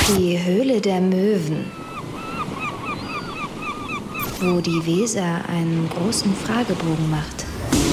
Die Höhle der Möwen, wo die Weser einen großen Fragebogen macht.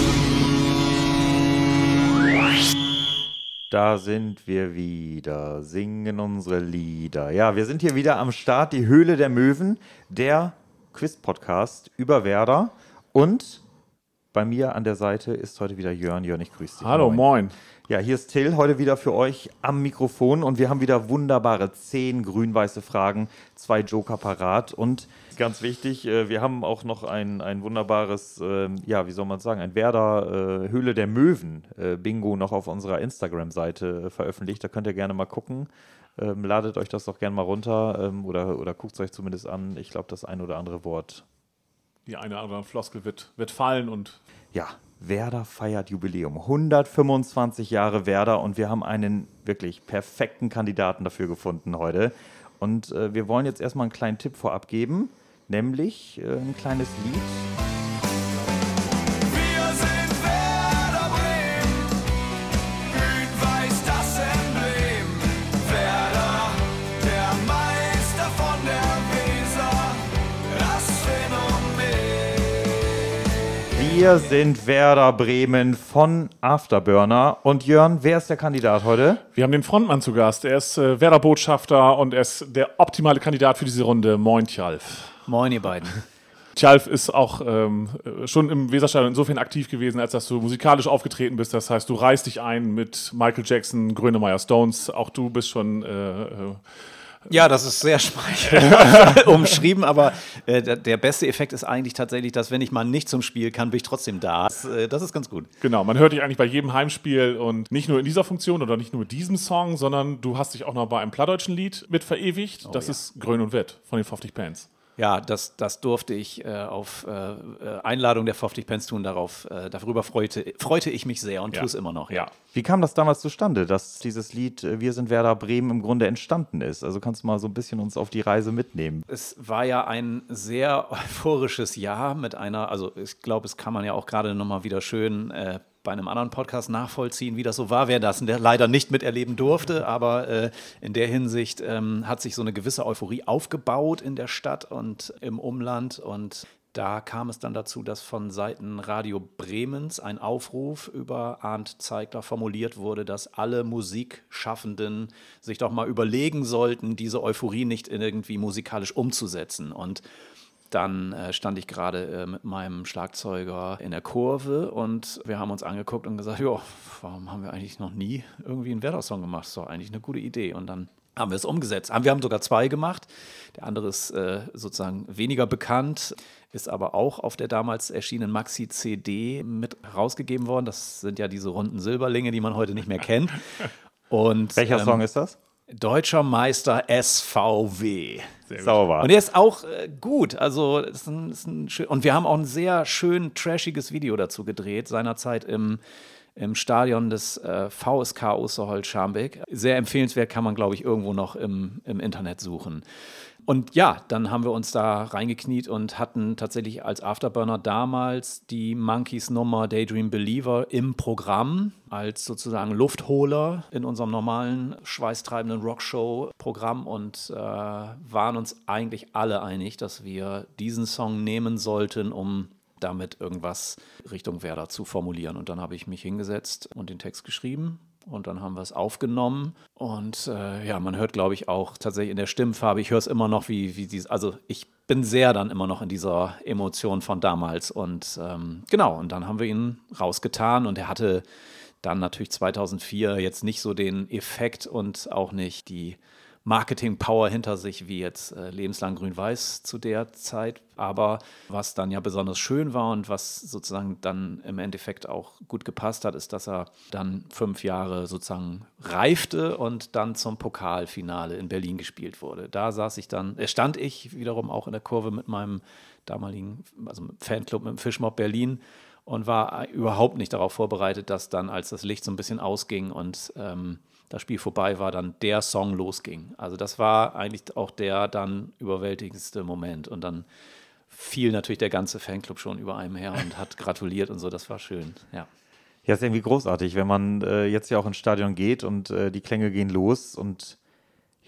Da sind wir wieder, singen unsere Lieder. Ja, wir sind hier wieder am Start, die Höhle der Möwen, der Quiz-Podcast über Werder. Und bei mir an der Seite ist heute wieder Jörn. Jörn, ich grüße dich. Hallo, moin. Ja, hier ist Till, heute wieder für euch am Mikrofon. Und wir haben wieder wunderbare 10 grün-weiße Fragen, 2 Joker parat. Und ganz wichtig, wir haben auch noch ein wunderbares, wie soll man sagen, ein Werder Höhle der Möwen Bingo noch auf unserer Instagram-Seite veröffentlicht. Da könnt ihr gerne mal gucken. Ladet euch das doch gerne mal runter oder guckt es euch zumindest an. Ich glaube, das ein oder andere Wort. Die eine oder andere Floskel wird fallen und... Ja, Werder feiert Jubiläum. 125 Jahre Werder und wir haben einen wirklich perfekten Kandidaten dafür gefunden heute. Und wir wollen jetzt erstmal einen kleinen Tipp vorab geben, nämlich ein kleines Lied. Wir sind Werder Bremen, grün-weiß das Emblem. Werder, der Meister von der Weser, das Phänomen. Wir sind Werder Bremen von Afterburner. Und Jörn, wer ist der Kandidat heute? Wir haben den Frontmann zu Gast. Er ist Werder-Botschafter und er ist der optimale Kandidat für diese Runde. Moin, Tjalf. Moin, ihr beiden. Tjalf ist auch schon im Weserstadion insofern aktiv gewesen, als dass du musikalisch aufgetreten bist. Das heißt, du reißt dich ein mit Michael Jackson, Grönemeyer, Stones. Auch du bist schon... Ja, das ist sehr schmeichelhaft umschrieben, aber der beste Effekt ist eigentlich tatsächlich, dass wenn ich mal nicht zum Spiel kann, bin ich trotzdem da. Das ist ganz gut. Genau, man hört dich eigentlich bei jedem Heimspiel und nicht nur in dieser Funktion oder nicht nur mit diesem Song, sondern du hast dich auch noch bei einem plattdeutschen Lied mit verewigt. Das ist Grön und Wett von den 50 Pence. Ja, das durfte ich auf Einladung der 50 Pence tun. Darüber freute ich mich sehr und tue es immer noch. Ja. Wie kam das damals zustande, dass dieses Lied Wir sind Werder Bremen im Grunde entstanden ist? Also kannst du mal so ein bisschen uns auf die Reise mitnehmen? Es war ja ein sehr euphorisches Jahr mit also ich glaube, es kann man ja auch gerade nochmal wieder schön bei einem anderen Podcast nachvollziehen, wie das so war, wer das leider nicht miterleben durfte, aber in der Hinsicht hat sich so eine gewisse Euphorie aufgebaut in der Stadt und im Umland und da kam es dann dazu, dass von Seiten Radio Bremens ein Aufruf über Arndt Zeigler formuliert wurde, dass alle Musikschaffenden sich doch mal überlegen sollten, diese Euphorie nicht irgendwie musikalisch umzusetzen und dann stand ich gerade mit meinem Schlagzeuger in der Kurve und wir haben uns angeguckt und gesagt, ja, warum haben wir eigentlich noch nie irgendwie einen Werder-Song gemacht? Das ist doch eigentlich eine gute Idee. Und dann haben wir es umgesetzt. Wir haben sogar 2 gemacht. Der andere ist sozusagen weniger bekannt, ist aber auch auf der damals erschienenen Maxi-CD mit rausgegeben worden. Das sind ja diese runden Silberlinge, die man heute nicht mehr kennt. Und, Welcher Song ist das? Deutscher Meister SVW. Sauber. Und der ist auch gut. Also ist ein schön, und wir haben auch ein sehr schön trashiges Video dazu gedreht, seinerzeit im Stadion des VSK Osterholz-Scharmbeck. Sehr empfehlenswert, kann man, glaube ich, irgendwo noch im Internet suchen. Und ja, dann haben wir uns da reingekniet und hatten tatsächlich als Afterburner damals die Monkeys-Nummer Daydream Believer im Programm als sozusagen Luftholer in unserem normalen schweißtreibenden Rockshow-Programm und waren uns eigentlich alle einig, dass wir diesen Song nehmen sollten, um damit irgendwas Richtung Werder zu formulieren. Und dann habe ich mich hingesetzt und den Text geschrieben. Und dann haben wir es aufgenommen und man hört, glaube ich, auch tatsächlich in der Stimmfarbe, ich höre es immer noch, wie dieses, also ich bin sehr dann immer noch in dieser Emotion von damals und genau, und dann haben wir ihn rausgetan und er hatte dann natürlich 2004 jetzt nicht so den Effekt und auch nicht die Marketing-Power hinter sich, wie jetzt lebenslang Grün-Weiß zu der Zeit. Aber was dann ja besonders schön war und was sozusagen dann im Endeffekt auch gut gepasst hat, ist, dass er dann 5 Jahre sozusagen reifte und dann zum Pokalfinale in Berlin gespielt wurde. Da stand ich wiederum auch in der Kurve mit meinem damaligen, also Fanclub mit dem Fischmob Berlin und war überhaupt nicht darauf vorbereitet, dass dann, als das Licht so ein bisschen ausging und das Spiel vorbei war, dann der Song losging. Also das war eigentlich auch der dann überwältigendste Moment. Und dann fiel natürlich der ganze Fanclub schon über einem her und hat gratuliert und so. Das war schön, ja. Ja, ist irgendwie großartig, wenn man jetzt ja auch ins Stadion geht und die Klänge gehen los und ja,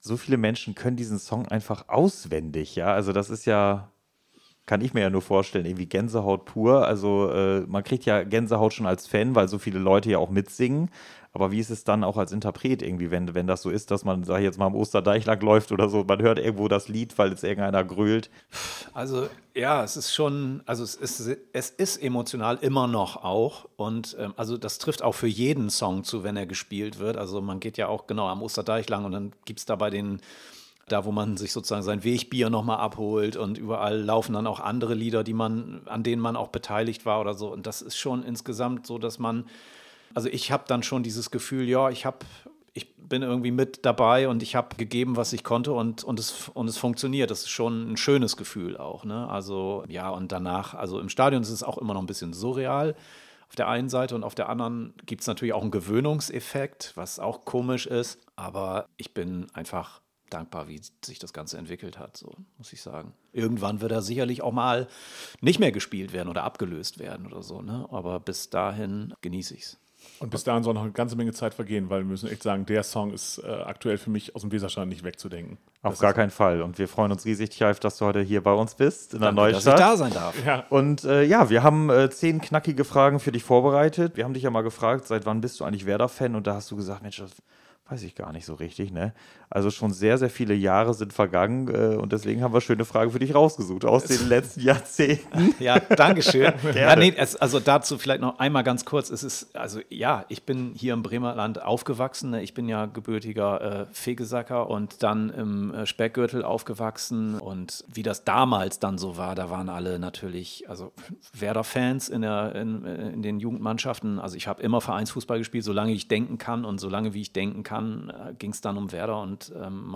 so viele Menschen können diesen Song einfach auswendig, ja. Also das ist ja, kann ich mir ja nur vorstellen, irgendwie Gänsehaut pur. Also man kriegt ja Gänsehaut schon als Fan, weil so viele Leute ja auch mitsingen. Aber wie ist es dann auch als Interpret irgendwie, wenn das so ist, dass man, sag ich jetzt mal, am Osterdeich lang läuft oder so, man hört irgendwo das Lied, weil jetzt irgendeiner grölt. Also ja, es ist schon, also es ist emotional immer noch auch und also das trifft auch für jeden Song zu, wenn er gespielt wird. Also man geht ja auch genau am Osterdeich lang und dann gibt es da bei den, da wo man sich sozusagen sein Wegbier nochmal abholt und überall laufen dann auch andere Lieder, an denen man auch beteiligt war oder so. Und das ist schon insgesamt so, dass man, also ich habe dann schon dieses Gefühl, ja, ich bin irgendwie mit dabei und ich habe gegeben, was ich konnte und es funktioniert. Das ist schon ein schönes Gefühl auch, ne? Also ja, und danach, also im Stadion ist es auch immer noch ein bisschen surreal auf der einen Seite und auf der anderen gibt es natürlich auch einen Gewöhnungseffekt, was auch komisch ist, aber ich bin einfach dankbar, wie sich das Ganze entwickelt hat, so muss ich sagen. Irgendwann wird er sicherlich auch mal nicht mehr gespielt werden oder abgelöst werden oder so, ne? Aber bis dahin genieße ich es. Und bis dahin soll noch eine ganze Menge Zeit vergehen, weil wir müssen echt sagen, der Song ist aktuell für mich aus dem Weserstadion nicht wegzudenken. Auf gar keinen Fall. Und wir freuen uns riesig, Tjalf, dass du heute hier bei uns bist, in der Danke, Neustadt. dass ich da sein darf. Ja. Und ja, wir haben 10 knackige Fragen für dich vorbereitet. Wir haben dich ja mal gefragt, seit wann bist du eigentlich Werder-Fan? Und da hast du gesagt, Mensch, das weiß ich gar nicht so richtig, ne? Also schon sehr, sehr viele Jahre sind vergangen und deswegen haben wir schöne Fragen für dich rausgesucht aus den letzten Jahrzehnten. Ja, danke schön. Ja, nee, also dazu vielleicht noch einmal ganz kurz. Es ist, also ja, ich bin hier im Bremerland aufgewachsen. Ne? Ich bin ja gebürtiger Fegesacker und dann im Speckgürtel aufgewachsen. Und wie das damals dann so war, da waren alle natürlich, also Werder-Fans in den Jugendmannschaften. Also ich habe immer Vereinsfußball gespielt, solange ich denken kann und solange wie ich denken kann, ging es dann um Werder und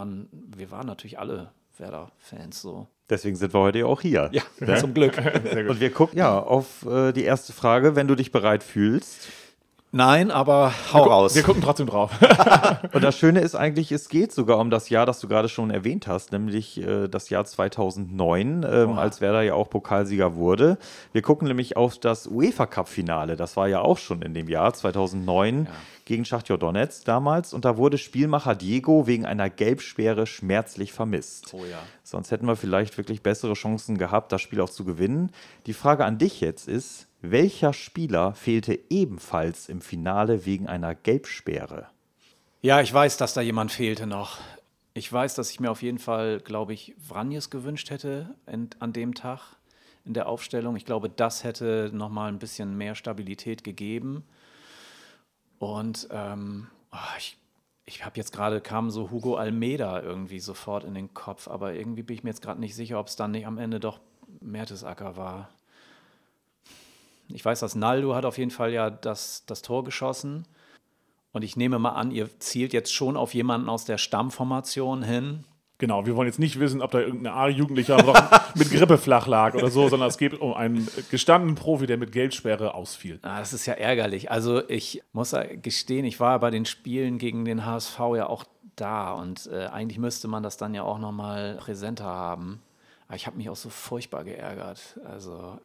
wir waren natürlich alle Werder-Fans so. Deswegen sind wir heute ja auch hier. Ja, zum Glück. Und wir gucken ja auf die erste Frage, wenn du dich bereit fühlst. Nein, aber hau raus. Wir gucken trotzdem drauf. Und das Schöne ist eigentlich, es geht sogar um das Jahr, das du gerade schon erwähnt hast, nämlich das Jahr 2009, als Werder ja auch Pokalsieger wurde. Wir gucken nämlich auf das UEFA-Cup-Finale. Das war ja auch schon in dem Jahr 2009 gegen Schachtjor Donetsk damals. Und da wurde Spielmacher Diego wegen einer Gelbsperre schmerzlich vermisst. Oh ja. Sonst hätten wir vielleicht wirklich bessere Chancen gehabt, das Spiel auch zu gewinnen. Die Frage an dich jetzt ist, welcher Spieler fehlte ebenfalls im Finale wegen einer Gelbsperre? Ja, ich weiß, dass da jemand fehlte noch. Ich weiß, dass ich mir auf jeden Fall, glaube ich, Vranjes gewünscht hätte an dem Tag in der Aufstellung. Ich glaube, das hätte nochmal ein bisschen mehr Stabilität gegeben. Und ich habe jetzt gerade, kam so Hugo Almeida irgendwie sofort in den Kopf, aber irgendwie bin ich mir jetzt gerade nicht sicher, ob es dann nicht am Ende doch Mertesacker war. Ich weiß, dass Naldo hat auf jeden Fall ja das Tor geschossen. Und ich nehme mal an, ihr zielt jetzt schon auf jemanden aus der Stammformation hin. Genau, wir wollen jetzt nicht wissen, ob da irgendein A-Jugendlicher noch mit Grippe flach lag oder so, sondern es geht um einen gestandenen Profi, der mit Gelbsperre ausfiel. Das ist ja ärgerlich. Also ich muss ja gestehen, ich war bei den Spielen gegen den HSV ja auch da. Und eigentlich müsste man das dann ja auch nochmal präsenter haben. Aber ich habe mich auch so furchtbar geärgert. Also...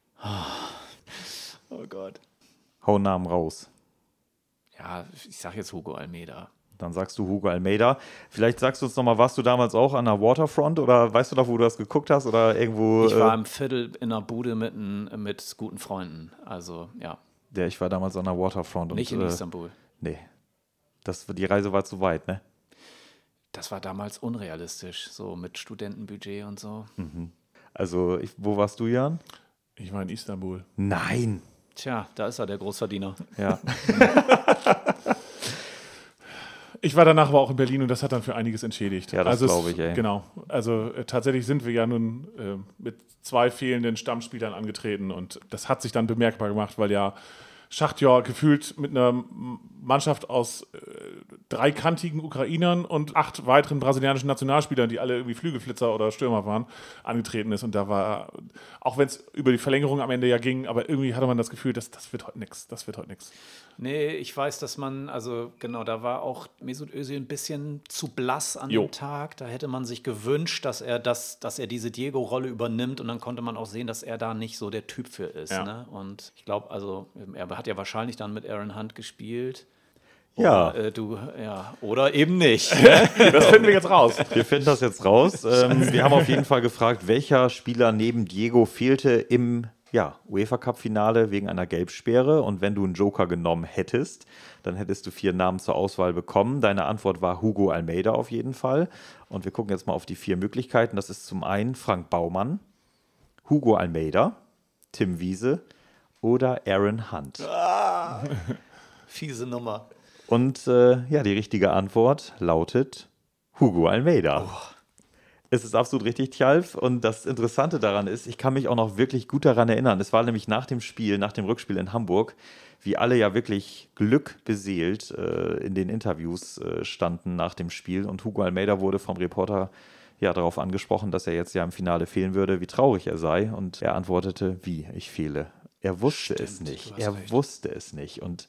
Oh Gott. Hau Namen raus. Ja, ich sag jetzt Hugo Almeida. Dann sagst du Hugo Almeida. Vielleicht sagst du uns nochmal, warst du damals auch an der Waterfront oder weißt du noch, wo du das geguckt hast oder irgendwo? Ich war im Viertel in einer Bude mit guten Freunden. Also, ja. Ja, ich war damals an der Waterfront. Nicht und, in Istanbul. Nee. Die Reise war zu weit, ne? Das war damals unrealistisch, so mit Studentenbudget und so. Also, wo warst du, Jan? Ich war in Istanbul. Nein. Tja, da ist er, der Großverdiener. Ja. Ich war danach aber auch in Berlin und das hat dann für einiges entschädigt. Ja, das glaube ich, ey. Genau. Also tatsächlich sind wir ja nun mit 2 fehlenden Stammspielern angetreten und das hat sich dann bemerkbar gemacht, weil ja Schachtjor gefühlt mit einer Mannschaft aus 3 kantigen Ukrainern und 8 weiteren brasilianischen Nationalspielern, die alle irgendwie Flügelflitzer oder Stürmer waren, angetreten ist. Und da war, auch wenn es über die Verlängerung am Ende ja ging, aber irgendwie hatte man das Gefühl, das wird heute nichts. Das wird heute nichts. Nee, ich weiß, dass man, also genau, da war auch Mesut Özil ein bisschen zu blass an dem Tag. Da hätte man sich gewünscht, dass er diese Diego-Rolle übernimmt und dann konnte man auch sehen, dass er da nicht so der Typ für ist. Ja. Ne? Und ich glaube, also er hat ja wahrscheinlich dann mit Aaron Hunt gespielt. Ja. Oder, oder eben nicht. Das finden wir jetzt raus. Wir finden das jetzt raus. Wir haben auf jeden Fall gefragt, welcher Spieler neben Diego fehlte im UEFA-Cup-Finale wegen einer Gelbsperre. Und wenn du einen Joker genommen hättest, dann hättest du 4 Namen zur Auswahl bekommen. Deine Antwort war Hugo Almeida auf jeden Fall. Und wir gucken jetzt mal auf die 4 Möglichkeiten. Das ist zum einen Frank Baumann, Hugo Almeida, Tim Wiese oder Aaron Hunt. Fiese Nummer. Und die richtige Antwort lautet Hugo Almeida. Es ist absolut richtig, Tjalf. Und das Interessante daran ist, ich kann mich auch noch wirklich gut daran erinnern. Es war nämlich nach dem Rückspiel in Hamburg, wie alle ja wirklich glückbeseelt in den Interviews standen nach dem Spiel. Und Hugo Almeida wurde vom Reporter darauf angesprochen, dass er jetzt ja im Finale fehlen würde, wie traurig er sei. Und er antwortete, wie, ich fehle. Er wusste es nicht. Er wusste es nicht. Und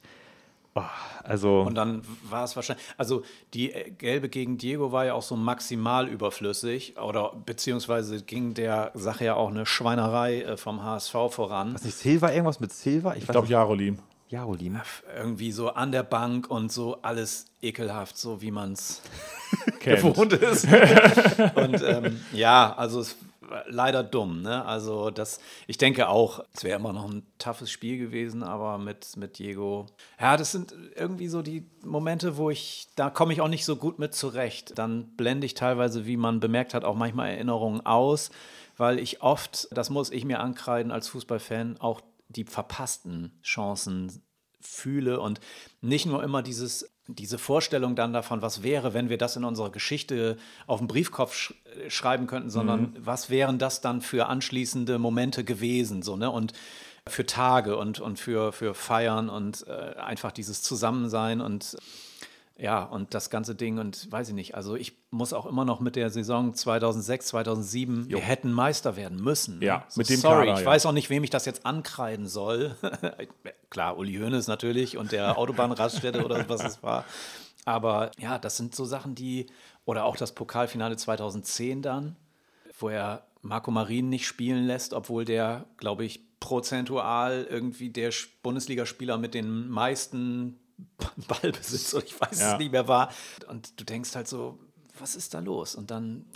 und dann war es wahrscheinlich, also die Gelbe gegen Diego war ja auch so maximal überflüssig oder beziehungsweise ging der Sache ja auch eine Schweinerei vom HSV voran. Was nicht, Silva, irgendwas mit Silva? Ich glaube, Jarolim. Irgendwie so an der Bank und so alles ekelhaft, so wie man es Kennt. gewohnt ist. Und also es war leider dumm. Ne? Also ich denke auch, es wäre immer noch ein toughes Spiel gewesen, aber mit Diego. Ja, das sind irgendwie so die Momente, da komme ich auch nicht so gut mit zurecht. Dann blende ich teilweise, wie man bemerkt hat, auch manchmal Erinnerungen aus, weil ich oft, das muss ich mir ankreiden als Fußballfan, auch die verpassten Chancen fühle und nicht nur immer diese Vorstellung dann davon, was wäre, wenn wir das in unserer Geschichte auf den Briefkopf schreiben könnten, sondern was wären das dann für anschließende Momente gewesen, so, ne? Und für Tage und für Feiern und einfach dieses Zusammensein und das ganze Ding und weiß ich nicht, also ich muss auch immer noch mit der Saison 2006, 2007, wir hätten Meister werden müssen. Ja, so, mit dem sorry, Kader, ich weiß auch nicht, wem ich das jetzt ankreiden soll. Klar, Uli Hoeneß natürlich und der Autobahnraststätte oder was es war. Aber ja, das sind so Sachen, oder auch das Pokalfinale 2010 dann, wo er Marco Marin nicht spielen lässt, obwohl der, glaube ich, prozentual irgendwie der Bundesligaspieler mit den meisten Ballbesitz oder ich weiß es nicht mehr war. Und du denkst halt so, was ist da los? Und dann,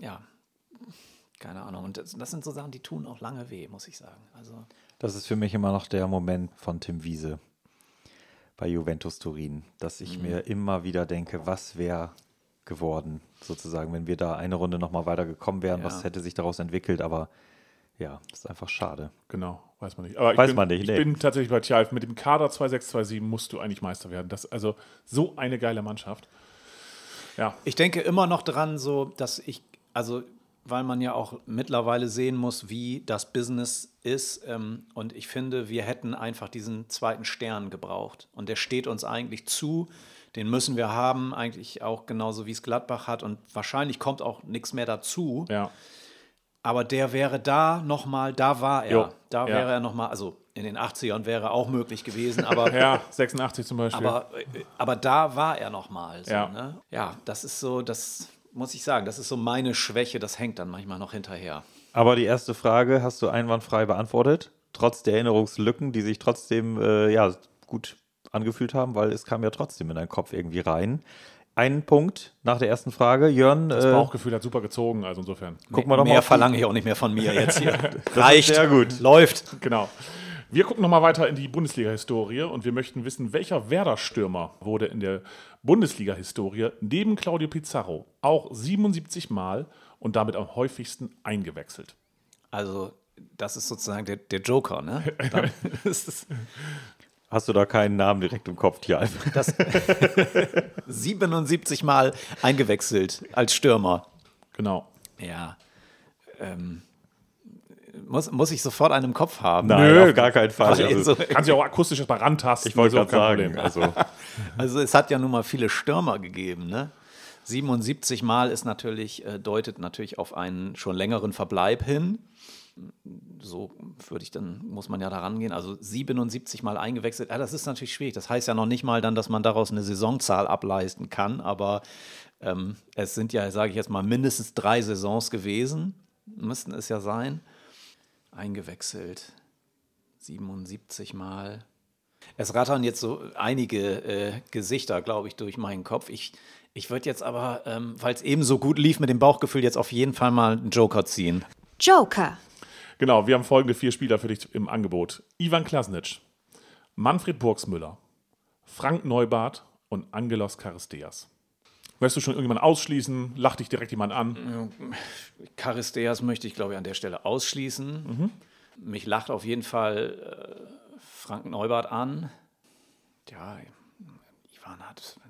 keine Ahnung. Und das sind so Sachen, die tun auch lange weh, muss ich sagen. Also das ist für mich immer noch der Moment von Tim Wiese bei Juventus Turin, dass ich mir immer wieder denke, was wäre geworden, sozusagen, wenn wir da eine Runde nochmal weitergekommen wären, was hätte sich daraus entwickelt, aber das ist einfach schade. Genau, weiß man nicht. Aber ich bin tatsächlich bei Tjalf. Mit dem Kader 2-6-2-7 musst du eigentlich Meister werden. Das also so eine geile Mannschaft. Ja. Ich denke immer noch dran, so, weil man ja auch mittlerweile sehen muss, wie das Business ist. Und ich finde, wir hätten einfach diesen zweiten Stern gebraucht. Und der steht uns eigentlich zu. Den müssen wir haben, eigentlich auch genauso wie es Gladbach hat. Und wahrscheinlich kommt auch nichts mehr dazu. Ja. Aber der wäre da nochmal, da war er. Wäre er nochmal, also in den 80ern wäre auch möglich gewesen, aber. Ja, 86 zum Beispiel. Aber da war er nochmal. So, ja. Ne? Ja, das ist so, das muss ich sagen, das ist so meine Schwäche, das hängt dann manchmal noch hinterher. Aber die erste Frage hast du einwandfrei beantwortet, trotz der Erinnerungslücken, die sich trotzdem gut angefühlt haben, weil es kam ja trotzdem in deinen Kopf irgendwie rein. Einen Punkt nach der ersten Frage. Jörn. Das Bauchgefühl hat super gezogen, also insofern. Gucken wir doch mal. Mehr verlange ich auch nicht mehr von mir jetzt hier. Reicht. Sehr gut. Läuft. Genau. Wir gucken nochmal weiter in die Bundesliga-Historie und wir möchten wissen, welcher Werder-Stürmer wurde in der Bundesliga-Historie neben Claudio Pizarro auch 77 Mal und damit am häufigsten eingewechselt. Also, das ist sozusagen der Joker, ne? Dann ist es Hast du da keinen Namen direkt im Kopf, Tjalf? das 77 Mal eingewechselt als Stürmer. Genau. Ja. Muss ich sofort einen im Kopf haben? Nein, auf gar keinen Fall. Also, kannst du ja auch akustisch mal rantasten. Ich wollte gerade sagen. Also es hat ja nun mal viele Stürmer gegeben, ne? 77 Mal ist natürlich, deutet natürlich auf einen schon längeren Verbleib hin. So muss man ja da rangehen. Also 77 Mal eingewechselt. Ja, das ist natürlich schwierig. Das heißt ja noch nicht mal dann, dass man daraus eine Saisonzahl ableisten kann. Aber es sind ja, sage ich jetzt mal, mindestens 3 Saisons gewesen. Müssten es ja sein. Eingewechselt. 77 Mal. Es rattern jetzt so einige Gesichter, glaube ich, durch meinen Kopf. Ich würde jetzt aber, weil es eben so gut lief mit dem Bauchgefühl, jetzt auf jeden Fall mal einen Joker ziehen. Joker. Genau, wir haben folgende 4 Spieler für dich im Angebot. Ivan Klasnic, Manfred Burgsmüller, Frank Neubart und Angelos Charisteas. Möchtest du schon irgendjemanden ausschließen? Lacht dich direkt jemand an? Charisteas möchte ich, glaube ich, an der Stelle ausschließen. Mich lacht auf jeden Fall Frank Neubart an. Ja, Ivan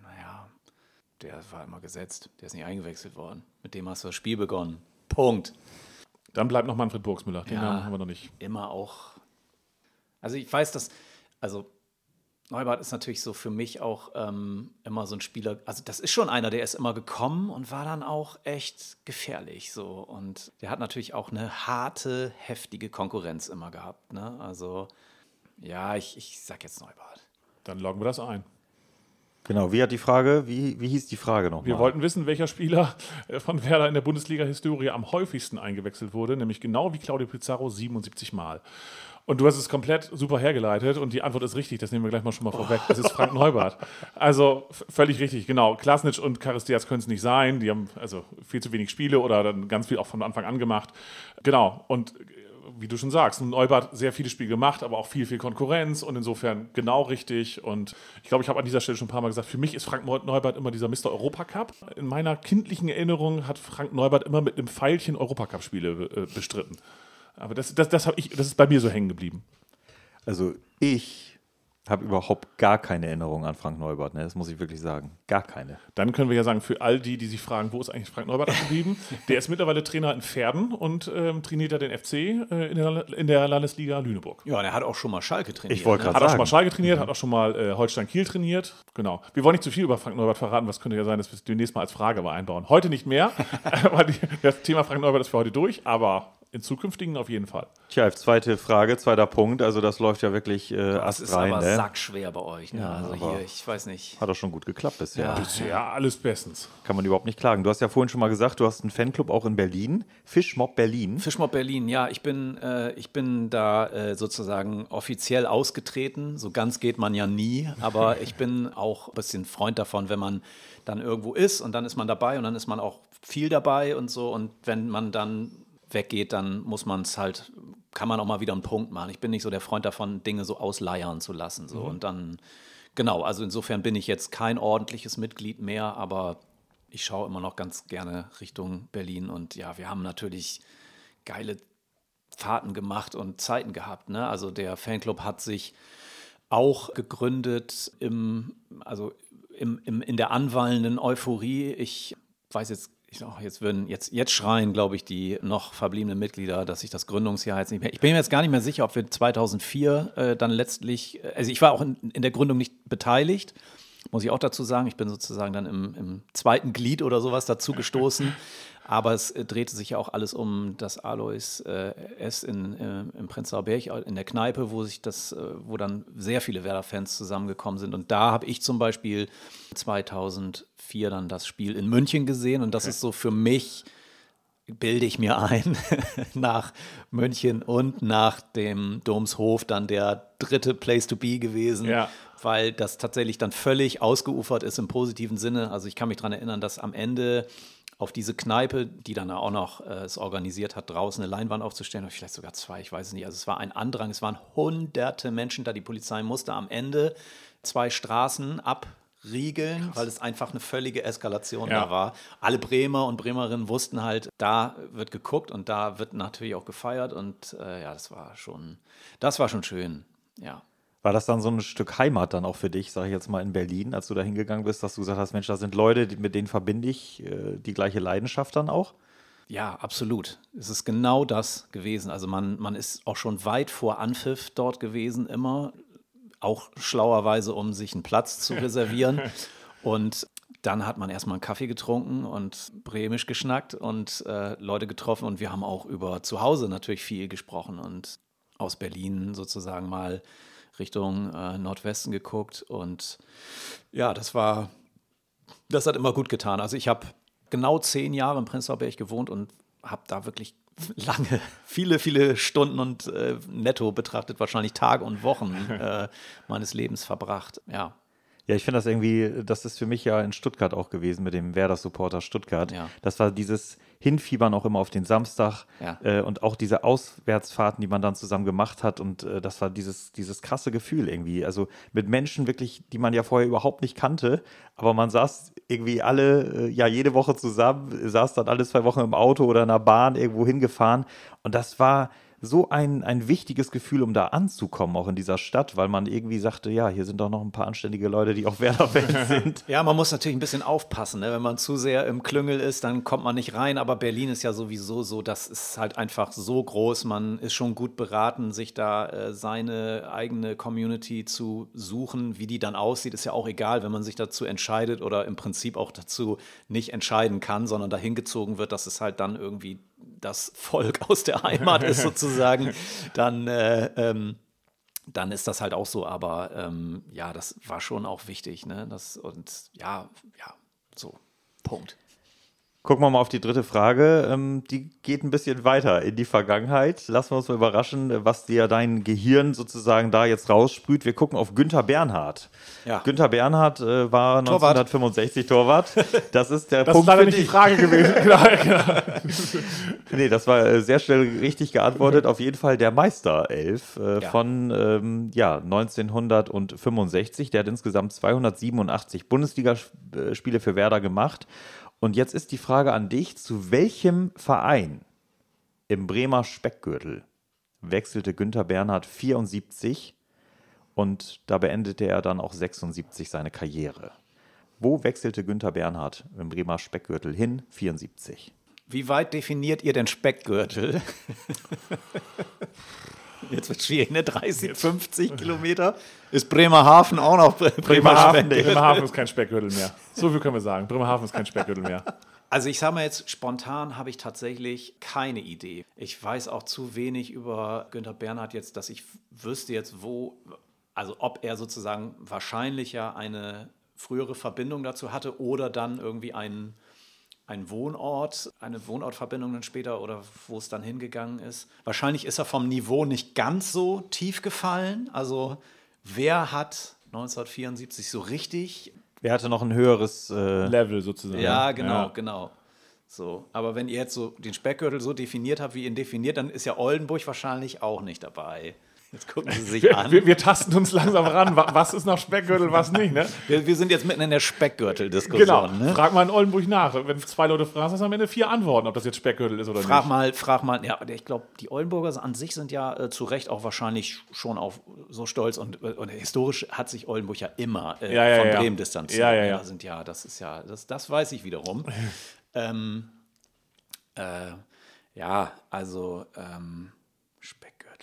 der war immer gesetzt. Der ist nicht eingewechselt worden. Mit dem hast du das Spiel begonnen. Punkt. Dann bleibt noch Manfred Burgsmüller. Den Namen haben wir noch nicht. Immer auch. Also ich weiß, Neubart ist natürlich so für mich auch immer so ein Spieler, also das ist schon einer, der ist immer gekommen und war dann auch echt gefährlich so. Und der hat natürlich auch eine harte, heftige Konkurrenz immer gehabt. Ne? Also ja, ich sag jetzt Neubart. Dann loggen wir das ein. Genau, wie hieß die Frage nochmal? Wir wollten wissen, welcher Spieler von Werder in der Bundesliga-Historie am häufigsten eingewechselt wurde, nämlich genau wie Claudio Pizarro 77 Mal. Und du hast es komplett super hergeleitet und die Antwort ist richtig, das nehmen wir gleich mal schon mal vorweg. Es ist Frank Neubart. Also völlig richtig, genau. Klasnic und Charisteas können es nicht sein, die haben also viel zu wenig Spiele oder dann ganz viel auch von Anfang an gemacht. Genau, und wie du schon sagst, Neubart sehr viele Spiele gemacht, aber auch viel Konkurrenz und insofern genau richtig. Und ich glaube, ich habe an dieser Stelle schon ein paar Mal gesagt, für mich ist Frank Neubart immer dieser Mr. Europacup. In meiner kindlichen Erinnerung hat Frank Neubart immer mit einem Pfeilchen Europacup-Spiele bestritten. Aber das ist bei mir so hängen geblieben. Also ich habe überhaupt gar keine Erinnerung an Frank Neubart, ne? Das muss ich wirklich sagen. Gar keine. Dann können wir ja sagen, für all die sich fragen, wo ist eigentlich Frank Neubart geblieben? Der ist mittlerweile Trainer in Pferden und trainiert ja den FC in der Landesliga Lüneburg. Ja, der hat auch schon mal Schalke trainiert. Ich wollte gerade Hat auch sagen. schon mal Schalke trainiert, hat auch schon mal Holstein Kiel trainiert. Genau. Wir wollen nicht zu viel über Frank Neubart verraten, was könnte ja sein, dass wir es demnächst mal als Frage aber einbauen. Heute nicht mehr, weil das Thema Frank Neubart ist für heute durch, aber in zukünftigen auf jeden Fall. Tja, zweite Frage, zweiter Punkt. Also das läuft ja wirklich Das ist astrein, aber ne? sackschwer bei euch. Ne? Ja, also aber hier, ich weiß nicht. Hat doch schon gut geklappt bisher. Ja. Bisher alles bestens. Kann man überhaupt nicht klagen. Du hast ja vorhin schon mal gesagt, du hast einen Fanclub auch in Berlin. Fischmob Berlin. Fischmob Berlin, ja, ich bin da sozusagen offiziell ausgetreten. So ganz geht man ja nie, aber ich bin auch ein bisschen Freund davon, wenn man dann irgendwo ist und dann ist man dabei und dann ist man auch viel dabei und so. Und wenn man dann weggeht, dann kann man auch mal wieder einen Punkt machen. Ich bin nicht so der Freund davon, Dinge so ausleiern zu lassen. So. Und dann, genau, also insofern bin ich jetzt kein ordentliches Mitglied mehr, aber ich schaue immer noch ganz gerne Richtung Berlin. Und ja, wir haben natürlich geile Fahrten gemacht und Zeiten gehabt. Ne? Also der Fanclub hat sich auch gegründet in der anwallenden Euphorie. Ich weiß jetzt schreien, glaube ich, die noch verbliebenen Mitglieder, dass ich das Gründungsjahr jetzt nicht mehr. Ich bin mir jetzt gar nicht mehr sicher, ob wir 2004 dann letztlich, also ich war auch in der Gründung nicht beteiligt, muss ich auch dazu sagen. Ich bin sozusagen dann im zweiten Glied oder sowas dazu gestoßen. Aber es drehte sich ja auch alles um das Alois S. im Prenzlauer Berg, in der Kneipe, wo dann sehr viele Werder-Fans zusammengekommen sind. Und da habe ich zum Beispiel 2004 dann das Spiel in München gesehen. Und das ist so für mich, bilde ich mir ein, nach München und nach dem Domshof dann der dritte Place to be gewesen. Ja. Weil das tatsächlich dann völlig ausgeufert ist im positiven Sinne. Also ich kann mich daran erinnern, dass am Ende auf diese Kneipe, die dann auch noch es organisiert hat, draußen eine Leinwand aufzustellen, oder vielleicht sogar 2, ich weiß es nicht. Also es war ein Andrang, es waren hunderte Menschen da. Die Polizei musste am Ende 2 Straßen abriegeln, weil es einfach eine völlige Eskalation da war. Alle Bremer und Bremerinnen wussten halt, da wird geguckt und da wird natürlich auch gefeiert. Und das war schon schön, ja. War das dann so ein Stück Heimat dann auch für dich, sage ich jetzt mal, in Berlin, als du da hingegangen bist, dass du gesagt hast, Mensch, da sind Leute, mit denen verbinde ich die gleiche Leidenschaft dann auch? Ja, absolut. Es ist genau das gewesen. Also man ist auch schon weit vor Anpfiff dort gewesen, immer, auch schlauerweise, um sich einen Platz zu reservieren. Und dann hat man erstmal einen Kaffee getrunken und bremisch geschnackt und Leute getroffen. Und wir haben auch über zu Hause natürlich viel gesprochen und aus Berlin sozusagen mal Richtung Nordwesten geguckt. Und ja, das hat immer gut getan. Also ich habe genau 10 Jahre in Prenzlauer Berg gewohnt und habe da wirklich lange, viele Stunden und netto betrachtet wahrscheinlich Tage und Wochen meines Lebens verbracht. Ja. Ja, ich finde das irgendwie, das ist für mich ja in Stuttgart auch gewesen mit dem Werder-Supporter Stuttgart. Ja. Das war dieses Hinfiebern auch immer auf den Samstag und auch diese Auswärtsfahrten, die man dann zusammen gemacht hat und das war dieses krasse Gefühl irgendwie. Also mit Menschen wirklich, die man ja vorher überhaupt nicht kannte, aber man saß irgendwie alle, jede Woche zusammen, saß dann alle 2 Wochen im Auto oder in der Bahn irgendwo hingefahren und das war so ein wichtiges Gefühl, um da anzukommen, auch in dieser Stadt, weil man irgendwie sagte, ja, hier sind doch noch ein paar anständige Leute, die auch Werder-Fans sind. Ja, man muss natürlich ein bisschen aufpassen, ne? Wenn man zu sehr im Klüngel ist, dann kommt man nicht rein, aber Berlin ist ja sowieso so, das ist halt einfach so groß, man ist schon gut beraten, sich da seine eigene Community zu suchen, wie die dann aussieht, ist ja auch egal, wenn man sich dazu entscheidet oder im Prinzip auch dazu nicht entscheiden kann, sondern dahin gezogen wird, dass es halt dann irgendwie das Volk aus der Heimat ist sozusagen, dann ist das halt auch so. Aber das war schon auch wichtig. Ne? So, Punkt. Gucken wir mal auf die dritte Frage. Die geht ein bisschen weiter in die Vergangenheit. Lassen wir uns mal überraschen, was dir dein Gehirn sozusagen da jetzt raussprüht. Wir gucken auf Günther Bernhard. Ja. Günther Bernhard war Torwart. 1965 Torwart. Das ist der Das Punkt ist leider für nicht die dich. Frage gewesen. Genau. Nee, das war sehr schnell richtig geantwortet. Auf jeden Fall der Meisterelf von 1965. Der hat insgesamt 287 Bundesligaspiele für Werder gemacht. Und jetzt ist die Frage an dich, zu welchem Verein im Bremer Speckgürtel wechselte Günther Bernhard 74 und da beendete er dann auch 76 seine Karriere. Wo wechselte Günther Bernhard im Bremer Speckgürtel hin? 74. Wie weit definiert ihr den Speckgürtel? Jetzt wird es schwierig, ne? 30, 50 Kilometer? Ist Bremerhaven auch noch Bremerhaven ist kein Speckgürtel mehr. So viel können wir sagen. Bremerhaven ist kein Speckgürtel mehr. Also ich sage mal jetzt, spontan habe ich tatsächlich keine Idee. Ich weiß auch zu wenig über Günther Bernhard jetzt, dass ich wüsste jetzt, ob er sozusagen wahrscheinlich ja eine frühere Verbindung dazu hatte oder dann irgendwie eine Wohnortverbindung dann später oder wo es dann hingegangen ist. Wahrscheinlich ist er vom Niveau nicht ganz so tief gefallen. Also wer hat 1974 so richtig... Wer hatte noch ein höheres Level sozusagen. Ja, genau. So, aber wenn ihr jetzt so den Speckgürtel so definiert habt, wie ihr ihn definiert, dann ist ja Oldenburg wahrscheinlich auch nicht dabei. Jetzt gucken Sie sich an. Wir tasten uns langsam ran. Was ist noch Speckgürtel, was nicht, ne? Wir sind jetzt mitten in der Speckgürtel-Diskussion. Genau. Ne? Frag mal in Oldenburg nach. Wenn 2 Leute fragen, hast du am Ende 4 Antworten, ob das jetzt Speckgürtel ist oder Frag nicht. mal. Ja, ich glaube, die Oldenburger an sich sind ja zu Recht auch wahrscheinlich schon auf so stolz und historisch hat sich Oldenburg ja immer von Bremen distanziert. Ja. Das weiß ich wiederum. Speckgürtel.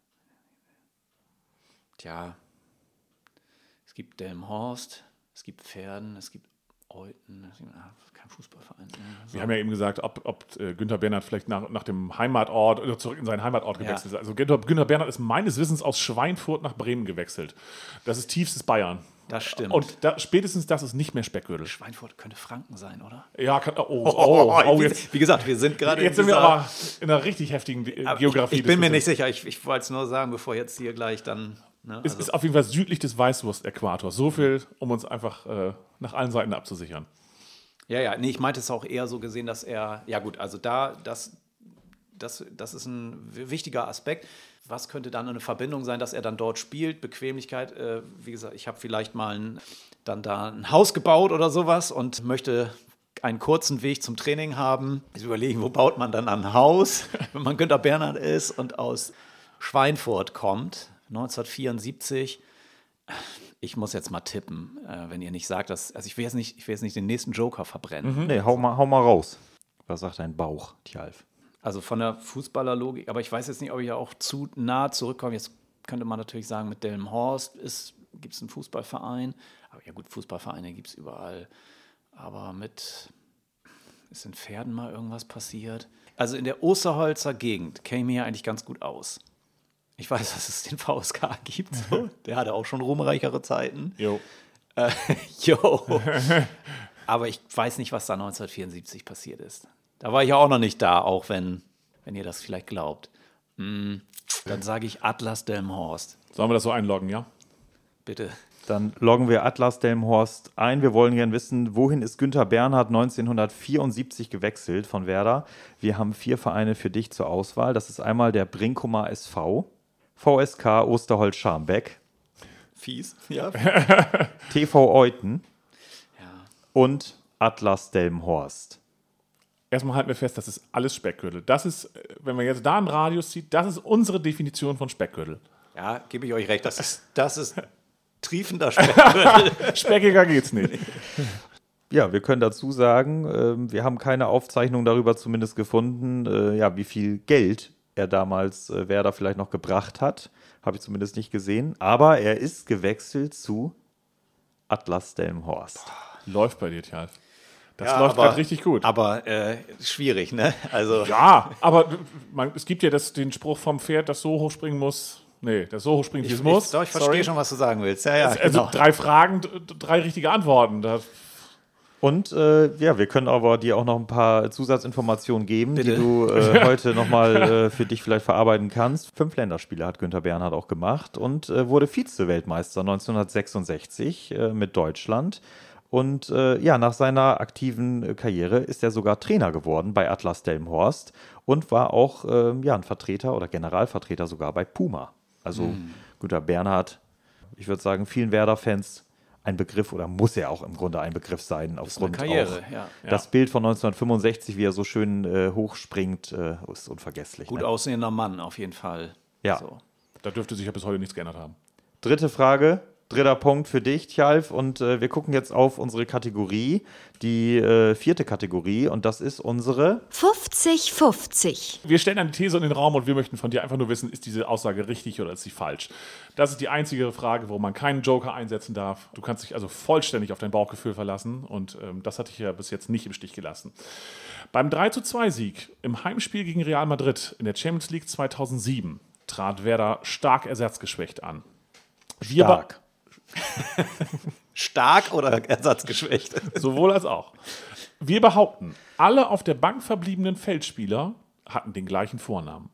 Tja, es gibt Delmenhorst, es gibt Pferden, es gibt Euten, kein Fußballverein. Wir haben ja eben gesagt, ob Günther Bernhard vielleicht nach dem Heimatort oder zurück in seinen Heimatort gewechselt ist. Also Günther Bernhard ist meines Wissens aus Schweinfurt nach Bremen gewechselt. Das ist tiefstes Bayern. Das stimmt. Und spätestens das ist nicht mehr Speckgürtel. Schweinfurt könnte Franken sein, oder? Ja, jetzt, Wie gesagt, wir sind gerade jetzt sind wir aber in einer richtig heftigen Geografie. Ich bin mir nicht sicher. Ich wollte es nur sagen, bevor jetzt hier gleich dann... Ne, Es ist auf jeden Fall südlich des Weißwurst-Äquators. So viel, um uns einfach nach allen Seiten abzusichern. Ja, nee, ich meinte es auch eher so gesehen, dass er... Ja gut, also das ist ein wichtiger Aspekt. Was könnte dann eine Verbindung sein, dass er dann dort spielt? Bequemlichkeit, wie gesagt, ich habe vielleicht mal dann da ein Haus gebaut oder sowas und möchte einen kurzen Weg zum Training haben. Ich überlege, wo baut man dann ein Haus, wenn man Günther Bernhard ist und aus Schweinfurt kommt, 1974. Ich muss jetzt mal tippen, wenn ihr nicht sagt, dass... Also ich will jetzt nicht den nächsten Joker verbrennen. Nee, hau mal raus. Was sagt dein Bauch, Tjalf? Also von der Fußballerlogik, aber ich weiß jetzt nicht, ob ich ja auch zu nah zurückkomme. Jetzt könnte man natürlich sagen, mit Delmenhorst gibt es einen Fußballverein. Aber ja gut, Fußballvereine gibt es überall. Aber ist in Pferden mal irgendwas passiert? Also in der Osterholzer Gegend käme ich mir eigentlich ganz gut aus. Ich weiß, dass es den VSK gibt. So. Der hatte auch schon ruhmreichere Zeiten. Jo. Aber ich weiß nicht, was da 1974 passiert ist. Da war ich ja auch noch nicht da, auch wenn wenn ihr das vielleicht glaubt. Dann sage ich Atlas Delmenhorst. Sollen wir das so einloggen, ja? Bitte. Dann loggen wir Atlas Delmenhorst ein. Wir wollen gerne wissen, wohin ist Günther Bernhard 1974 gewechselt von Werder? Wir haben 4 Vereine für dich zur Auswahl. Das ist einmal der Brinkumer SV, VSK Osterholz-Scharmbeck, Fies, ja. TV Euten Ja. und Atlas Delmenhorst. Erstmal halten wir fest, das ist alles Speckgürtel. Das ist, wenn man jetzt da einen Radius zieht, das ist unsere Definition von Speckgürtel. Ja, gebe ich euch recht. Das ist triefender Speckgürtel. Speckiger geht's nicht. Ja, wir können dazu sagen, wir haben keine Aufzeichnung darüber zumindest gefunden, wie viel Geld er damals Werder vielleicht noch gebracht hat. Habe ich zumindest nicht gesehen. Aber er ist gewechselt zu Atlas Delmenhorst. Läuft bei dir, Tjalf. Das läuft gerade richtig gut. Aber schwierig, ne? Also, Ja, aber es gibt ja den Spruch vom Pferd, das so hoch springen muss. Nee, das so hoch springt, wie es muss. ich verstehe schon, was du sagen willst. Ja, Also genau. 3 Fragen, 3 richtige Antworten. Und wir können aber dir auch noch ein paar Zusatzinformationen geben, Bitte. die du heute nochmal für dich vielleicht verarbeiten kannst. 5 Länderspiele hat Günther Bernhard auch gemacht und wurde Vize-Weltmeister 1966 mit Deutschland. Und nach seiner aktiven Karriere ist er sogar Trainer geworden bei Atlas Delmenhorst und war auch ein Vertreter oder Generalvertreter sogar bei Puma. Also Günther Bernhard, ich würde sagen, vielen Werder-Fans ein Begriff oder muss er auch im Grunde ein Begriff sein. Aufgrund Karriere, auch ja. Das Bild von 1965, wie er so schön hochspringt, ist unvergesslich. Gut Ne? aussehender Mann, auf jeden Fall. Ja. So. Da dürfte sich ja bis heute nichts geändert haben. Dritte Frage, dritter Punkt für dich, Tjalf. Und wir gucken jetzt auf unsere Kategorie, die 4. Kategorie. Und das ist unsere 50-50. Wir stellen eine These in den Raum und wir möchten von dir einfach nur wissen, ist diese Aussage richtig oder ist sie falsch? Das ist die einzige Frage, wo man keinen Joker einsetzen darf. Du kannst dich also vollständig auf dein Bauchgefühl verlassen und das hat dich ja bis jetzt nicht im Stich gelassen. Beim 3:2-Sieg im Heimspiel gegen Real Madrid in der Champions League 2007 trat Werder stark ersatzgeschwächt an. Stark. Stark oder ersatzgeschwächt? Sowohl als auch. Wir behaupten, alle auf der Bank verbliebenen Feldspieler hatten den gleichen Vornamen.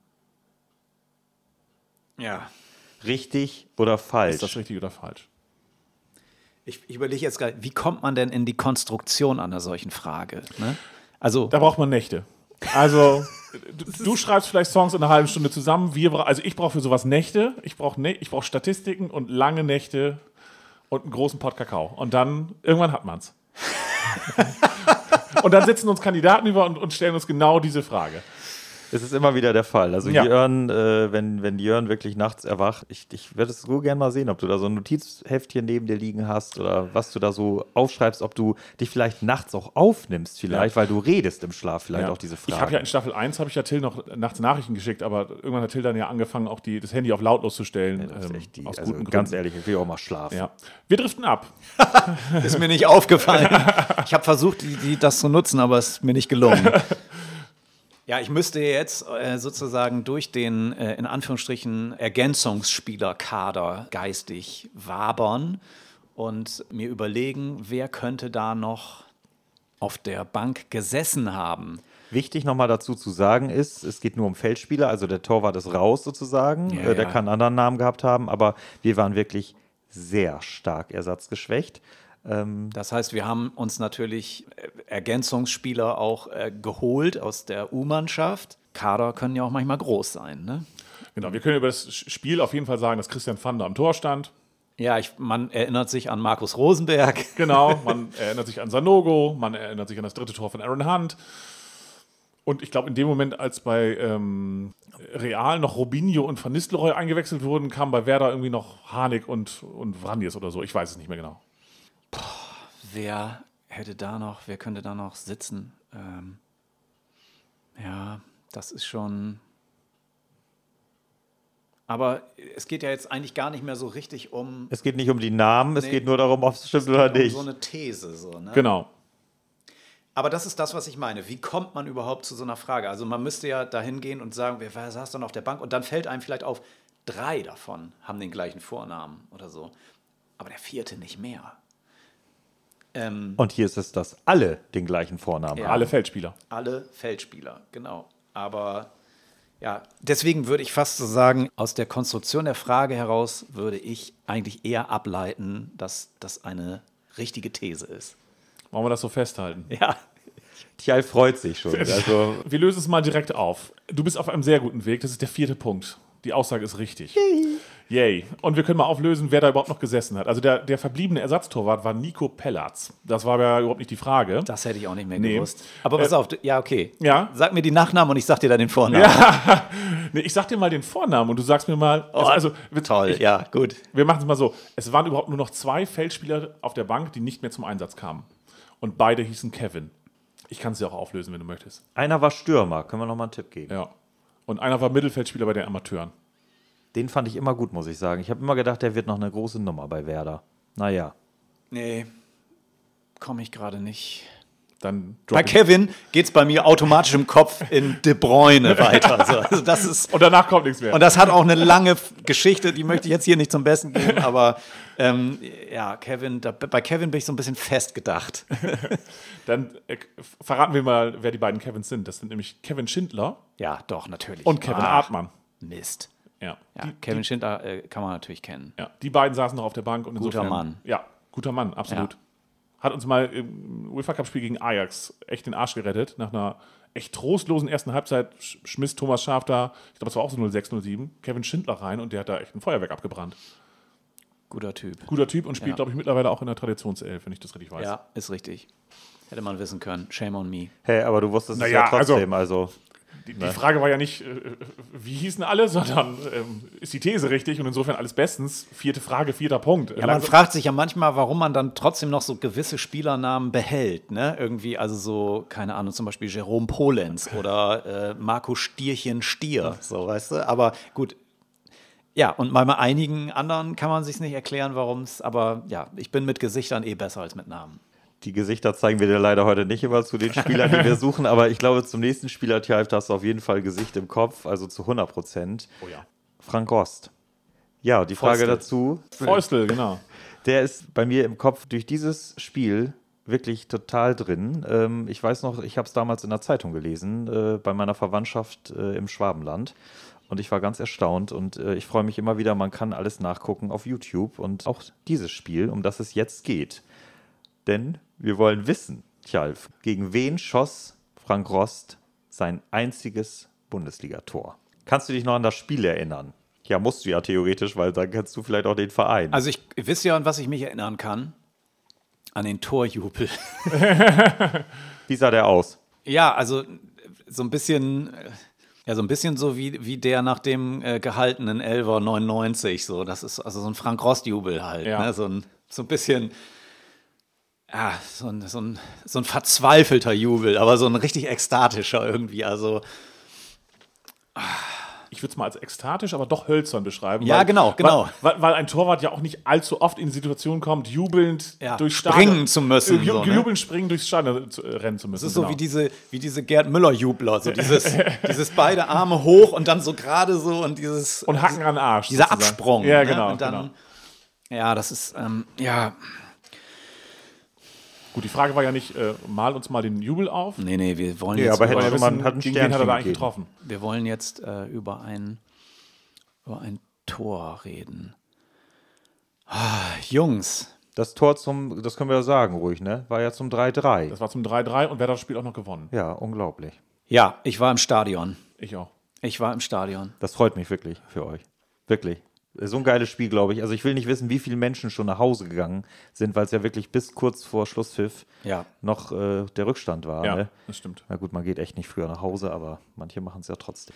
Ja. Richtig oder falsch? Ist das richtig oder falsch? Ich überlege jetzt gerade, wie kommt man denn in die Konstruktion einer solchen Frage? Ne? Also, Da braucht man Nächte. Also, du schreibst vielleicht Songs in einer halben Stunde zusammen. Ich brauche für sowas Nächte. Ich brauch Statistiken und lange Nächte und einen großen Pott Kakao. Und dann, irgendwann hat man's. Und dann sitzen uns Kandidaten über und stellen uns genau diese Frage. Es ist immer wieder der Fall. Also Ja. Jörn, wenn Jörn wirklich nachts erwacht, ich würde es so gerne mal sehen, ob du da so ein Notizheftchen neben dir liegen hast oder was du da so aufschreibst, ob du dich vielleicht nachts auch aufnimmst vielleicht, weil du redest im Schlaf vielleicht auch diese Frage. Ich habe ja in Staffel 1 Till noch nachts Nachrichten geschickt, aber irgendwann hat Till dann ja angefangen, auch das Handy auf lautlos zu stellen. Das ist echt aus also guten ganz Gründen. ehrlich, ich will auch mal schlafen. Ja. Wir driften ab. ist mir nicht aufgefallen. Ich habe versucht, das zu nutzen, aber es ist mir nicht gelungen. Ja, ich müsste jetzt sozusagen durch den, in Anführungsstrichen, Ergänzungsspielerkader geistig wabern und mir überlegen, wer könnte da noch auf der Bank gesessen haben. Wichtig nochmal dazu zu sagen ist, es geht nur um Feldspieler, also der Torwart ist raus sozusagen, Ja, der ja. kann einen anderen Namen gehabt haben, aber wir waren wirklich sehr stark ersatzgeschwächt. Das heißt, wir haben uns natürlich Ergänzungsspieler auch geholt aus der U-Mannschaft. Kader können ja auch manchmal groß sein, ne? Genau, wir können über das Spiel auf jeden Fall sagen, dass Christian Pfander am Tor stand. Ja, man erinnert sich an Markus Rosenberg. Genau, man erinnert sich an Sanogo, man erinnert sich an das 3. Tor von Aaron Hunt. Und ich glaube, in dem Moment, als bei Real noch Robinho und Van Nistelrooy eingewechselt wurden, kamen bei Werder irgendwie noch Harnik und Vranjes oder so. Ich weiß es nicht mehr genau. Wer könnte da noch sitzen? Ja, das ist schon. Aber es geht ja jetzt eigentlich gar nicht mehr so richtig um, Es geht nicht um die Namen, es Nee. geht nur darum, ob es stimmt oder um nicht. so eine These. So, ne? Genau. Aber das ist das, was ich meine. Wie kommt man überhaupt zu so einer Frage? Also man müsste ja dahin gehen und sagen, wer saß dann auf der Bank? Und dann fällt einem vielleicht auf, 3 davon haben den gleichen Vornamen oder so. Aber der 4. nicht mehr. Und hier ist es, dass alle den gleichen Vornamen Ja. haben. Alle Feldspieler. Alle Feldspieler, genau. Aber Ja, deswegen würde ich fast so sagen, aus der Konstruktion der Frage heraus würde ich eigentlich eher ableiten, dass das eine richtige These ist. Wollen wir das so festhalten? Ja. Tjalf freut sich schon. Also, Wir lösen es mal direkt auf. Du bist auf einem sehr guten Weg. Das ist der 4. Punkt. Die Aussage ist richtig. Yay. Und wir können mal auflösen, wer da überhaupt noch gesessen hat. Also der verbliebene Ersatztorwart war Nico Pellatz. Das war ja überhaupt nicht die Frage. Das hätte ich auch nicht mehr Nee. gewusst. Aber pass auf, ja, okay. Ja? Sag mir die Nachnamen und ich sag dir dann den Vornamen. Nee, ich sag dir mal den Vornamen und du sagst mir mal. Toll, ja, gut. Wir machen es mal so. Es waren überhaupt nur noch 2 Feldspieler auf der Bank, die nicht mehr zum Einsatz kamen. Und beide hießen Kevin. Ich kann es dir auch auflösen, wenn du möchtest. einer war Stürmer, können wir noch mal einen Tipp geben. Ja. Und einer war Mittelfeldspieler bei den Amateuren. Den fand ich immer gut, muss ich sagen. Ich habe immer gedacht, der wird noch eine große Nummer bei Werder. Naja. Nee, komme ich gerade nicht. Dann Bei drop ich. Kevin geht es bei mir automatisch im Kopf in De Bruyne weiter. So, also das ist, Und danach kommt nichts mehr. und das hat auch eine lange Geschichte, die möchte ich jetzt hier nicht zum Besten geben, aber ja, Kevin, bei Kevin bin ich so ein bisschen festgedacht. Dann verraten wir mal, wer die beiden Kevins sind. Das sind nämlich Kevin Schindler Ja, doch, natürlich. und Kevin Ach, Artmann. Mist. Ja. Ja, Kevin Schindler kann man natürlich kennen. Ja, die beiden saßen noch auf der Bank. Und Guter insofern, Mann. Ja, guter Mann, absolut. Hat uns mal im UEFA-Cup-Spiel gegen Ajax echt den Arsch gerettet. Nach einer echt trostlosen ersten Halbzeit schmiss Thomas Schaaf da, ich glaube, es war auch so 06, 07, Kevin Schindler rein und der hat da echt ein Feuerwerk abgebrannt. Guter Typ. Guter Typ und spielt, Ja. glaube ich, mittlerweile auch in der Traditionself, wenn ich das richtig weiß. Ja, ist richtig. Hätte man wissen können. Shame on me. Hey, aber du wusstest es Naja, ja trotzdem. Also, Die Frage war ja nicht, wie hießen alle, sondern ist die These richtig und insofern alles bestens. 4. Frage, 4. Punkt. Ja, man fragt sich ja manchmal, warum man dann trotzdem noch so gewisse Spielernamen behält, ne? Irgendwie, also so, keine Ahnung, zum Beispiel Jerome Polenz oder Marco Stierchen Stier, so, weißt du? Aber gut. Ja, und bei einigen anderen kann man sich nicht erklären, warum es, aber ja, ich bin mit Gesichtern eh besser als mit Namen. die Gesichter zeigen wir dir leider heute nicht immer zu den Spielern, die wir suchen. Aber ich glaube, zum nächsten Spieler, Tjalf, da hast du auf jeden Fall Gesicht im Kopf, also zu 100%. Oh ja. Frank Rost. Ja, die Frage Feustel. dazu. Feustel, genau. Der ist bei mir im Kopf durch dieses Spiel wirklich total drin. Ich weiß noch, ich habe es damals in der Zeitung gelesen, bei meiner Verwandtschaft im Schwabenland. Und ich war ganz erstaunt und ich freue mich immer wieder, man kann alles nachgucken auf YouTube und auch dieses Spiel, um das es jetzt geht. Denn wir wollen wissen, Tjalf, gegen wen schoss Frank Rost sein einziges Bundesligator? Kannst du dich noch an das Spiel erinnern? Ja, musst du ja theoretisch, weil dann kennst du vielleicht auch den Verein. Also ich wisst ja, an was ich mich erinnern kann. An den Torjubel. Wie sah der aus? Ja, also so ein bisschen, ja, so ein bisschen so wie der nach dem gehaltenen Elfer 99. So, das ist also so ein Frank-Rost-Jubel halt. Ja. Ne? So ein bisschen, ja, so ein verzweifelter Jubel, aber so ein richtig ekstatischer irgendwie. Also Ich würde es mal als ekstatisch, aber doch hölzern beschreiben. Ja, genau. Weil ein Torwart ja auch nicht allzu oft in die Situation kommt, jubelnd Ja, durchs springen zu müssen, so, ne? Jubelnd springen durchs Stadion rennen zu müssen. es ist so wie diese Gerd Müller-Jubler, so dieses beide Arme hoch und dann so gerade so und dieses Und Hacken an den Arsch. dieser sozusagen. Absprung. Ja, ne? genau. Und dann, genau. ja, das ist, ja, Gut, die Frage war ja nicht, mal uns mal den Jubel auf. nee, wir wollen Ja, jetzt aber über, hätte Wir man wissen, hat ein gegen wen hat er Sternchen da eigentlich gegeben. getroffen? wir wollen jetzt über ein Tor reden. Jungs, Das Tor das können wir ja sagen ruhig, ne? War ja zum 3-3. Das war zum 3-3 und wer hat das Spiel auch noch gewonnen? Ja, unglaublich. ja, ich war im Stadion. Ich auch. Ich war im Stadion. Das freut mich wirklich für euch. Wirklich. So ein geiles Spiel, glaube ich. Also ich will nicht wissen, wie viele Menschen schon nach Hause gegangen sind, weil es ja wirklich bis kurz vor Schlusspfiff Ja. noch der Rückstand war. Ja, Ne? das stimmt. Na gut, man geht echt nicht früher nach Hause, aber manche machen es ja trotzdem.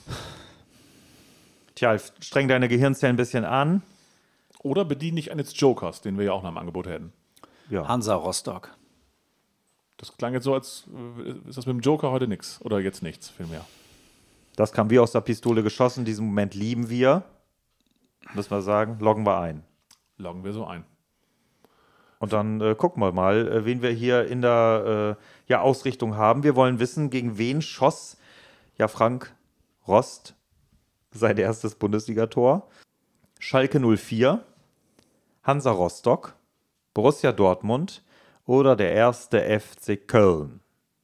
Tja, streng deine Gehirnzellen ein bisschen an. Oder bediene dich eines Jokers, den wir ja auch noch im Angebot hätten. Ja. Hansa Rostock. Das klang jetzt so, als ist das mit dem Joker heute nichts. Oder jetzt nichts, vielmehr. Das kam wie aus der Pistole geschossen. Diesen Moment lieben wir. Müssen wir sagen, loggen wir ein. Loggen wir so ein. Und dann gucken wir mal, wen wir hier in der Ausrichtung haben. Wir wollen wissen, gegen wen schoss Frank Rost sein erstes Bundesligator. Schalke 04, Hansa Rostock, Borussia Dortmund oder der erste FC Köln.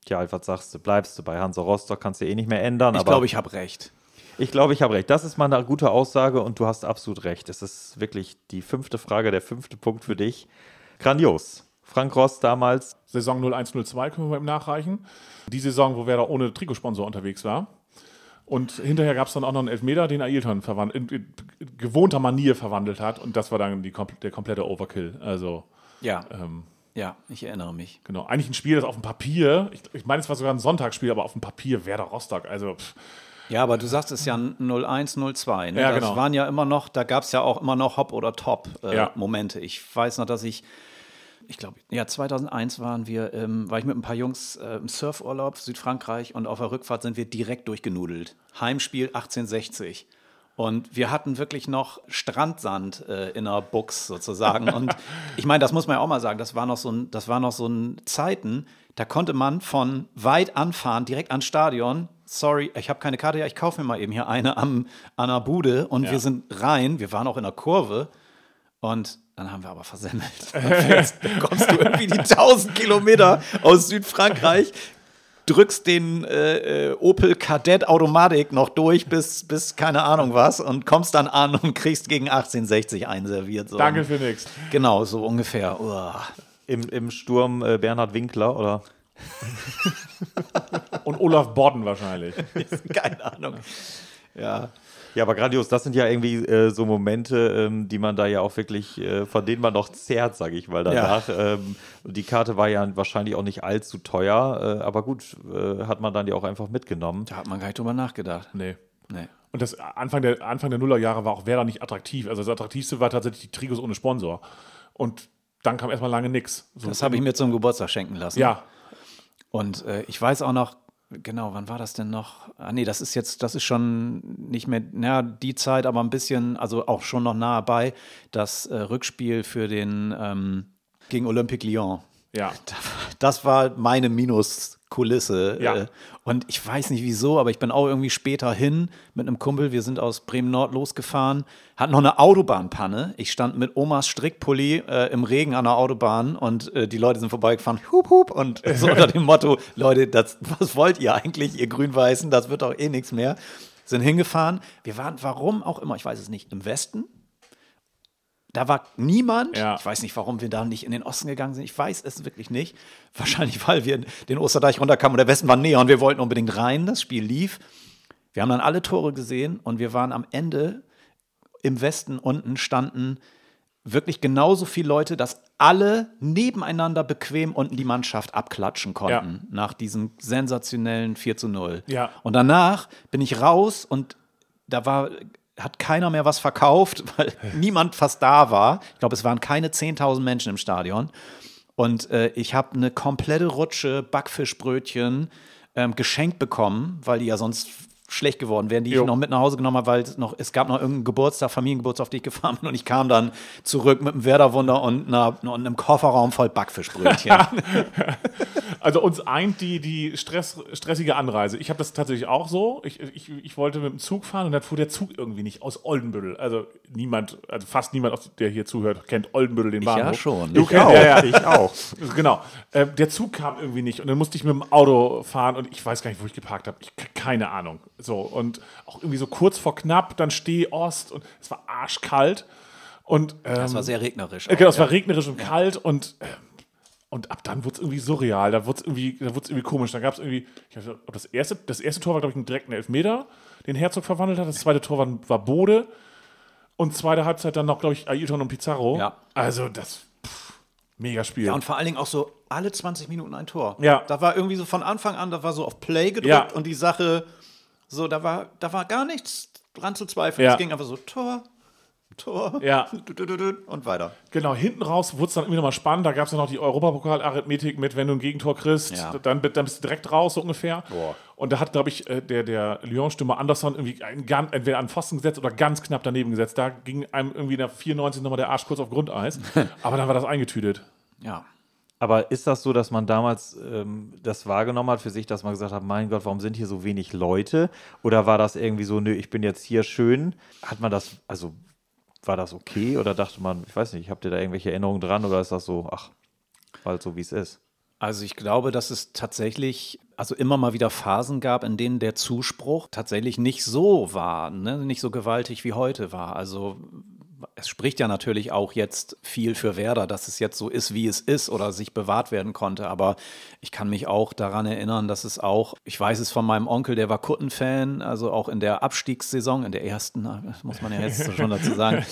Tja, was sagst du? Bleibst du bei Hansa Rostock? Kannst du eh nicht mehr ändern. Ich glaube, ich habe recht. Ich glaube, ich habe recht. Das ist mal eine gute Aussage und du hast absolut recht. Es ist wirklich die 5. Frage, der 5. Punkt für dich. Grandios. Frank Rost damals. Saison 01/02 können wir ihm nachreichen. Die Saison, wo Werder ohne Trikotsponsor unterwegs war. Und hinterher gab es dann auch noch einen Elfmeter, den Ailton in gewohnter Manier verwandelt hat. Und das war dann der komplette Overkill. Also, Ja. Ja, ich erinnere mich. genau. Eigentlich ein Spiel, das auf dem Papier, ich meine, es war sogar ein Sonntagsspiel, aber auf dem Papier Werder Rostock. Also, Ja, aber du sagst es ja 01, 02. Ne? Ja, Das genau. waren ja immer noch, da gab es ja auch immer noch Hop- oder Ja. Top-Momente. Ich weiß noch, dass ich glaube, ja, 2001 war ich mit ein paar Jungs im Surfurlaub Südfrankreich und auf der Rückfahrt sind wir direkt durchgenudelt. Heimspiel 1860. Und wir hatten wirklich noch Strandsand in der Buchs sozusagen. Und ich meine, das muss man ja auch mal sagen, das war noch so ein Zeiten, da konnte man von weit anfahren, direkt ans Stadion. Sorry, ich habe keine Karte, ja, ich kaufe mir mal eben hier eine an der Bude. Und wir sind rein, wir waren auch in der Kurve. Und dann haben wir aber versemmelt. Dann kommst du irgendwie die 1000 Kilometer aus Südfrankreich, drückst den Opel Kadett Automatik noch durch bis keine Ahnung was und kommst dann an und kriegst gegen 1860 einserviert. So. danke für nichts. Genau, so ungefähr. Uah. Im Sturm Bernhard Winkler, oder? Und Olaf Bodden wahrscheinlich. Keine Ahnung. Ja. Ja, aber grandios, das sind ja irgendwie so Momente, die man da ja auch wirklich, von denen man noch zehrt, sage ich mal danach. Die Karte war ja wahrscheinlich auch nicht allzu teuer, aber gut, hat man dann ja auch einfach mitgenommen. Da hat man gar nicht drüber nachgedacht. Nee. Nee. Und das Anfang der Nullerjahre war auch Werder nicht attraktiv. Also das Attraktivste war tatsächlich die Trikots ohne Sponsor. Und dann kam erstmal lange nichts. So, Das habe ich mir zum Geburtstag schenken lassen. ja, Und ich weiß auch noch, genau, wann war das denn noch? Ah, nee, das ist schon nicht mehr, die Zeit, aber ein bisschen, also auch schon noch nahe bei, das Rückspiel für den gegen Olympique Lyon. ja. Das war meine Minuskulisse. Ja. Und ich weiß nicht wieso, aber ich bin auch irgendwie später hin mit einem Kumpel. Wir sind aus Bremen-Nord losgefahren, hatten noch eine Autobahnpanne. Ich stand mit Omas Strickpulli im Regen an der Autobahn und die Leute sind vorbeigefahren, hup, hup, und so unter dem Motto, Leute, was wollt ihr eigentlich, ihr Grün-Weißen, das wird doch eh nichts mehr. Sind hingefahren. Wir waren, warum auch immer, ich weiß es nicht, im Westen. Da war niemand. Ja. Ich weiß nicht, warum wir da nicht in den Osten gegangen sind. Ich weiß es wirklich nicht. Wahrscheinlich, weil wir den Osterdeich runterkamen und der Westen war näher und wir wollten unbedingt rein. Das Spiel lief. Wir haben dann alle Tore gesehen und wir waren am Ende im Westen unten standen wirklich genauso viele Leute, dass alle nebeneinander bequem unten die Mannschaft abklatschen konnten nach diesem sensationellen 4:0. Ja. Und danach bin ich raus und hat keiner mehr was verkauft, weil niemand fast da war. Ich glaube, es waren keine 10.000 Menschen im Stadion. Und ich habe eine komplette Rutsche Backfischbrötchen geschenkt bekommen, weil die ja sonst schlecht geworden wären, die ich noch mit nach Hause genommen habe, weil es gab noch irgendeinen Geburtstag, Familiengeburtstag, auf den ich gefahren bin und ich kam dann zurück mit einem Werderwunder und einem Kofferraum voll Backfischbrötchen. Also uns eint die stressige Anreise. Ich habe das tatsächlich auch so. Ich wollte mit dem Zug fahren und dann fuhr der Zug irgendwie nicht aus Oldenbüttel. Also fast niemand, der hier zuhört, kennt Oldenbüttel, den Bahnhof. Ja, schon. Du kennst, ja. Ich auch. Genau. Der Zug kam irgendwie nicht und dann musste ich mit dem Auto fahren und ich weiß gar nicht, wo ich geparkt habe. Keine Ahnung. So, und auch irgendwie so kurz vor knapp, dann Steh-Ost und es war arschkalt. Und, Das war sehr regnerisch. genau, es war regnerisch und kalt und ab dann wurde es irgendwie surreal, da wurde es irgendwie komisch. Da gab es irgendwie, ich weiß nicht, ob das erste Tor war, glaube ich, ein direkten Elfmeter, den Herzog verwandelt hat. Das zweite Tor war Bode und zweite Halbzeit dann noch, glaube ich, Ailton und Pizarro. Ja. Also mega Spiel. Ja, und vor allen Dingen auch so alle 20 Minuten ein Tor. Ja. Da war irgendwie so von Anfang an, da war so auf Play gedrückt Ja. und die Sache, so, da war gar nichts dran zu zweifeln. Ja. Es ging einfach so Tor, Ja. und weiter. Genau, hinten raus wurde es dann irgendwie nochmal spannend. Da gab es ja noch die Europapokal-Arithmetik mit, wenn du ein Gegentor kriegst, Ja. dann bist du direkt raus, so ungefähr. Boah. Und da hat, glaube ich, der Lyon-Stürmer Anderson irgendwie entweder an Pfosten gesetzt oder ganz knapp daneben gesetzt. Da ging einem irgendwie in der 94 nochmal der Arsch kurz auf Grundeis. Aber dann war das eingetütet. Ja. Aber ist das so, dass man damals das wahrgenommen hat für sich, dass man gesagt hat, mein Gott, warum sind hier so wenig Leute? Oder war das irgendwie so, nö, ich bin jetzt hier schön? War das okay? Oder dachte man, ich weiß nicht, habt ihr da irgendwelche Erinnerungen dran? Oder ist das so, ach, halt so wie es ist? Also ich glaube, dass es tatsächlich immer mal wieder Phasen gab, in denen der Zuspruch tatsächlich nicht so war, ne? Nicht so gewaltig wie heute war. Also es spricht ja natürlich auch jetzt viel für Werder, dass es jetzt so ist, wie es ist oder sich bewahrt werden konnte. Aber ich kann mich auch daran erinnern, dass es auch, ich weiß es von meinem Onkel, der war Kutten-Fan, also auch in der Abstiegssaison, in der ersten, muss man ja jetzt schon dazu sagen.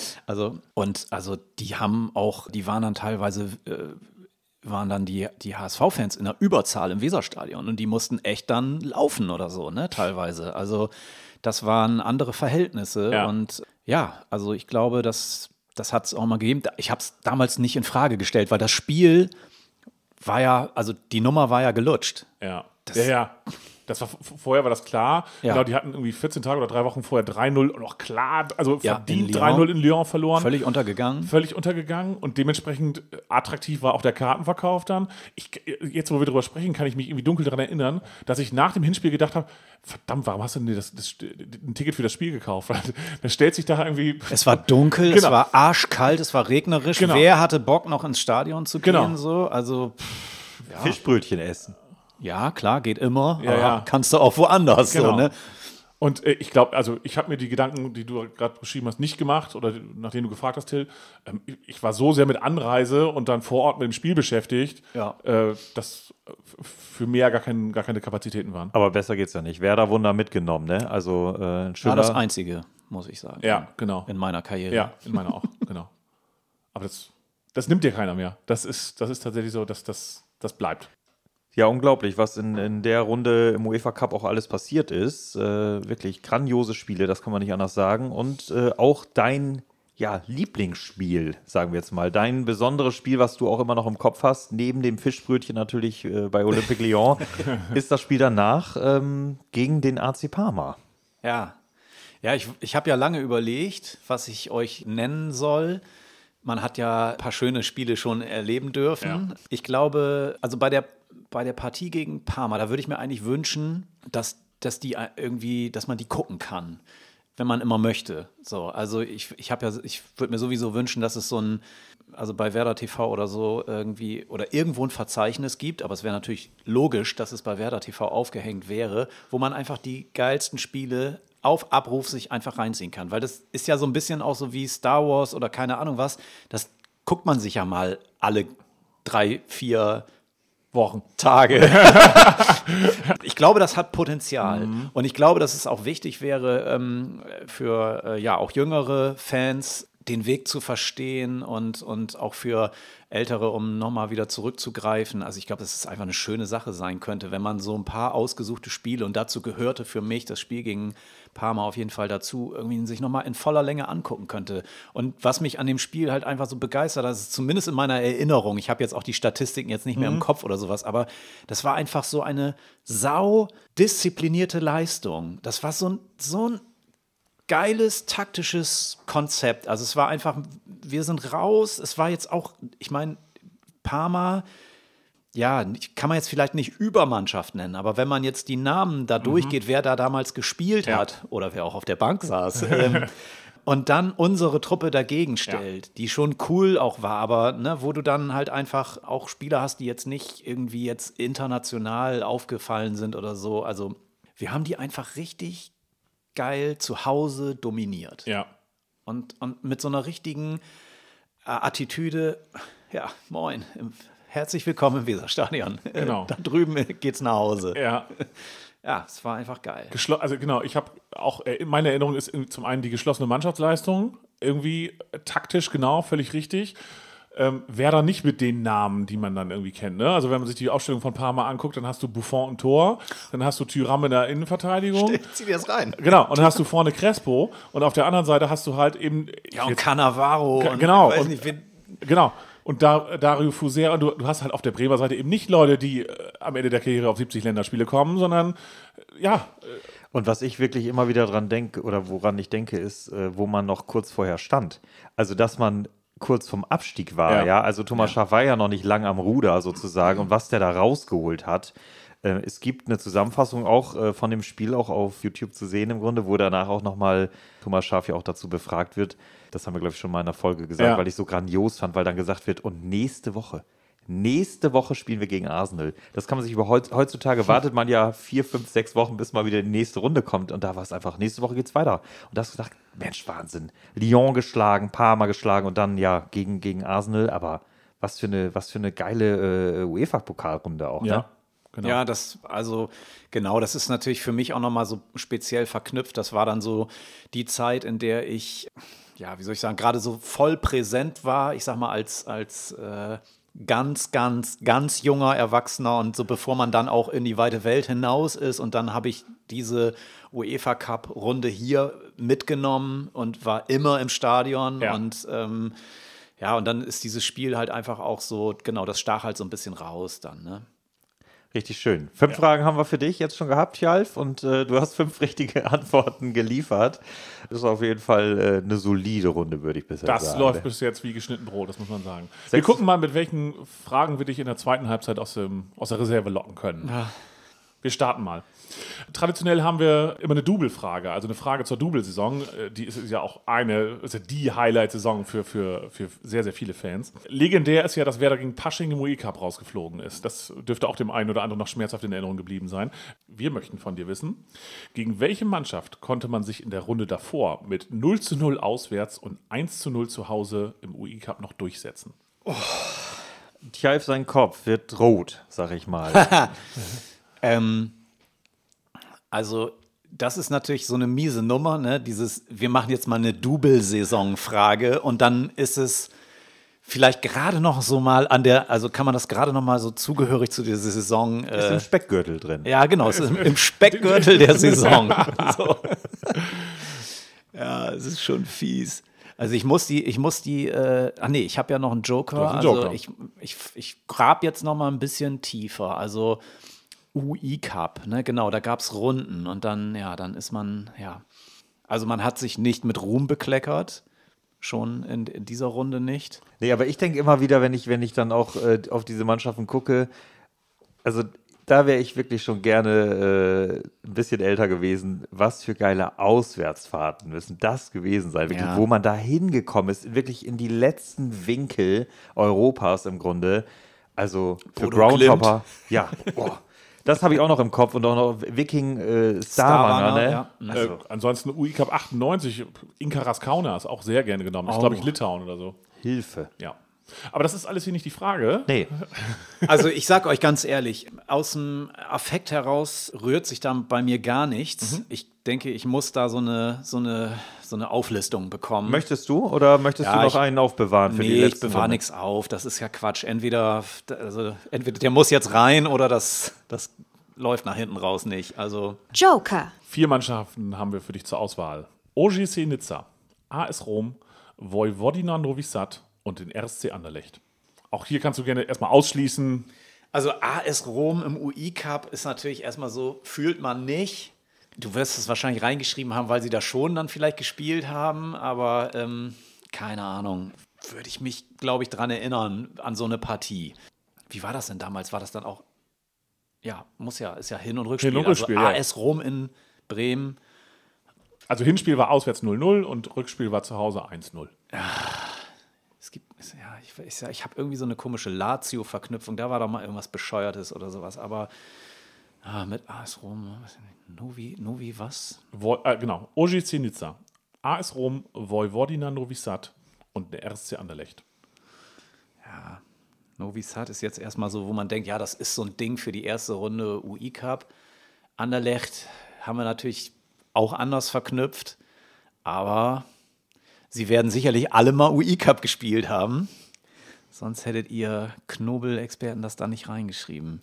Die waren dann teilweise waren dann die HSV-Fans in der Überzahl im Weserstadion und die mussten echt dann laufen oder so, ne, teilweise. Also das waren andere Verhältnisse und also ich glaube, das hat es auch mal gegeben. Ich habe es damals nicht in Frage gestellt, weil das Spiel war ja, also die Nummer war ja gelutscht. Ja. Das war, vorher war das klar. Ja. Genau, die hatten irgendwie 14 Tage oder 3 Wochen vorher 3-0 noch klar, also verdient in Lyon. 3-0 in Lyon verloren. Völlig untergegangen. Und dementsprechend attraktiv war auch der Kartenverkauf dann. Jetzt, wo wir darüber sprechen, kann ich mich irgendwie dunkel daran erinnern, dass ich nach dem Hinspiel gedacht habe, verdammt, warum hast du denn ein Ticket für das Spiel gekauft? Dann stellt sich da irgendwie... Es war dunkel, es war arschkalt, es war regnerisch. Genau. Wer hatte Bock, noch ins Stadion zu gehen? Genau. So? Also, Fischbrötchen essen. ja, klar, geht immer. Ja, aber ja. kannst du auch woanders. Genau. So, ne? Und ich glaube, also ich habe mir die Gedanken, die du gerade beschrieben hast, nicht gemacht oder nachdem du gefragt hast, Till. Ich war so sehr mit Anreise und dann vor Ort mit dem Spiel beschäftigt, dass für mehr gar keine Kapazitäten waren. Aber besser geht's ja nicht. Werder Wunder mitgenommen, ne? Also ein schöner... War das Einzige, muss ich sagen. Ja, genau. In meiner Karriere. Ja, in meiner auch, genau. Aber das nimmt dir keiner mehr. Das ist tatsächlich so, dass das bleibt. Ja, unglaublich, was in der Runde im UEFA Cup auch alles passiert ist. Wirklich grandiose Spiele, das kann man nicht anders sagen. Und auch dein Lieblingsspiel, sagen wir jetzt mal. Dein besonderes Spiel, was du auch immer noch im Kopf hast, neben dem Fischbrötchen natürlich bei Olympique Lyon, ist das Spiel danach gegen den AC Parma. Ja, ich habe ja lange überlegt, was ich euch nennen soll. Man hat ja ein paar schöne Spiele schon erleben dürfen. Ja. Ich glaube, also bei der Partie gegen Parma, da würde ich mir eigentlich wünschen, dass man die gucken kann, wenn man immer möchte. So, also ich würde mir sowieso wünschen, dass es also bei Werder TV oder so irgendwie oder irgendwo ein Verzeichnis gibt, aber es wäre natürlich logisch, dass es bei Werder TV aufgehängt wäre, wo man einfach die geilsten Spiele auf Abruf sich einfach reinziehen kann. Weil das ist ja so ein bisschen auch so wie Star Wars oder keine Ahnung was. Das guckt man sich ja mal alle 3-4 Wochen. Tage. Ich glaube, das hat Potenzial. Und ich glaube, dass es auch wichtig wäre für auch jüngere Fans, den Weg zu verstehen und auch für Ältere, um nochmal wieder zurückzugreifen. Also ich glaube, dass es einfach eine schöne Sache sein könnte, wenn man so ein paar ausgesuchte Spiele, und dazu gehörte für mich das Spiel gegen Parma auf jeden Fall dazu, irgendwie sich nochmal in voller Länge angucken könnte. Und was mich an dem Spiel halt einfach so begeistert, das ist zumindest in meiner Erinnerung, ich habe jetzt auch die Statistiken jetzt nicht mehr im Kopf oder sowas, aber das war einfach so eine disziplinierte Leistung. Das war so ein geiles taktisches Konzept. Also es war einfach, wir sind raus. Es war jetzt auch, ich meine, Parma, ja, kann man jetzt vielleicht nicht Übermannschaft nennen, aber wenn man jetzt die Namen da durchgeht, wer da damals gespielt hat oder wer auch auf der Bank saß, und dann unsere Truppe dagegen stellt, die schon cool auch war, aber ne, wo du dann halt einfach auch Spieler hast, die jetzt nicht irgendwie jetzt international aufgefallen sind oder so. Also wir haben die einfach richtig geil zu Hause dominiert. Ja. Und mit so einer richtigen Attitüde, ja, moin, herzlich willkommen im Weserstadion. Genau. Da drüben geht's nach Hause. Ja. Ja, es war einfach geil. Also genau, ich habe auch, meine Erinnerung ist zum einen die geschlossene Mannschaftsleistung, irgendwie taktisch genau, völlig richtig. Werder nicht mit den Namen, die man dann irgendwie kennt. Ne? Also wenn man sich die Aufstellung von Parma anguckt, dann hast du Buffon im Tor, dann hast du Thuram in der Innenverteidigung. Zieh dir das rein. Genau, und dann hast du vorne Crespo und auf der anderen Seite hast du halt eben... Ja, und Cannavaro. Genau. Ich weiß nicht, Genau. Und Dario Fuser, und du hast halt auf der Bremer Seite eben nicht Leute, die am Ende der Karriere auf 70 Länderspiele kommen, sondern Und was ich wirklich immer wieder dran denke, oder woran ich denke, ist, wo man noch kurz vorher stand. Also, dass man kurz vom Abstieg war, ja. Also Thomas Schaaf war ja noch nicht lang am Ruder sozusagen und was der da rausgeholt hat. Es gibt eine Zusammenfassung auch von dem Spiel auch auf YouTube zu sehen im Grunde, wo danach auch nochmal Thomas Schaaf ja auch dazu befragt wird. Das haben wir, glaube ich, schon mal in der Folge gesagt, weil ich so grandios fand, weil dann gesagt wird, und nächste Woche Nächste Woche spielen wir gegen Arsenal. Das kann man sich heutzutage wartet man ja 4, 5, 6 Wochen, bis mal wieder die nächste Runde kommt. Und da war es einfach, nächste Woche geht's weiter. Und da hast du gedacht, Mensch, Wahnsinn. Lyon geschlagen, Parma geschlagen und dann ja gegen Arsenal. Aber was für eine geile UEFA-Pokalrunde auch, ne? Genau. Ja, das ist natürlich für mich auch nochmal so speziell verknüpft. Das war dann so die Zeit, in der ich, ja, wie soll ich sagen, gerade so voll präsent war. Ich sag mal, als ganz, ganz, ganz junger Erwachsener und so bevor man dann auch in die weite Welt hinaus ist. Und dann habe ich diese UEFA Cup Runde hier mitgenommen und war immer im Stadion. Ja. Und und dann ist dieses Spiel halt einfach auch so, genau, das stach halt so ein bisschen raus dann, ne? Richtig schön. 5 Fragen haben wir für dich jetzt schon gehabt, Tjalf, und du hast 5 richtige Antworten geliefert. Das ist auf jeden Fall eine solide Runde, würde ich bisher sagen. Das läuft bis jetzt wie geschnitten Brot, das muss man sagen. Wir gucken mal, mit welchen Fragen wir dich in der zweiten Halbzeit aus der Reserve locken können. Ja. Wir starten mal. Traditionell haben wir immer eine Double-Frage, also eine Frage zur Double-Saison. Die ist ja auch die Highlight-Saison für sehr, sehr viele Fans. Legendär ist ja, dass Werder gegen Pasching im UE-Cup rausgeflogen ist. Das dürfte auch dem einen oder anderen noch schmerzhaft in Erinnerung geblieben sein. Wir möchten von dir wissen, gegen welche Mannschaft konnte man sich in der Runde davor mit 0:0 auswärts und 1:0 zu Hause im UE-Cup noch durchsetzen? Tjalf, sein Kopf wird rot, sag ich mal. Also, das ist natürlich so eine miese Nummer, ne? Wir machen jetzt mal eine Double-Saison-Frage und dann ist es vielleicht gerade noch so mal also kann man das gerade noch mal so zugehörig zu dieser Saison. Ist im Speckgürtel drin. Ja, genau, es ist im Speckgürtel der Saison. So. Ja, es ist schon fies. Also ich habe ja noch einen Joker. Du hast einen Joker. Also ich grab jetzt noch mal ein bisschen tiefer. Also UI-Cup, ne, genau, da gab es Runden und dann ist man, also man hat sich nicht mit Ruhm bekleckert, schon in dieser Runde nicht. Nee, aber ich denke immer wieder, wenn ich dann auch auf diese Mannschaften gucke, also da wäre ich wirklich schon gerne ein bisschen älter gewesen. Was für geile Auswärtsfahrten müssen das gewesen sein, wirklich, wo man da hingekommen ist, wirklich in die letzten Winkel Europas im Grunde. Also für Bodo Groundhopper, das habe ich auch noch im Kopf und auch noch Viking Stavanger, ne? Ja. Also. Ansonsten UI-Cup 98, Inka Raskaunas ist auch sehr gerne genommen. Das ist, glaube ich, Litauen oder so. Hilfe. Ja. Aber das ist alles hier nicht die Frage. Nee. Also ich sag euch ganz ehrlich, aus dem Affekt heraus rührt sich da bei mir gar nichts. Ich denke, ich muss da so eine Auflistung bekommen. Möchtest du oder möchtest du noch einen aufbewahren für die letzte ich bewahre Runde? nichts auf. Das ist ja Quatsch. Entweder der muss jetzt rein oder das läuft nach hinten raus nicht. Also Joker. 4 Mannschaften haben wir für dich zur Auswahl. OGC Nizza, AS Rom, Vojvodina Novi Sad und den RSC Anderlecht. Auch hier kannst du gerne erstmal ausschließen. Also AS Rom im UI-Cup ist natürlich erstmal so, fühlt man nicht. Du wirst es wahrscheinlich reingeschrieben haben, weil sie da schon dann vielleicht gespielt haben, aber keine Ahnung. Würde ich mich, glaube ich, dran erinnern an so eine Partie. Wie war das denn damals? War das dann auch, ist ja Hin- und Rückspiel. Hin- und Rückspiel, also ja. AS Rom in Bremen. Also Hinspiel war auswärts 0:0 und Rückspiel war zu Hause 1:0. Ich habe irgendwie so eine komische Lazio-Verknüpfung. Da war doch mal irgendwas Bescheuertes oder sowas. Aber mit AS Rom, Novi was? Genau, OGC Nizza, AS Rom, Vojvodina Novi Sad und der RSC Anderlecht. Ja, Novi Sad ist jetzt erstmal so, wo man denkt, ja, das ist so ein Ding für die erste Runde UI-Cup. Anderlecht haben wir natürlich auch anders verknüpft, aber sie werden sicherlich alle mal UI-Cup gespielt haben. Sonst hättet ihr Knobel-Experten das da nicht reingeschrieben.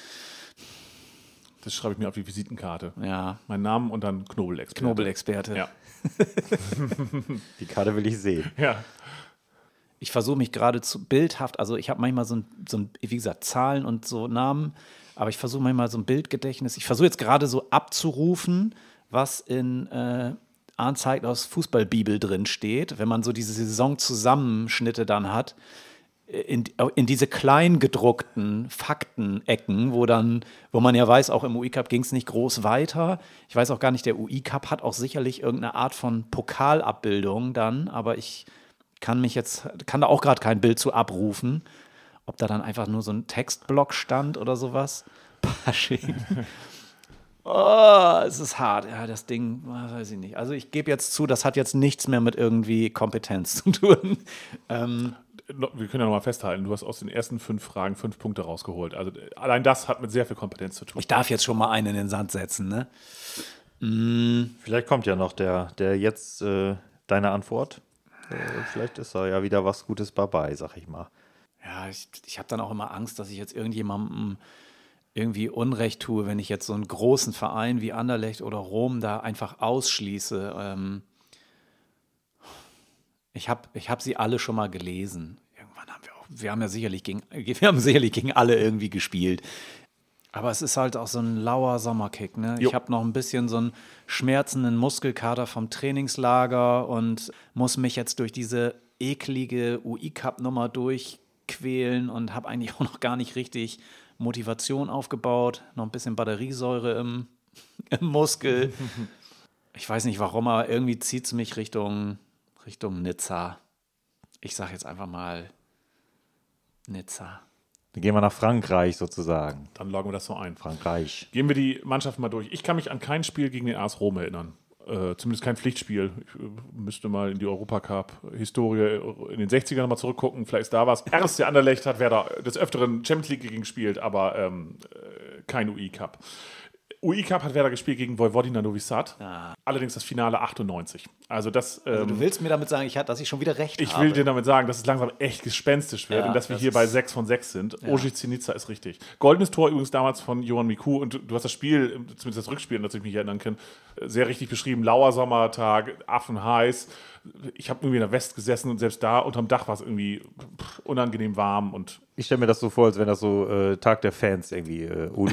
Das schreibe ich mir auf die Visitenkarte. Ja, Mein Name und dann Knobel-Experte. Knobel-Experte. Ja. Die Karte will ich sehen. Ja. Ich versuche mich gerade zu bildhaft, also ich habe manchmal so ein, wie gesagt, Zahlen und so Namen, aber ich versuche manchmal so ein Bildgedächtnis. Ich versuche jetzt gerade so abzurufen, was in Arndt Zeiglers Fußballbibel drin steht, wenn man so diese Saisonzusammenschnitte dann hat, in diese klein gedruckten Faktenecken, wo man ja weiß, auch im UI-Cup ging es nicht groß weiter. Ich weiß auch gar nicht, der UI-Cup hat auch sicherlich irgendeine Art von Pokalabbildung dann, aber ich kann da auch gerade kein Bild zu abrufen. ob da dann einfach nur so ein Textblock stand oder sowas. Pasching. Oh, es ist hart. Ja, das Ding, weiß ich nicht. Also ich gebe jetzt zu, das hat jetzt nichts mehr mit irgendwie Kompetenz zu tun. Wir können ja nochmal festhalten, du hast aus den ersten 5 Fragen 5 Punkte rausgeholt. Also allein das hat mit sehr viel Kompetenz zu tun. Ich darf jetzt schon mal einen in den Sand setzen, ne? Vielleicht kommt ja noch der jetzt deine Antwort. Vielleicht ist da ja wieder was Gutes dabei, sag ich mal. Ja, ich habe dann auch immer Angst, dass ich jetzt irgendjemandem irgendwie Unrecht tue, wenn ich jetzt so einen großen Verein wie Anderlecht oder Rom da einfach ausschließe. Ich hab sie alle schon mal gelesen. Irgendwann wir haben sicherlich gegen alle irgendwie gespielt. Aber es ist halt auch so ein lauer Sommerkick, ne? Jo. Ich habe noch ein bisschen so einen schmerzenden Muskelkater vom Trainingslager und muss mich jetzt durch diese eklige UI-Cup-Nummer durchquälen und habe eigentlich auch noch gar nicht richtig Motivation aufgebaut. Noch ein bisschen Batteriesäure im Muskel. Ich weiß nicht warum, aber irgendwie zieht es mich Richtung Nizza. Ich sage jetzt einfach mal Nizza. Dann gehen wir nach Frankreich sozusagen. Dann loggen wir das so ein. Frankreich. Gehen wir die Mannschaft mal durch. Ich kann mich an kein Spiel gegen den AS Rom erinnern. Zumindest kein Pflichtspiel. Ich müsste mal in die Europacup-Historie in den 60ern mal zurückgucken. Vielleicht ist da was. RSC Anderlecht hat Werder des Öfteren Champions League gegen gespielt, aber kein UI-Cup. UI-Cup hat Werder gespielt gegen Vojvodina Novi Sad. Allerdings das Finale 98. Also das... Du willst mir damit sagen, dass ich schon wieder recht Ich habe? will dir damit sagen, dass es langsam echt gespenstisch wird Ja, und dass wir das hier bei ist- 6 von 6 sind. Ojic Nizza ist richtig. Goldenes Tor übrigens damals von Johan Miku und du hast das Spiel, zumindest das Rückspiel, an das ich mich erinnern kann, sehr richtig beschrieben. Lauer Sommertag, affenheiß. Ich habe irgendwie in der West gesessen und selbst da unterm Dach war es irgendwie unangenehm warm und Ich stelle mir das so vor, als wenn das so Tag der Fans irgendwie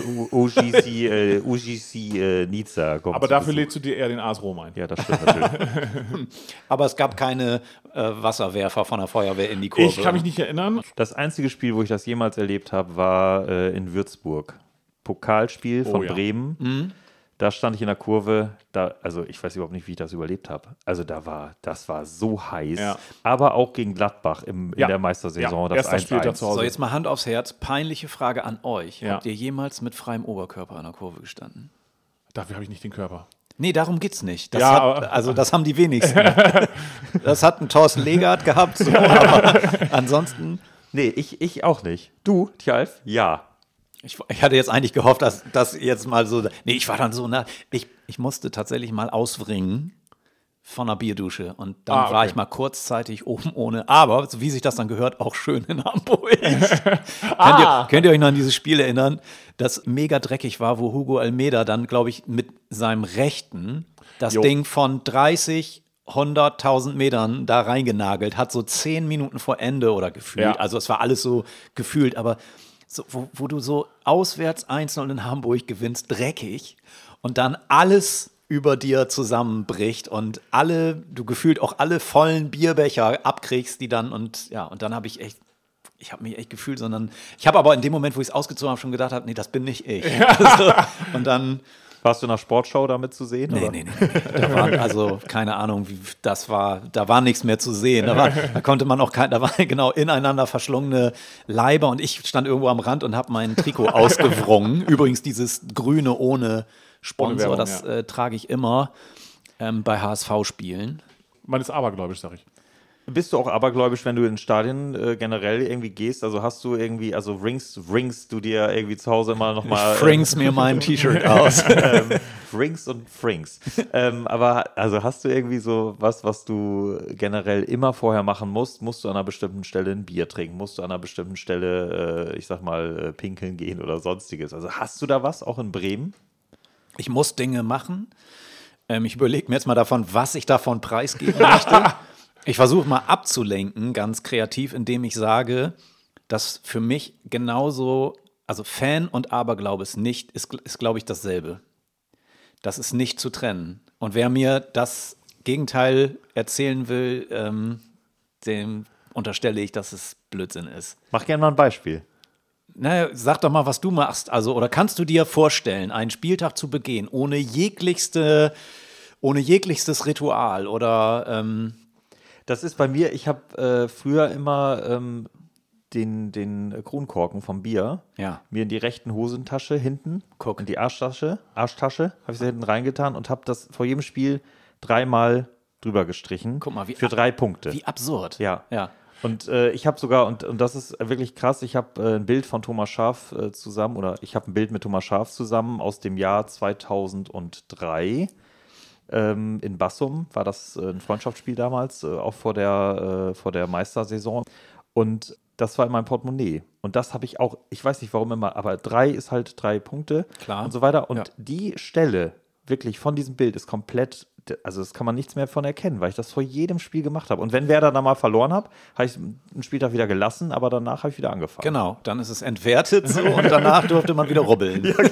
UGC Nizza kommt. aber dafür lädst du dir eher den AS Rom ein. Ja, das stimmt natürlich. Aber es gab keine Wasserwerfer von der Feuerwehr in die Kurve. Ich kann mich nicht erinnern. Das einzige Spiel, wo ich das jemals erlebt habe, war in Würzburg. Pokalspiel von ja. Bremen. Da stand ich in der Kurve, also ich weiß überhaupt nicht, wie ich das überlebt habe. Also das war so heiß. Ja. Aber auch gegen Gladbach in Ja. der Meistersaison, Ja, das erster Spieltag 1-1. zu Hause. So, jetzt mal Hand aufs Herz. Peinliche Frage an euch. Ja. Habt ihr jemals mit freiem Oberkörper an der Kurve gestanden? Dafür habe ich nicht den Körper. Nee, darum geht's nicht. Das, Ja, das haben die wenigsten. Das hat ein Thorsten Legard gehabt, so, aber ansonsten, Nee, ich auch nicht. Du, Tjalf? Ja. ich hatte jetzt eigentlich gehofft, dass das jetzt mal so, nee, ich war dann so, ich musste tatsächlich mal auswringen von einer Bierdusche und dann okay. war ich mal kurzzeitig oben ohne, aber so wie sich das dann gehört, auch schön in Hamburg. Könnt ihr euch noch an dieses Spiel erinnern, das mega dreckig war, wo Hugo Almeida dann, glaube ich, mit seinem Rechten das Jo. Ding von 30, 100.000 Metern da reingenagelt hat, so 10 Minuten vor Ende oder gefühlt. Ja. Also es war alles so gefühlt, aber so, wo du so auswärts 1-0 in Hamburg gewinnst, dreckig und dann alles über dir zusammenbricht und du gefühlt auch alle vollen Bierbecher abkriegst, die dann und dann habe ich habe mich echt gefühlt, sondern ich habe aber in dem Moment, wo ich es ausgezogen habe, schon gedacht, nee, das bin nicht ich. Also, und dann Warst du in der Sportschau damit zu sehen? oder? Nee. Da war, also, keine Ahnung, wie das war, da war nichts mehr zu sehen. Da konnte man auch da waren genau ineinander verschlungene Leiber und ich stand irgendwo am Rand und habe mein Trikot ausgewrungen. Übrigens dieses Grüne ohne Sponsor, Werbung, das ja. trage ich immer bei HSV-Spielen. Man ist abergläubisch, sag ich. Bist du auch abergläubisch, wenn du in Stadien generell irgendwie gehst? Also hast du irgendwie, also ringst du dir irgendwie zu Hause immer nochmal... Frings mir mein T-Shirt aus. Rings und Frings. Aber also hast du irgendwie so was du generell immer vorher machen musst? Musst du an einer bestimmten Stelle ein Bier trinken? Musst du an einer bestimmten Stelle, ich sag mal, pinkeln gehen oder sonstiges? Also hast du da was, auch in Bremen? Ich muss Dinge machen. Ich überlege mir jetzt mal davon, was ich davon preisgeben möchte. Ich versuche mal abzulenken, ganz kreativ, indem ich sage, dass für mich genauso, also Fan und Aberglaube ist glaube ich, dasselbe. Das ist nicht zu trennen. Und wer mir das Gegenteil erzählen will, dem unterstelle ich, dass es Blödsinn ist. Mach gerne mal ein Beispiel. Naja, sag doch mal, was du machst. Also, oder kannst du dir vorstellen, einen Spieltag zu begehen, ohne jeglichstes Ritual oder Das ist bei mir, ich habe früher immer den Kronkorken vom Bier Ja. mir in die rechten Hosentasche hinten, in die Arschtasche, habe ich sie hinten reingetan und habe das vor jedem Spiel 3-mal drüber gestrichen. Guck mal, für 3 Punkte. Wie absurd. Ja. Ja. Und ich habe sogar, und das ist wirklich krass, ich habe ein Bild von Thomas Schaaf zusammen, oder ich habe ein Bild mit Thomas Schaaf zusammen aus dem Jahr 2003. In Bassum war das ein Freundschaftsspiel damals, auch vor der Meistersaison. Und das war in meinem Portemonnaie. Und das habe ich auch, ich weiß nicht warum immer, aber 3 ist halt 3 Punkte Klar. und so weiter. Und Ja. die Stelle wirklich von diesem Bild ist komplett, also das kann man nichts mehr von erkennen, weil ich das vor jedem Spiel gemacht habe. Und wenn Werder dann mal verloren habe, habe ich einen Spieltag wieder gelassen, aber danach habe ich wieder angefangen. Genau, dann ist es entwertet so und danach durfte man wieder rubbeln. Ja,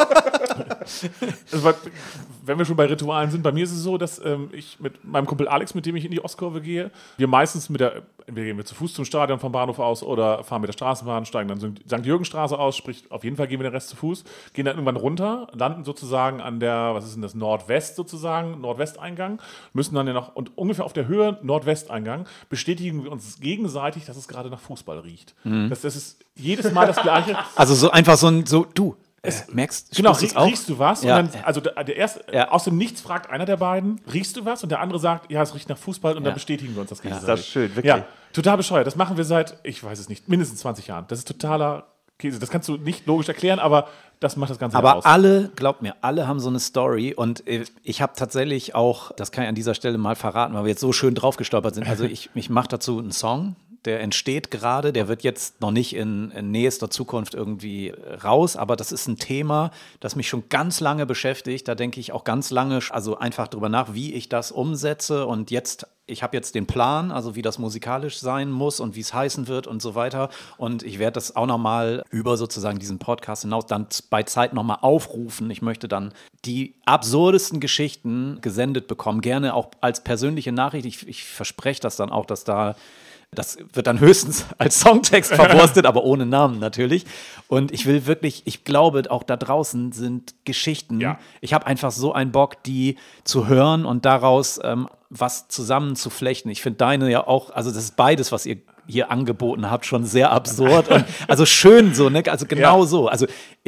Also, wenn wir schon bei Ritualen sind, bei mir ist es so, dass ich mit meinem Kumpel Alex, mit dem ich in die Ostkurve gehe, wir meistens entweder gehen wir zu Fuß zum Stadion vom Bahnhof aus oder fahren mit der Straßenbahn, steigen dann St. Jürgenstraße aus, sprich auf jeden Fall gehen wir den Rest zu Fuß, gehen dann irgendwann runter, landen sozusagen an der, was ist denn das, Nordwest sozusagen, Nordwesteingang, müssen dann ja noch, und ungefähr auf der Höhe Nordwesteingang bestätigen wir uns gegenseitig, dass es gerade nach Fußball riecht. Das ist jedes Mal das Gleiche. Also so einfach du merkst, Genau, spürst du's auch? riechst du was? Ja. Und dann, also der erste, Ja. aus dem Nichts fragt einer der beiden, riechst du was? Und der andere sagt, ja, es riecht nach Fußball und dann bestätigen wir uns das gegenseitig. Das ist schön, wirklich. Ja, total bescheuert. Das machen wir seit, ich weiß es nicht, mindestens 20 Jahren. Das ist totaler Käse. Das kannst du nicht logisch erklären, aber das macht das Ganze Aber aus. alle, glaubt mir, alle haben so eine Story und ich habe tatsächlich auch, das kann ich an dieser Stelle mal verraten, weil wir jetzt so schön drauf gestolpert sind, also ich mache dazu einen Song, der entsteht gerade, der wird jetzt noch nicht in nächster Zukunft irgendwie raus, aber das ist ein Thema, das mich schon ganz lange beschäftigt, da denke ich auch ganz lange, also einfach drüber nach, wie ich das umsetze und jetzt, ich habe jetzt den Plan, also wie das musikalisch sein muss und wie es heißen wird und so weiter und ich werde das auch nochmal über sozusagen diesen Podcast hinaus dann bei Zeit nochmal aufrufen. Ich möchte dann die absurdesten Geschichten gesendet bekommen, gerne auch als persönliche Nachricht. Ich verspreche das dann auch, dass das wird dann höchstens als Songtext verwurstet, aber ohne Namen natürlich. Und ich will wirklich, ich glaube, auch da draußen sind Geschichten. Ja. Ich habe einfach so einen Bock, die zu hören und daraus was zusammen zu flechten. Ich finde deine ja auch, also das ist beides, was ihr hier angeboten habt, schon sehr absurd und also schön so, ne? Also genau so. Also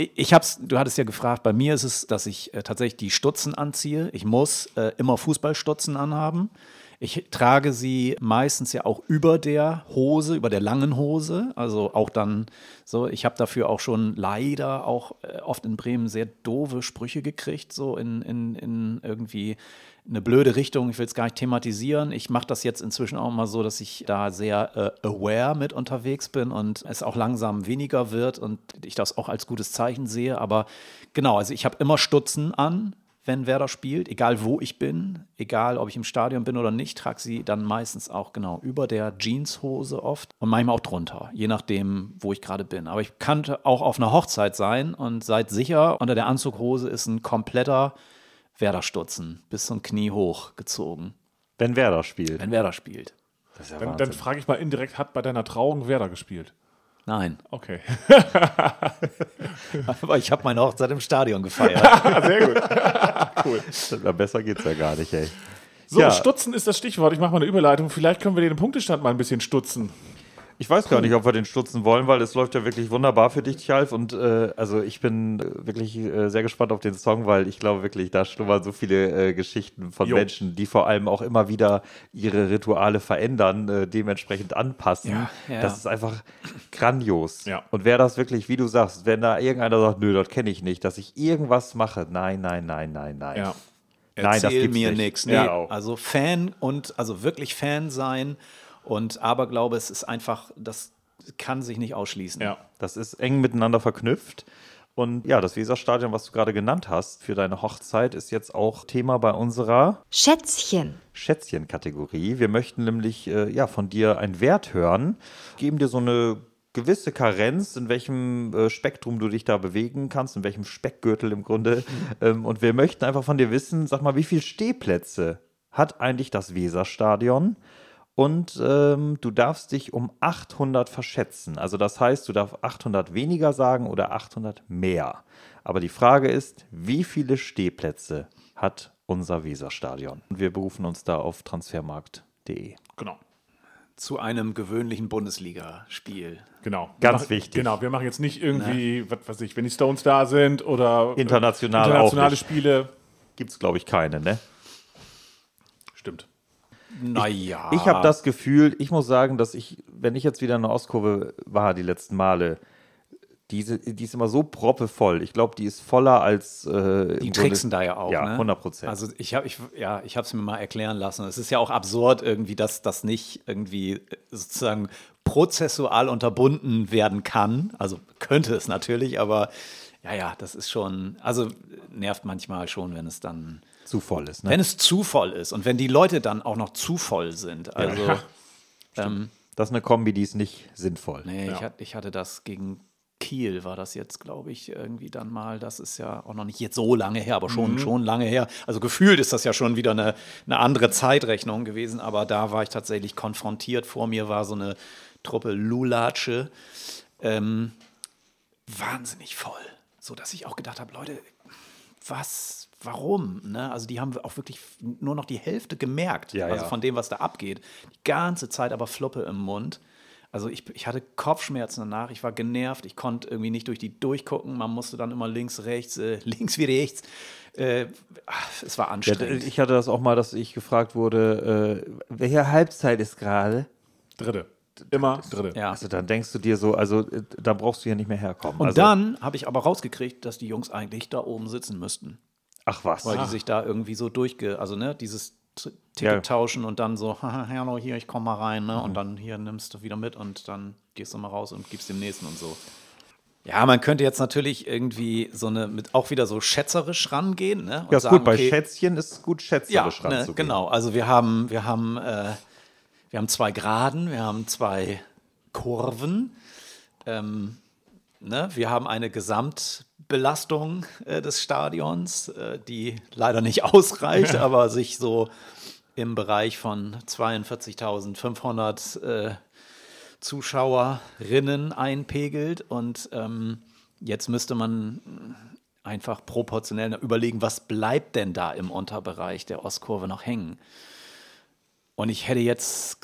du hattest ja gefragt, bei mir ist es, dass ich tatsächlich die Stutzen anziehe. Ich muss immer Fußballstutzen anhaben. Ich trage sie meistens ja auch über der Hose, über der langen Hose, also auch dann so, ich habe dafür auch schon leider auch oft in Bremen sehr doofe Sprüche gekriegt, so in irgendwie eine blöde Richtung, ich will es gar nicht thematisieren. Ich mache das jetzt inzwischen auch mal so, dass ich da sehr aware mit unterwegs bin und es auch langsam weniger wird und ich das auch als gutes Zeichen sehe, aber genau, also ich habe immer Stutzen an, wenn Werder spielt, egal wo ich bin, egal ob ich im Stadion bin oder nicht, trage sie dann meistens auch genau über der Jeanshose oft und manchmal auch drunter, je nachdem, wo ich gerade bin. Aber ich könnte auch auf einer Hochzeit sein und seid sicher, unter der Anzughose ist ein kompletter Werder-Stutzen, bis zum Knie hoch gezogen. Wenn Werder spielt. Wenn Werder spielt. Das ist ja Dann Wahnsinn. frage ich mal indirekt, hat bei deiner Trauung Werder gespielt? Nein, Okay. aber ich habe meine Hochzeit im Stadion gefeiert. Sehr gut. Besser geht's ja gar nicht, ey. So, Ja. Stutzen ist das Stichwort. Ich mache mal eine Überleitung. Vielleicht können wir den Punktestand mal ein bisschen stutzen. Ich weiß gar nicht, ob wir den stutzen wollen, weil es läuft ja wirklich wunderbar für dich, Tjalf. Und also ich bin wirklich sehr gespannt auf den Song, weil ich glaube wirklich, da schlummern so viele Geschichten von Jo. Menschen, die vor allem auch immer wieder ihre Rituale verändern, dementsprechend anpassen. Ja. Das ist einfach grandios. Ja. Und wer das wirklich, wie du sagst, wenn da irgendeiner sagt, nö, das kenne ich nicht, dass ich irgendwas mache, nein. Ja. Nein, das Erzähl gibt's mir nicht. nichts. Nee, Ja. also Fan und also wirklich Fan sein und Aberglaube, es ist einfach, das kann sich nicht ausschließen. Ja. Das ist eng miteinander verknüpft. Und ja, das Weserstadion, was du gerade genannt hast, für deine Hochzeit, ist jetzt auch Thema bei unserer Schätzchen. Schätzchen-Kategorie. Wir möchten nämlich von dir einen Wert hören, geben dir so eine gewisse Karenz, in welchem Spektrum du dich da bewegen kannst, in welchem Speckgürtel im Grunde. Und wir möchten einfach von dir wissen, sag mal, wie viele Stehplätze hat eigentlich das Weserstadion? Und du darfst dich um 800 verschätzen. Also das heißt, du darfst 800 weniger sagen oder 800 mehr. Aber die Frage ist, wie viele Stehplätze hat unser Weserstadion? Und wir berufen uns da auf transfermarkt.de. Genau. zu einem gewöhnlichen Bundesligaspiel. Genau. Ganz wichtig. Genau, wir machen jetzt nicht irgendwie, was weiß ich, wenn die Stones da sind oder International auch internationale nicht. Spiele. Gibt es, glaube ich, keine, ne? Stimmt. Naja. Ich habe das Gefühl, ich muss sagen, dass wenn ich jetzt wieder in der Ostkurve war, die letzten Male, die ist immer so proppevoll. Ich glaube, die ist voller als Die tricksen da ja auch, Ja, ne? 100%. Also ich habe es mir mal erklären lassen. Es ist ja auch absurd irgendwie, dass das nicht irgendwie sozusagen prozessual unterbunden werden kann. Also könnte es natürlich, aber ja, das ist schon, also nervt manchmal schon, wenn es dann zu voll ist, ne? wenn es zu voll ist und wenn die Leute dann auch noch zu voll sind. Also Das ist eine Kombi, die ist nicht sinnvoll. nee, Ja. ich hatte das gegen Kiel, war das jetzt, glaube ich, irgendwie dann mal. Das ist ja auch noch nicht jetzt so lange her, aber schon lange her. Also gefühlt ist das ja schon wieder eine andere Zeitrechnung gewesen, aber da war ich tatsächlich konfrontiert. Vor mir war so eine Truppe Lulatsche. Wahnsinnig voll. So, dass ich auch gedacht habe, Leute, warum? Ne? Also die haben auch wirklich nur noch die Hälfte gemerkt, Ja, also ja. von dem, was da abgeht. Die ganze Zeit aber Fluppe im Mund. Also ich hatte Kopfschmerzen danach, ich war genervt, ich konnte irgendwie nicht durch die durchgucken, man musste dann immer links, rechts, links wie rechts. Es war Ja, anstrengend. ich hatte das auch mal, dass ich gefragt wurde, welche Halbzeit ist gerade? Dritte. Immer Dritte. Ja. Also dann denkst du dir so, also da brauchst du ja nicht mehr herkommen. Und also, dann habe ich aber rausgekriegt, dass die Jungs eigentlich da oben sitzen müssten. Ach was. Weil die sich da irgendwie so also ne, dieses Ticket Ja. tauschen und dann so, haha, hallo, hier, ich komm mal rein, ne? Und dann hier nimmst du wieder mit und dann gehst du mal raus und gibst dem nächsten und so. Ja, man könnte jetzt natürlich irgendwie auch wieder so schätzerisch rangehen, ne? Und Ja, ist sagen, gut, bei okay, Schätzchen ist es gut, schätzerisch ne, ranzugehen. genau. Also wir haben 2 Geraden, wir haben 2 Kurven, ne? Wir haben eine Gesamtbelastung des Stadions, die leider nicht ausreicht, aber sich so im Bereich von 42.500 Zuschauerinnen einpegelt. Und jetzt müsste man einfach proportionell überlegen, was bleibt denn da im Unterbereich der Ostkurve noch hängen. Und ich hätte jetzt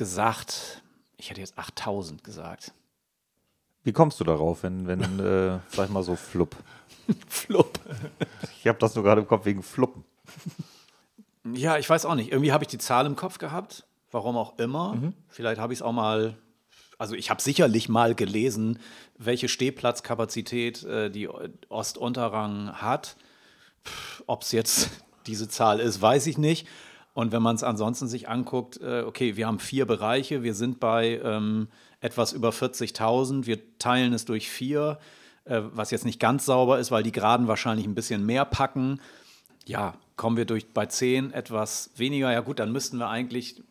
8.000 gesagt. Wie kommst du darauf, wenn sag ich mal so, Flupp? Flupp. Ich habe das nur gerade im Kopf wegen Fluppen. Ja, ich weiß auch nicht. Irgendwie habe ich die Zahl im Kopf gehabt. Warum auch immer. Vielleicht habe ich es auch mal. Also, ich habe sicherlich mal gelesen, welche Stehplatzkapazität die Ostunterrang hat. Ob es jetzt diese Zahl ist, weiß ich nicht. Und wenn man es ansonsten sich anguckt, okay, wir haben 4 Bereiche, wir sind bei etwas über 40.000, wir teilen es durch 4, was jetzt nicht ganz sauber ist, weil die Geraden wahrscheinlich ein bisschen mehr packen. Ja, kommen wir bei 10 etwas weniger, ja gut, dann müssten wir eigentlich,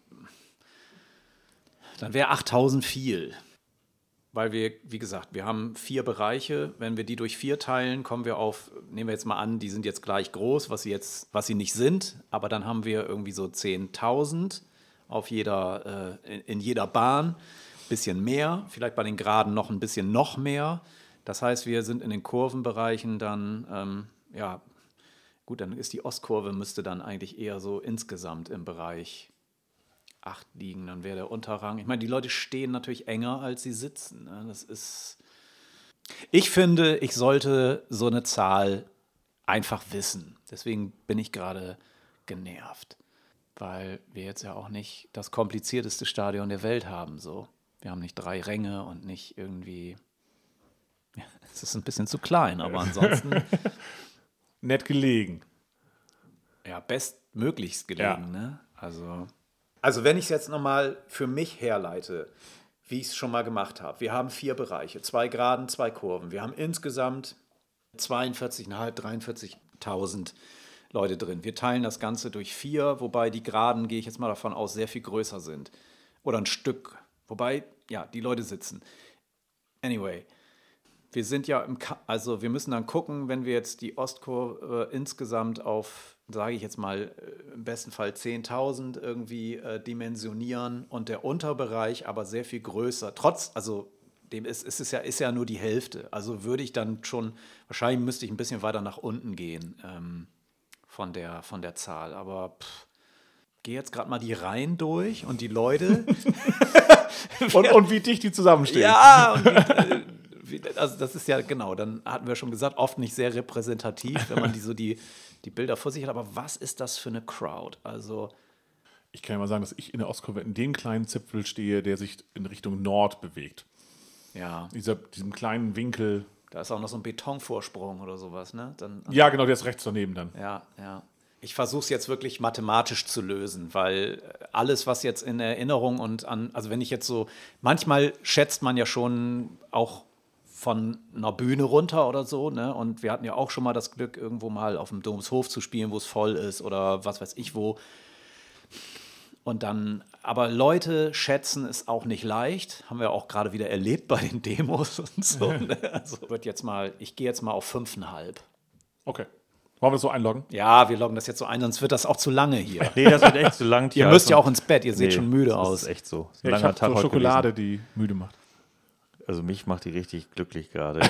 dann wäre 8.000 viel. Weil wir, wie gesagt, wir haben 4 Bereiche. Wenn wir die durch 4 teilen, kommen wir auf, nehmen wir jetzt mal an, die sind jetzt gleich groß, was sie nicht sind. Aber dann haben wir irgendwie so 10.000 in jeder Bahn. Bisschen mehr, vielleicht bei den Geraden noch ein bisschen noch mehr. Das heißt, wir sind in den Kurvenbereichen dann, ja, gut, dann ist die Ostkurve, müsste dann eigentlich eher so insgesamt im Bereich 8 liegen, dann wäre der Unterrang. Ich meine, die Leute stehen natürlich enger, als sie sitzen. Ne? Das ist. Ich finde, ich sollte so eine Zahl einfach wissen. Deswegen bin ich gerade genervt. Weil wir jetzt ja auch nicht das komplizierteste Stadion der Welt haben. So. Wir haben nicht 3 Ränge und nicht irgendwie. Ja, es ist ein bisschen zu klein, aber ansonsten. Nett gelegen. Ja, bestmöglichst gelegen, Ja. ne? Also wenn ich es jetzt nochmal für mich herleite, wie ich es schon mal gemacht habe. Wir haben 4 Bereiche, 2 Geraden, 2 Kurven. Wir haben insgesamt 42.500, 43.000 Leute drin. Wir teilen das Ganze durch 4, wobei die Geraden, gehe ich jetzt mal davon aus, sehr viel größer sind. Oder ein Stück. Wobei, ja, die Leute sitzen. Anyway, wir sind ja also wir müssen dann gucken, wenn wir jetzt die Ostkurve insgesamt auf, sage ich jetzt mal, im besten Fall 10.000 irgendwie dimensionieren und der Unterbereich aber sehr viel größer. Also dem ist ja nur die Hälfte. Also würde ich dann schon, wahrscheinlich müsste ich ein bisschen weiter nach unten gehen von der Zahl. Aber gehe jetzt gerade mal die Reihen durch und die Leute. Und wie dicht die zusammenstehen. Ja, und also das ist ja genau, dann hatten wir schon gesagt, oft nicht sehr repräsentativ, wenn man die Bilder vor sich hat. Aber was ist das für eine Crowd? Also Ich kann ja mal sagen, dass ich in der Ostkurve in dem kleinen Zipfel stehe, der sich in Richtung Nord bewegt. ja, Diesem kleinen Winkel. da ist auch noch so ein Betonvorsprung oder sowas, ne? Dann, Ja, genau, der ist rechts daneben dann. ja. Ich versuche es jetzt wirklich mathematisch zu lösen, weil alles, was jetzt in Erinnerung also wenn ich jetzt so, manchmal schätzt man ja schon auch von einer Bühne runter oder so, ne? Und wir hatten ja auch schon mal das Glück, irgendwo mal auf dem Domshof zu spielen, wo es voll ist oder was weiß ich wo. Und dann, aber Leute schätzen ist auch nicht leicht, haben wir auch gerade wieder erlebt bei den Demos und so. Ne? Also ich gehe jetzt mal auf 5,5. Okay. Wollen wir das so einloggen? Ja, wir loggen das jetzt so ein, sonst wird das auch zu lange hier. Nee, das wird echt zu lang. Ihr müsst ja auch ins Bett, ihr seht schon müde das aus. ist echt so. Ist ein Ja, ich langer habe Tag so heute Schokolade, gewesen. die müde macht. Also mich macht die richtig glücklich gerade.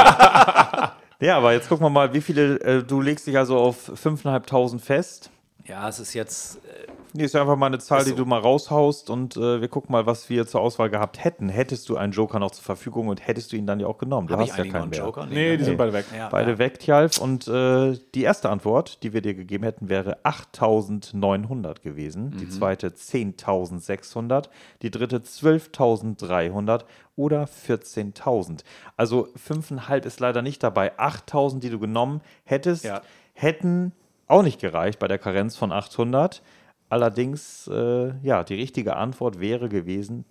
Ja, aber jetzt gucken wir mal, wie viele, du legst dich also auf 5.500 fest. Ja, es ist jetzt, Nee, ist ja einfach mal eine Zahl, Ist so. die du mal raushaust und wir gucken mal, was wir zur Auswahl gehabt hätten. Hättest du einen Joker noch zur Verfügung und hättest du ihn dann ja auch genommen. Du habe ich hast ja eigentlich noch keinen einen mehr. Joker? Nee, die sind beide weg. Ja, Beide weg, Tjalf. Und die erste Antwort, die wir dir gegeben hätten, wäre 8.900 gewesen. Die zweite 10.600. Die dritte 12.300 oder 14.000. Also 5,5 ist leider nicht dabei. 8.000, die du genommen hättest, Ja. hätten auch nicht gereicht bei der Karenz von 800. Allerdings, ja, die richtige Antwort wäre gewesen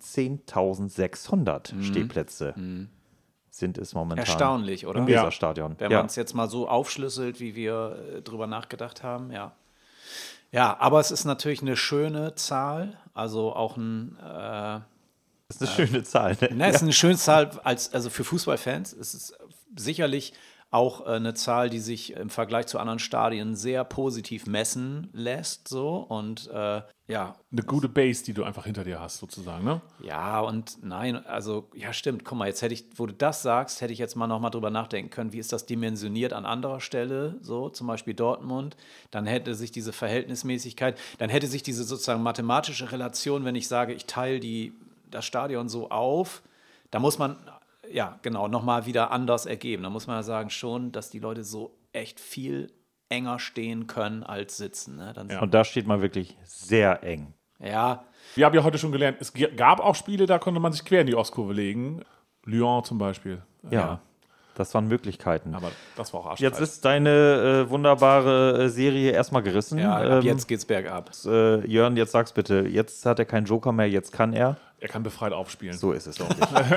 10.600 Stehplätze sind es momentan. Erstaunlich, oder? Im Ja. Weserstadion. Wenn Ja. man es jetzt mal so aufschlüsselt, wie wir drüber nachgedacht haben, ja. Ja, aber es ist natürlich eine schöne Zahl, also auch Das ist eine schöne Zahl. Ne? es ist eine schöne Zahl, also für Fußballfans ist es sicherlich auch eine Zahl, die sich im Vergleich zu anderen Stadien sehr positiv messen lässt, so und ja. Eine gute Base, die du einfach hinter dir hast, sozusagen, ne? Ja, und nein, also, ja, stimmt. Guck mal, jetzt wo du das sagst, hätte ich jetzt mal nochmal drüber nachdenken können, wie ist das dimensioniert an anderer Stelle, so zum Beispiel Dortmund. Dann hätte sich diese Verhältnismäßigkeit, dann hätte sich diese sozusagen mathematische Relation, wenn ich sage, ich teile das Stadion so auf, da muss man, ja, genau, nochmal wieder anders ergeben. Da muss man ja sagen schon, dass die Leute so echt viel enger stehen können als sitzen. Ne? Dann Und da steht man wirklich sehr eng. ja, Wir haben ja heute schon gelernt, es gab auch Spiele, da konnte man sich quer in die Ostkurve legen. Lyon zum Beispiel. Ja, das waren Möglichkeiten. Aber das war auch arschkalt. Jetzt ist deine wunderbare Serie erstmal gerissen. ja, ab jetzt geht's bergab. Jörn, jetzt sag's bitte. Jetzt hat er keinen Joker mehr, jetzt kann er. Er kann befreit aufspielen. So ist es doch.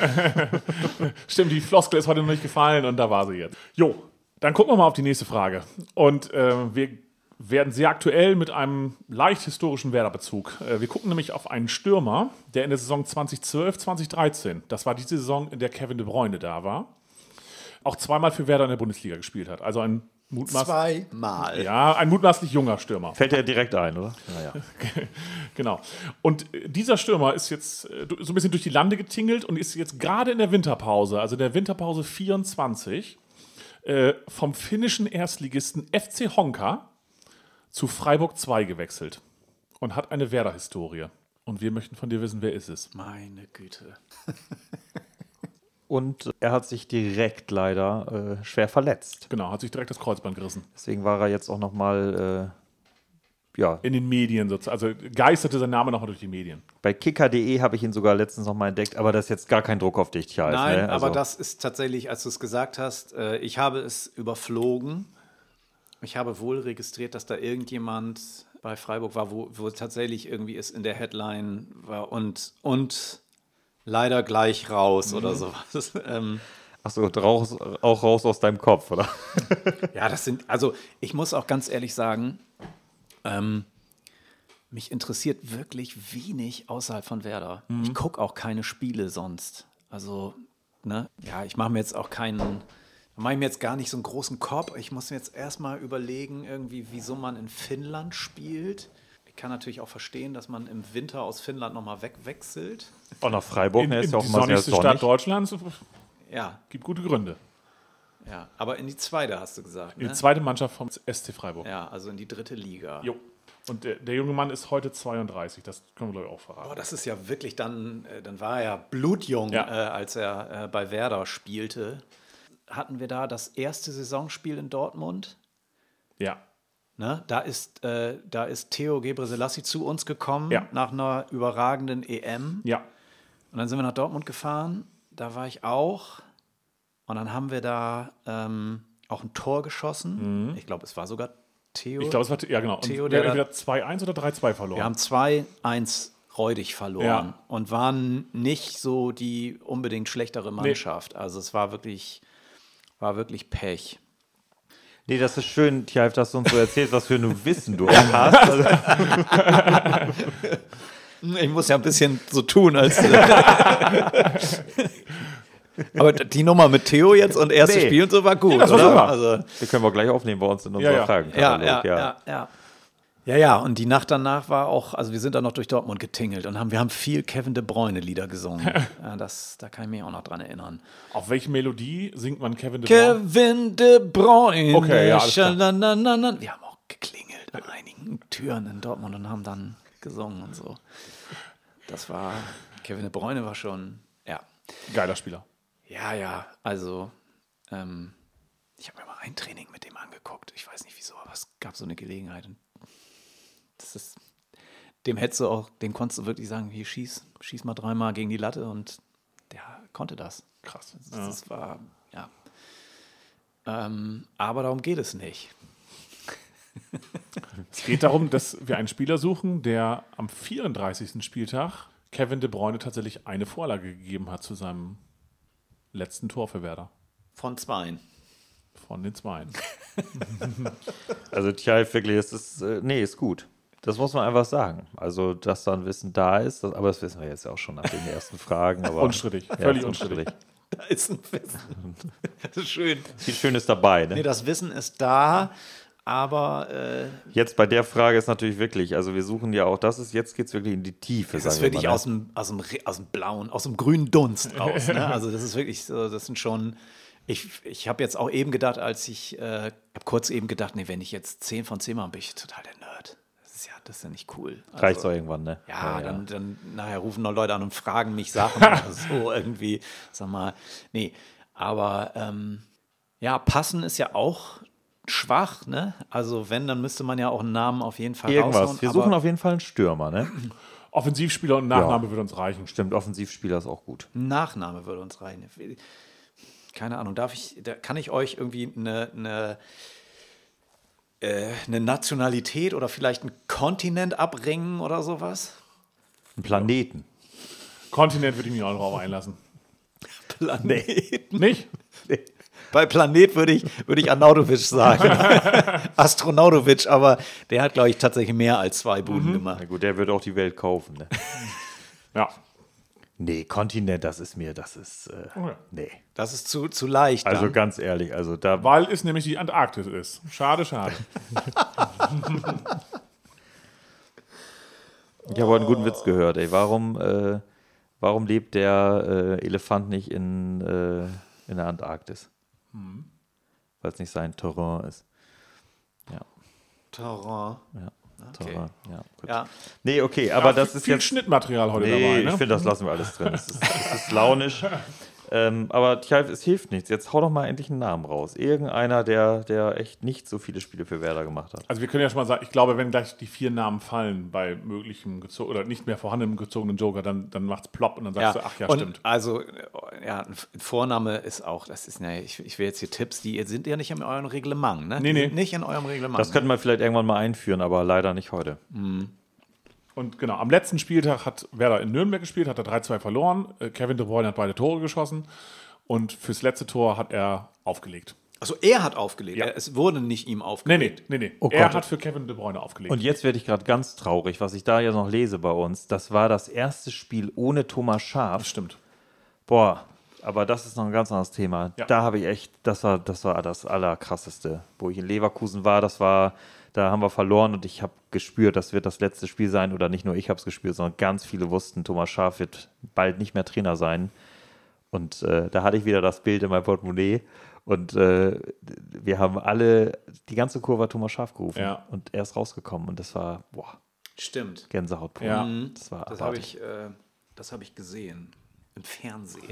Stimmt, die Floskel ist heute noch nicht gefallen und da war sie jetzt. Jo, dann gucken wir mal auf die nächste Frage. Und wir werden sehr aktuell mit einem leicht historischen Werder-Bezug. Wir gucken nämlich auf einen Stürmer, der in der Saison 2012, 2013, das war die Saison, in der Kevin De Bruyne da war, auch zweimal für Werder in der Bundesliga gespielt hat. Also ein Zweimal. Ja, ein mutmaßlich junger Stürmer. Fällt er direkt ein, oder? Naja. Genau. Und dieser Stürmer ist jetzt so ein bisschen durch die Lande getingelt und ist jetzt gerade in der Winterpause, also der Winterpause 24, vom finnischen Erstligisten FC Honka zu Freiburg 2 gewechselt und hat eine Werder-Historie. Und wir möchten von dir wissen, wer ist es? Meine Güte. Und er hat sich direkt leider schwer verletzt. Genau, hat sich direkt das Kreuzband gerissen. Deswegen war er jetzt auch nochmal, ja, In den Medien sozusagen. Also geisterte sein Name nochmal durch die Medien. bei kicker.de habe ich ihn sogar letztens nochmal entdeckt, aber das ist jetzt gar kein Druck auf dich, Tjalf. Nein, ne? Also, aber das ist tatsächlich, als du es gesagt hast, ich habe es überflogen. Ich habe wohl registriert, dass da irgendjemand bei Freiburg war, wo tatsächlich irgendwie es in der Headline war und leider gleich raus oder sowas. Achso, auch raus aus deinem Kopf, oder? Ja, also ich muss auch ganz ehrlich sagen, mich interessiert wirklich wenig außerhalb von Werder. Ich gucke auch keine Spiele sonst. Also, ne, ja, ich mache mir jetzt gar nicht so einen großen Kopf. Ich muss mir jetzt erstmal überlegen, irgendwie, wieso man in Finnland spielt. Ich kann natürlich auch verstehen, dass man im Winter aus Finnland nochmal wegwechselt. Auch nach Freiburg, ne? Ist ja auch die immer sehr sonnigste Stadt sonnig. Deutschlands. Ja, Gibt gute Gründe. aber in die zweite hast du gesagt, Die ne? zweite Mannschaft vom SC Freiburg. Ja, also in die dritte Liga. Jo. Und der junge Mann ist heute 32, das können wir, glaube ich, auch verraten. Das ist ja wirklich dann war er ja blutjung, Ja. als er bei Werder spielte. Hatten wir da das erste Saisonspiel in Dortmund? Ja. Ne? Da ist Theo Gebrselassie zu uns gekommen, Ja. nach einer überragenden EM. Ja. Und dann sind wir nach Dortmund gefahren, da war ich auch. Und dann haben wir da auch ein Tor geschossen. Ich glaube, es war sogar Theo. Ich glaube, es war, ja genau. Und Theo, wir der haben entweder 2-1 oder 3-2 verloren. Wir haben 2-1 räudig verloren Ja. und waren nicht so die unbedingt schlechtere Mannschaft. Also es war wirklich Pech. Nee, das ist schön, Tjalf, dass du uns so erzählst, was für ein Wissen du auch hast. Also, Ich muss ja ein bisschen so tun, als. Aber die Nummer mit Theo jetzt und erstes Nee. Spiel und so war gut, das war oder? super. Also, wir können wir gleich aufnehmen bei uns in unserer Ja, ja. Fragenkatalog. Ja, und die Nacht danach war auch, also wir sind dann noch durch Dortmund getingelt und wir haben viel Kevin de Bruyne Lieder gesungen. Ja, da kann ich mich auch noch dran erinnern. Auf welche Melodie singt man Kevin de Bruyne? Kevin de Bruyne. Okay, ja, alles klar. Schalalala. Wir haben auch geklingelt an einigen Türen in Dortmund und haben dann gesungen und so. Das war, Kevin de Bruyne war schon, ja. Geiler Spieler. Ja, also ich habe mir mal ein Training mit dem angeguckt. Ich weiß nicht wieso, aber es gab so eine Gelegenheit. Und dem konntest du wirklich sagen, hier schieß mal 3-mal gegen die Latte und der konnte das. Krass. Das war, ja. Aber darum geht es nicht. Es geht darum, dass wir einen Spieler suchen, der am 34. Spieltag Kevin de Bruyne tatsächlich eine Vorlage gegeben hat zu seinem letzten Tor für Werder. Von 2. Von den Zweien. Also Tjalf, wirklich, ist gut. Das muss man einfach sagen. Also, dass da ein Wissen da ist, aber das wissen wir jetzt auch schon nach den ersten Fragen. Aber, Unstrittig, völlig unstrittig. Da ist ein Wissen. Das ist schön. Viel Schönes dabei, ne? Nee, das Wissen ist da, aber Jetzt bei der Frage ist natürlich wirklich, also wir suchen ja auch, jetzt geht es wirklich in die Tiefe. das ist sagen wir wirklich mal, ne? aus dem blauen, aus dem grünen Dunst raus. Ne? Also das ist wirklich so, das sind schon, ich habe jetzt auch eben gedacht, habe kurz eben gedacht, nee, wenn ich jetzt 10 von 10 mache, bin ich total der Nerd. Das ist ja nicht cool. Also, Reicht doch irgendwann, ne? Ja, dann nachher rufen noch Leute an und fragen mich Sachen. So irgendwie, sag mal, nee. Aber passen ist ja auch schwach, ne? Also wenn, dann müsste man ja auch einen Namen auf jeden Fall Irgendwas. raushauen. Wir suchen auf jeden Fall einen Stürmer, ne? Offensivspieler und Nachname würde uns reichen. Stimmt, Offensivspieler ist auch gut. Nachname würde uns reichen. Keine Ahnung, kann ich euch irgendwie eine Nationalität oder vielleicht einen Kontinent abringen oder sowas? Ein Planeten. Kontinent würde ich mich auch drauf einlassen. Planeten? Nicht? Bei Planet würde ich Arnautovic sagen. Astronautovic, aber der hat, glaube ich, tatsächlich mehr als 2 Buden gemacht. Na gut, der würde auch die Welt kaufen, ne? Ja. Nee, Kontinent, nee. Das ist zu leicht. Also dann. ganz ehrlich, also da Weil es nämlich die Antarktis ist. Schade. Ich habe heute einen guten Witz gehört, ey. Warum lebt der Elefant nicht in der Antarktis? Weil es nicht sein Terrain ist. Ja. Terrain. Ja. Okay. Terrain. Ja, gut. Ja. Nee, okay, aber das ist viel jetzt. Schnittmaterial heute Nee, dabei. ich Ne? finde, das lassen wir alles drin. Es ist launisch. Aber Tjalf, es hilft nichts. Jetzt hau doch mal endlich einen Namen raus. Irgendeiner, der echt nicht so viele Spiele für Werder gemacht hat. Also wir können ja schon mal sagen, ich glaube, wenn gleich die 4 Namen fallen bei möglichem oder nicht mehr vorhandenem gezogenen Joker, dann macht es plopp und dann sagst du, ach ja, und stimmt. Also, ja, ein Vorname ist auch, das ist, ne, ich will jetzt hier Tipps, die sind ja nicht in eurem Reglement, ne? Nee, Die nee. sind nicht in eurem Reglement. Das könnten wir vielleicht irgendwann mal einführen, aber leider nicht heute. Und genau, am letzten Spieltag hat Werder in Nürnberg gespielt, hat er 3-2 verloren. Kevin de Bruyne hat beide Tore geschossen und fürs letzte Tor hat er aufgelegt. Also er hat aufgelegt, Ja. es wurde nicht ihm aufgelegt. Nee. Oh Er Gott. hat für Kevin de Bruyne aufgelegt. Und jetzt werde ich gerade ganz traurig, was ich da ja noch lese bei uns. Das war das erste Spiel ohne Thomas Schaaf. das stimmt. Boah, aber das ist noch ein ganz anderes Thema. Ja. Da habe ich echt, das war das Allerkrasseste. Wo ich in Leverkusen war, da haben wir verloren und ich habe gespürt, das wird das letzte Spiel sein. Oder nicht nur ich habe es gespürt, sondern ganz viele wussten, Thomas Schaaf wird bald nicht mehr Trainer sein. Und da hatte ich wieder das Bild in meinem Portemonnaie Und wir haben alle, die ganze Kurve hat Thomas Schaaf gerufen. Ja. Und er ist rausgekommen. Und das war, boah, Stimmt. Gänsehaut pur. Ja. Das war Das habe abartig. ich gesehen. Im Fernsehen.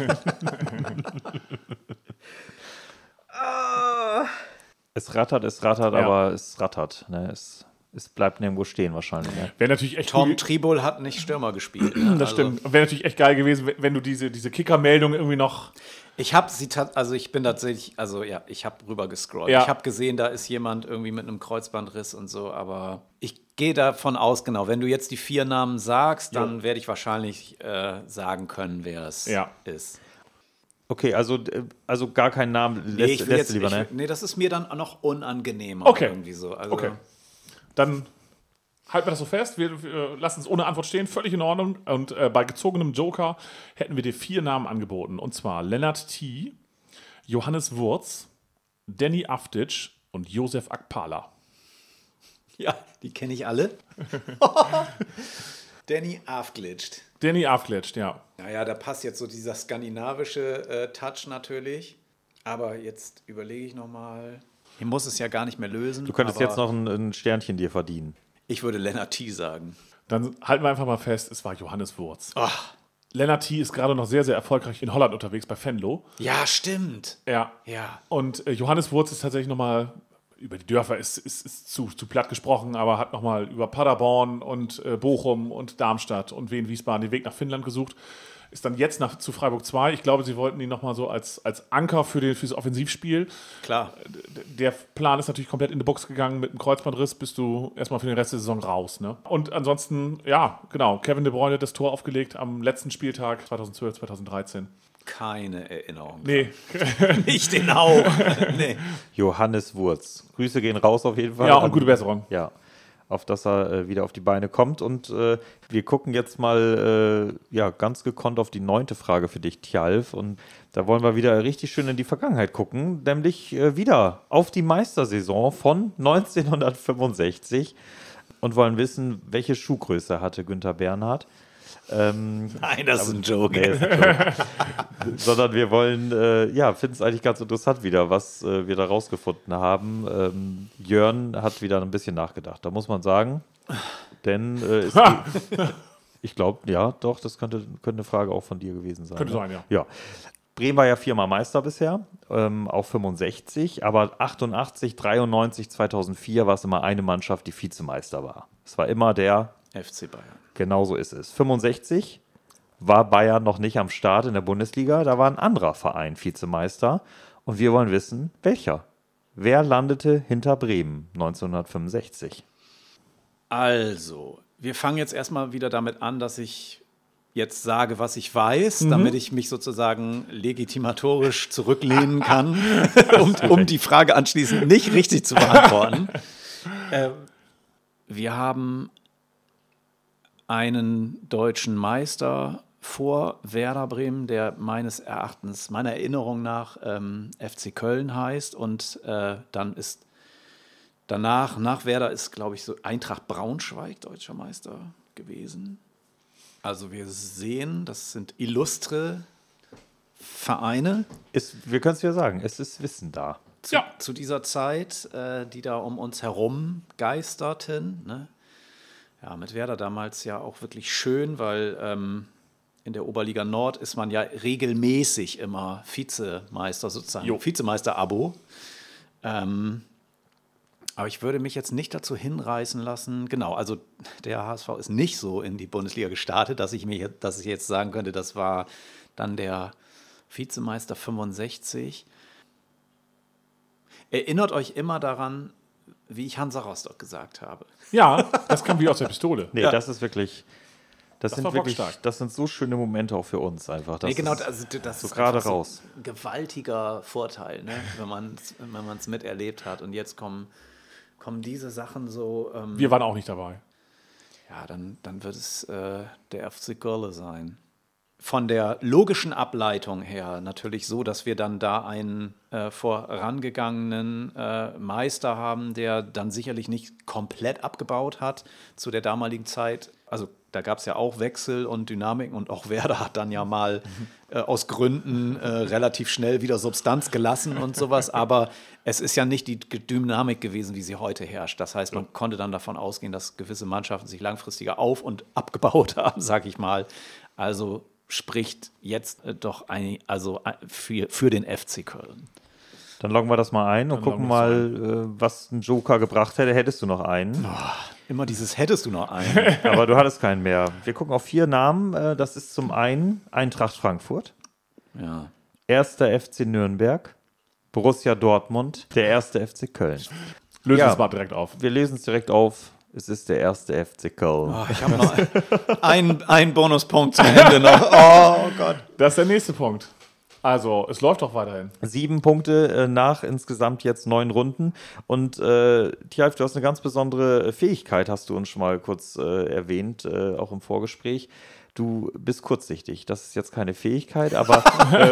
Es rattert, Ja. aber es rattert. Ne? Es bleibt nirgendwo stehen wahrscheinlich. Ne? Wäre natürlich echt Tom cool. Tribol hat nicht Stürmer gespielt. Ne? Das stimmt. Wäre natürlich echt geil gewesen, wenn du diese Kicker-Meldung irgendwie noch. Ich habe ich bin tatsächlich, ich habe rüber gescrollt. Ja. Ich habe gesehen, da ist jemand irgendwie mit einem Kreuzbandriss und so, aber ich gehe davon aus, genau, wenn du jetzt die 4 Namen sagst, dann werde ich wahrscheinlich sagen können, wer es ist. Okay, also gar keinen Namen lässt du lieber, ne? Nee, das ist mir dann noch unangenehmer Okay. irgendwie so. Also, Okay. Dann halten wir das so fest. Wir lassen es ohne Antwort stehen. Völlig in Ordnung. Und bei gezogenem Joker hätten wir dir 4 Namen angeboten. Und zwar Lennart T., Johannes Wurz, Danny Aftic und Josef Akpala. Ja, die kenne ich alle. Danny Afglitscht. Danny Afglitscht, ja. Naja, da passt jetzt so dieser skandinavische Touch natürlich. Aber jetzt überlege ich nochmal. Ich muss es ja gar nicht mehr lösen. Du könntest aber jetzt noch ein Sternchen dir verdienen. Ich würde Lennart T. sagen. Dann halten wir einfach mal fest, es war Johannes Wurz. Ach, Lennart T. ist gerade noch sehr, sehr erfolgreich in Holland unterwegs bei Venlo. ja, stimmt. Ja. Ja. Und Johannes Wurz ist tatsächlich nochmal, über die Dörfer ist zu platt gesprochen, aber hat nochmal über Paderborn und Bochum und Darmstadt und Wien, Wiesbaden den Weg nach Finnland gesucht. Ist dann jetzt zu Freiburg 2. Ich glaube, sie wollten ihn nochmal so als Anker fürs Offensivspiel. Klar. Der Plan ist natürlich komplett in die Box gegangen. Mit einem Kreuzbandriss bist du erstmal für den Rest der Saison raus. Ne? Und ansonsten, ja, genau, Kevin De Bruyne das Tor aufgelegt am letzten Spieltag 2012, 2013. Keine Erinnerung. Nee, Nicht den Hauch. Nee. Johannes Wurz. Grüße gehen raus auf jeden Fall. ja, und gute Besserung. Ja, auf dass er wieder auf die Beine kommt. Und wir gucken jetzt mal ganz gekonnt auf die 9. Frage für dich, Tjalf. Und da wollen wir wieder richtig schön in die Vergangenheit gucken, nämlich wieder auf die Meistersaison von 1965 und wollen wissen, welche Schuhgröße hatte Günther Bernhard. Nein, das ist ein Joke. Nee, ist ein Joke. Sondern wir wollen, finden es eigentlich ganz interessant wieder, was wir da rausgefunden haben. Jörn hat wieder ein bisschen nachgedacht, da muss man sagen. Denn ich glaube, ja, doch, das könnte eine Frage auch von dir gewesen sein. Könnte ne? sein, ja. Ja. Bremen war ja 4-mal Meister bisher, auch 65, aber 88, 93, 2004 war es immer eine Mannschaft, die Vizemeister war. Es war immer der FC Bayern. Genau so ist es. 65 war Bayern noch nicht am Start in der Bundesliga. Da war ein anderer Verein Vizemeister. Und wir wollen wissen, welcher? Wer landete hinter Bremen 1965? Also, wir fangen jetzt erstmal wieder damit an, dass ich jetzt sage, was ich weiß, damit ich mich sozusagen legitimatorisch zurücklehnen kann, um die Frage anschließend nicht richtig zu beantworten. Wir haben einen deutschen Meister vor Werder Bremen, der meines Erachtens, meiner Erinnerung nach FC Köln heißt. Und dann ist danach, nach Werder ist, glaube ich, so Eintracht Braunschweig deutscher Meister gewesen. Also wir sehen, das sind illustre Vereine Wir können es ja sagen, es ist Wissen da. zu dieser Zeit, die da um uns herum geisterten, ne? Ja, mit Werder damals ja auch wirklich schön, weil in der Oberliga Nord ist man ja regelmäßig immer Vizemeister, sozusagen Vizemeister-Abo. Aber ich würde mich jetzt nicht dazu hinreißen lassen, genau, also der HSV ist nicht so in die Bundesliga gestartet, dass ich jetzt sagen könnte, das war dann der Vizemeister 65. Erinnert euch immer daran, wie ich Hansa Rostock gesagt habe. Ja, das kam wie aus der Pistole. Nee, Ja. das ist wirklich, das sind war bockstark. das sind so schöne Momente auch für uns einfach. Das Nee, genau, ist also das so ist gerade einfach raus. ein gewaltiger Vorteil, ne? wenn man es miterlebt hat. Und jetzt kommen diese Sachen so. Wir waren auch nicht dabei. Ja, dann wird es der FC Görle sein. Von der logischen Ableitung her natürlich so, dass wir dann da einen vorangegangenen Meister haben, der dann sicherlich nicht komplett abgebaut hat zu der damaligen Zeit. Also da gab es ja auch Wechsel und Dynamiken und auch Werder hat dann ja mal aus Gründen relativ schnell wieder Substanz gelassen und sowas, aber es ist ja nicht die Dynamik gewesen, wie sie heute herrscht. Das heißt, man konnte dann davon ausgehen, dass gewisse Mannschaften sich langfristiger auf- und abgebaut haben, sag ich mal. Also spricht jetzt doch für den FC Köln. Dann loggen wir das mal ein und gucken mal, was ein Joker gebracht hätte. Hättest du noch einen? Immer dieses hättest du noch einen. Aber du hattest keinen mehr. Wir gucken auf 4 Namen. Das ist zum einen Eintracht Frankfurt, Ja. 1. FC Nürnberg, Borussia Dortmund, der 1. FC Köln. Lösen Ja. es mal direkt auf. Wir lesen es direkt auf. Es ist der 1. FC Köln. Ich habe noch einen Bonuspunkt zum Ende noch. Oh Gott. Das ist der nächste Punkt. Also, es läuft doch weiterhin. 7 Punkte nach insgesamt jetzt 9 Runden. Und Tjalf, du hast eine ganz besondere Fähigkeit, hast du uns schon mal kurz erwähnt, auch im Vorgespräch. Du bist kurzsichtig. Das ist jetzt keine Fähigkeit, aber,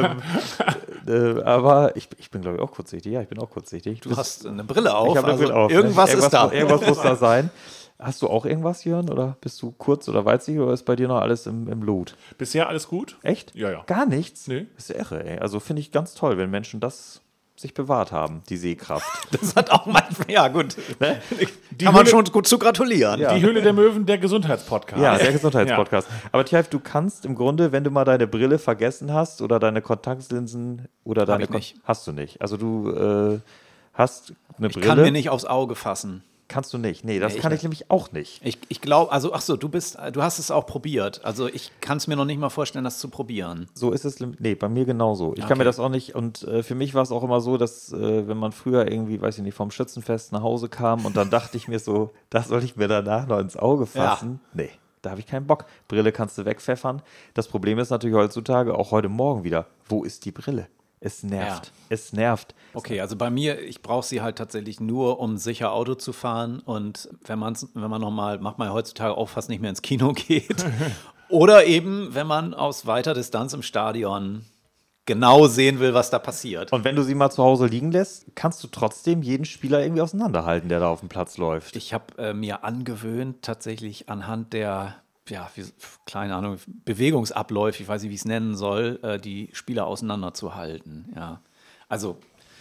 aber ich bin, glaube ich, auch kurzsichtig. Ja, ich bin auch kurzsichtig. Du hast eine Brille auf. Ich habe eine Brille auf. Irgendwas ne? ist da. Irgendwas muss da sein. Hast du auch irgendwas, Jörn? Oder bist du kurz oder weitsichtig oder ist bei dir noch alles im Lot? Bisher alles gut? Echt? Ja, ja. Gar nichts? Nee. Das ist irre, ey. Also finde ich ganz toll, wenn Menschen das sich bewahrt haben, die Sehkraft. Das hat auch manchmal, ja gut. Ne? Kann man schon gut zu gratulieren. Ja. Die Höhle der Möwen, der Gesundheitspodcast. Ja, der Gesundheitspodcast. Aber Tjalf, du kannst im Grunde, wenn du mal deine Brille vergessen hast oder deine Kontaktlinsen oder deine ich nicht. hast du nicht. Also du hast eine Ich Brille. kann mir nicht aufs Auge fassen. Kannst du nicht. Nee, das Nee, kann ich ich nämlich auch nicht. Ich glaube, also, ach so, du hast es auch probiert. Also ich kann es mir noch nicht mal vorstellen, das zu probieren. So ist es, nee, bei mir genauso. Ich kann mir das auch nicht, und für mich war es auch immer so, dass wenn man früher irgendwie, weiß ich nicht, vom Schützenfest nach Hause kam und dann dachte ich mir so, das soll ich mir danach noch ins Auge fassen. Ja. Nee, da habe ich keinen Bock. Brille kannst du wegpfeffern. Das Problem ist natürlich heutzutage, auch heute Morgen wieder, wo ist die Brille? Es nervt. Ja. Es nervt. Okay, also bei mir, ich brauche sie halt tatsächlich nur, um sicher Auto zu fahren. Und wenn man nochmal, macht man ja heutzutage auch fast nicht mehr ins Kino geht. Oder eben, wenn man aus weiter Distanz im Stadion genau sehen will, was da passiert. Und wenn du sie mal zu Hause liegen lässt, kannst du trotzdem jeden Spieler irgendwie auseinanderhalten, der da auf dem Platz läuft. Ich habe mir angewöhnt, tatsächlich anhand der keine Ahnung, Bewegungsabläufe, ich weiß nicht, wie ich es nennen soll, die Spieler auseinanderzuhalten. Ja. Also,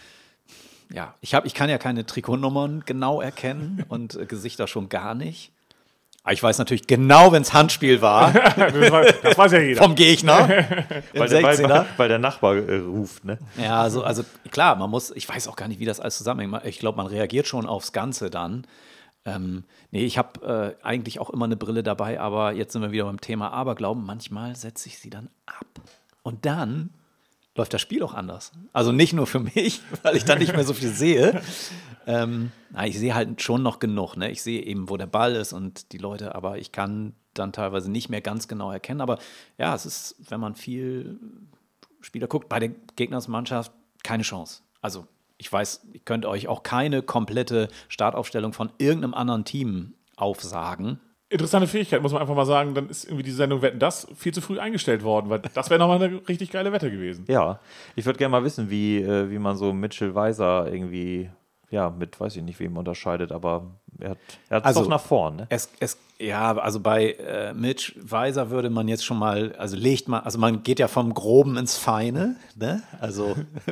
ja, ich kann ja keine Trikotnummern genau erkennen und Gesichter schon gar nicht. Aber ich weiß natürlich genau, wenn es Handspiel war. Das weiß ja jeder. Vom Gegner. Weil der Nachbar ruft, ne? Ja, also klar, ich weiß auch gar nicht, wie das alles zusammenhängt. Ich glaube, man reagiert schon aufs Ganze dann. Nee, ich habe eigentlich auch immer eine Brille dabei, aber jetzt sind wir wieder beim Thema Aberglauben. Manchmal setze ich sie dann ab. Und dann läuft das Spiel auch anders. Also nicht nur für mich, weil ich dann nicht mehr so viel sehe. Ich sehe halt schon noch genug. Ne? Ich sehe eben, wo der Ball ist und die Leute, aber ich kann dann teilweise nicht mehr ganz genau erkennen. Aber ja, es ist, wenn man viel Spieler guckt, bei der Gegnersmannschaft keine Chance. Also ich weiß, ich könnte euch auch keine komplette Startaufstellung von irgendeinem anderen Team aufsagen. Interessante Fähigkeit, muss man einfach mal sagen. Dann ist irgendwie die Sendung Wetten, das viel zu früh eingestellt worden, weil das wäre nochmal eine richtig geile Wette gewesen. Ja, ich würde gerne mal wissen, wie man so Mitchell Weiser irgendwie, ja, mit weiß ich nicht wem unterscheidet, aber er hat es doch nach vorn. Ne? Also bei Mitch Weiser würde man jetzt schon mal, man geht ja vom Groben ins Feine, ne? Also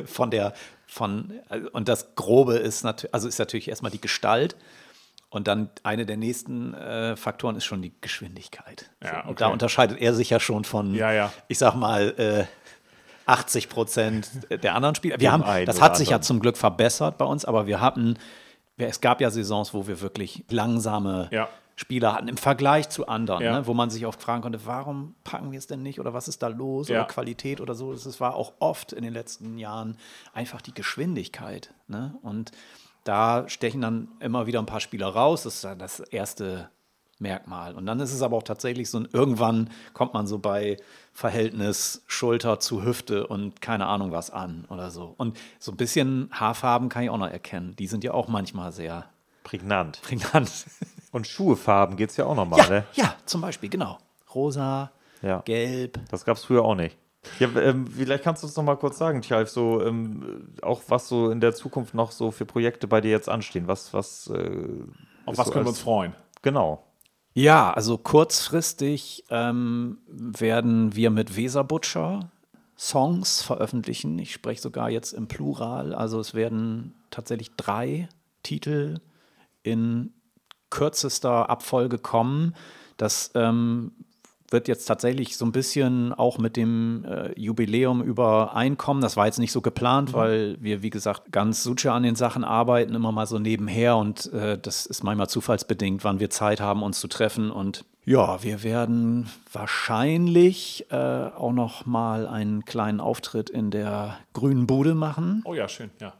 und das Grobe ist natürlich erstmal die Gestalt. Und dann eine der nächsten Faktoren ist schon die Geschwindigkeit. Ja, okay. Und da unterscheidet er sich ja schon von, ich sag mal, 80% der anderen Spieler. Das hat sich ja zum Glück verbessert bei uns, aber es gab ja Saisons, wo wir wirklich langsame Spieler hatten im Vergleich zu anderen, ne, wo man sich oft fragen konnte, warum packen wir es denn nicht oder was ist da los oder Qualität oder so. Das war auch oft in den letzten Jahren einfach die Geschwindigkeit. Ne? Und da stechen dann immer wieder ein paar Spieler raus. Das ist dann das erste Merkmal. Und dann ist es aber auch tatsächlich so, irgendwann kommt man so bei Verhältnis Schulter zu Hüfte und keine Ahnung was an oder so. Und so ein bisschen Haarfarben kann ich auch noch erkennen. Die sind ja auch manchmal sehr prägnant. Und Schuhefarben geht es ja auch nochmal, ne? Ja, zum Beispiel, genau. Rosa, gelb. Das gab es früher auch nicht. Ja, vielleicht kannst du uns noch mal kurz sagen, Tjalf, so auch was so in der Zukunft noch so für Projekte bei dir jetzt anstehen. Auf was können wir uns freuen? Genau. Ja, also kurzfristig werden wir mit Weserbutscher Songs veröffentlichen. Ich spreche sogar jetzt im Plural. Also es werden tatsächlich 3 Titel in kürzester Abfolge kommen. Das wird jetzt tatsächlich so ein bisschen auch mit dem Jubiläum übereinkommen. Das war jetzt nicht so geplant, weil wir, wie gesagt, ganz suche an den Sachen arbeiten, immer mal so nebenher und das ist manchmal zufallsbedingt, wann wir Zeit haben, uns zu treffen. Und ja, wir werden wahrscheinlich auch noch mal einen kleinen Auftritt in der Grünen Bude machen. Oh ja, schön, ja.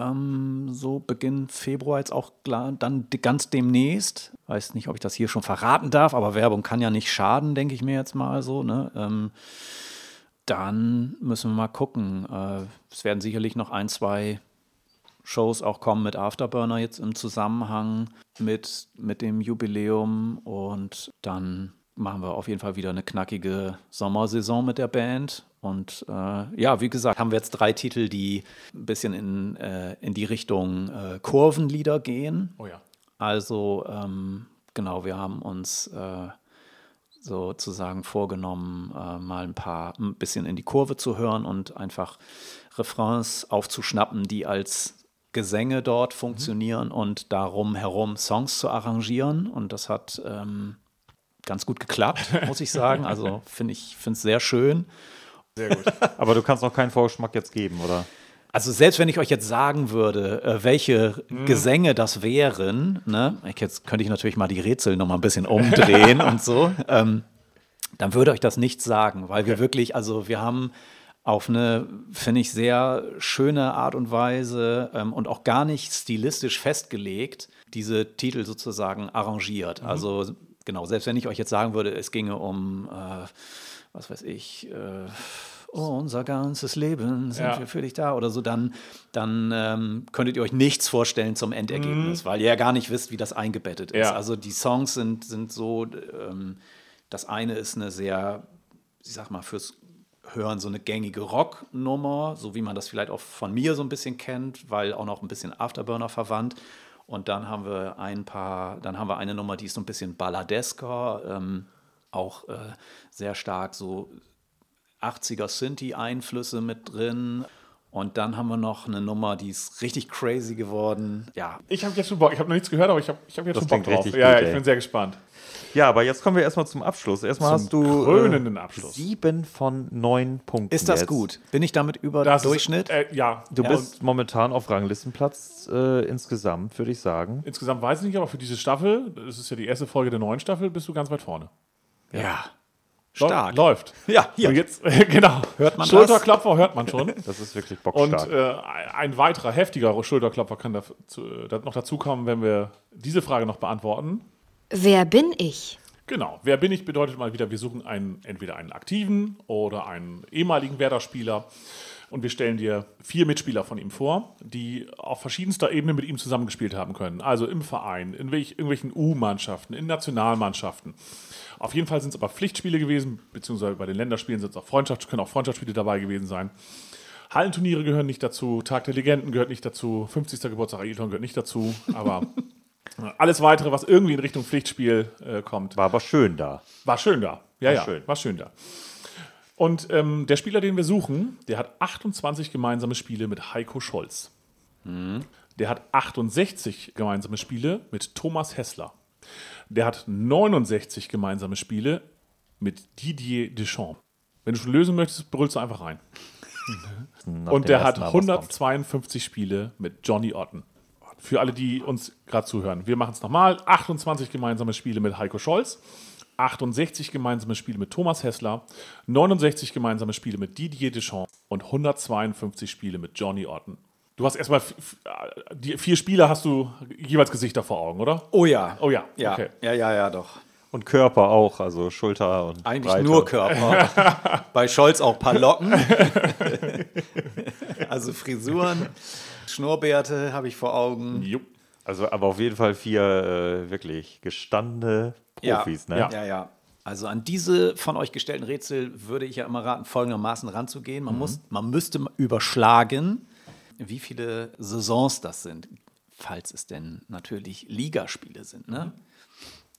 So Beginn Februar jetzt auch dann ganz demnächst. Weiß nicht, ob ich das hier schon verraten darf, aber Werbung kann ja nicht schaden, denke ich mir jetzt mal so. Ne? Dann müssen wir mal gucken. Es werden sicherlich noch 1, 2 Shows auch kommen mit Afterburner jetzt im Zusammenhang mit dem Jubiläum. Und dann machen wir auf jeden Fall wieder eine knackige Sommersaison mit der Band. Und ja, wie gesagt, haben wir jetzt 3 Titel, die ein bisschen in die Richtung Kurvenlieder gehen. Oh ja. Also genau, wir haben uns sozusagen vorgenommen, mal ein bisschen in die Kurve zu hören und einfach Refrains aufzuschnappen, die als Gesänge dort funktionieren und darum herum Songs zu arrangieren. Und das hat ganz gut geklappt, muss ich sagen. Also finde es sehr schön. Sehr gut. Aber du kannst noch keinen Vorgeschmack jetzt geben, oder? Also selbst wenn ich euch jetzt sagen würde, welche Gesänge das wären, ne, jetzt könnte ich natürlich mal die Rätsel noch mal ein bisschen umdrehen und so, dann würde euch das nichts sagen, weil wir wirklich, also wir haben auf eine, finde ich, sehr schöne Art und Weise und auch gar nicht stilistisch festgelegt, diese Titel sozusagen arrangiert. Also genau, selbst wenn ich euch jetzt sagen würde, es ginge um, was weiß ich, unser ganzes Leben sind wir für dich da oder so, dann könntet ihr euch nichts vorstellen zum Endergebnis, weil ihr ja gar nicht wisst, wie das eingebettet ist. Ja. Also die Songs sind so, das eine ist eine sehr, ich sag mal, fürs Hören so eine gängige Rocknummer, so wie man das vielleicht auch von mir so ein bisschen kennt, weil auch noch ein bisschen Afterburner verwandt. Und dann haben wir eine Nummer, die ist so ein bisschen balladesker, auch sehr stark so 80er Synthi-Einflüsse mit drin. Und dann haben wir noch eine Nummer, die ist richtig crazy geworden. Ja. Ich habe jetzt schon Bock. Ich habe noch nichts gehört, aber ich hab jetzt Das schon Bock klingt drauf. richtig Ja, gut, ich ey. bin sehr gespannt. Ja, aber jetzt kommen wir erstmal zum Abschluss. Erstmal hast du krönenden Abschluss. 7 von 9 Punkten. Ist das jetzt. gut? Bin ich damit über Das Durchschnitt? Ist, ja. Du Ja, bist momentan auf Ranglistenplatz insgesamt, würde ich sagen. insgesamt weiß ich nicht, aber für diese Staffel, das ist ja die erste Folge der neuen Staffel, bist du ganz weit vorne. Ja. Stark. Läuft. Ja, hier. Und jetzt, genau. Hört man das? Schulterklopfer hört man schon. Das ist wirklich Und bockstark. ein weiterer, heftiger Schulterklopfer kann noch dazukommen, wenn wir diese Frage noch beantworten. Wer bin ich? Genau. Wer bin ich bedeutet mal wieder, wir suchen entweder einen aktiven oder einen ehemaligen Werder-Spieler. Und wir stellen dir 4 Mitspieler von ihm vor, die auf verschiedenster Ebene mit ihm zusammengespielt haben können. Also im Verein, in irgendwelchen U-Mannschaften, in Nationalmannschaften. Auf jeden Fall sind es aber Pflichtspiele gewesen, beziehungsweise bei den Länderspielen können auch Freundschaftsspiele dabei gewesen sein. Hallenturniere gehören nicht dazu, Tag der Legenden gehört nicht dazu, 50. Geburtstag Ailton gehört nicht dazu, aber alles Weitere, was irgendwie in Richtung Pflichtspiel kommt, War aber schön da. war schön da. Ja, schön. war schön da. Und der Spieler, den wir suchen, der hat 28 gemeinsame Spiele mit Heiko Scholz. Der hat 68 gemeinsame Spiele mit Thomas Hessler. Der hat 69 gemeinsame Spiele mit Didier Deschamps. Wenn du schon lösen möchtest, brüllst du einfach rein. Und der hat 152 Spiele mit Johnny Otten. Für alle, die uns gerade zuhören. Wir machen es nochmal. 28 gemeinsame Spiele mit Heiko Scholz. 68 gemeinsame Spiele mit Thomas Hessler, 69 gemeinsame Spiele mit Didier Deschamps und 152 Spiele mit Johnny Otten. Du hast erstmal 4 Spieler, hast du jeweils Gesichter vor Augen, oder? Oh ja. Oh ja, Ja, okay. ja, doch. Und Körper auch, also Schulter und Eigentlich Breite. nur Körper. Bei Scholz auch ein paar Locken. Also Frisuren, Schnurrbärte habe ich vor Augen. Jupp. Also aber auf jeden Fall 4 wirklich gestandene Profis, ja, ne? Ja. Also an diese von euch gestellten Rätsel würde ich ja immer raten, folgendermaßen ranzugehen. Man müsste überschlagen, wie viele Saisons das sind, falls es denn natürlich Ligaspiele sind. Ne?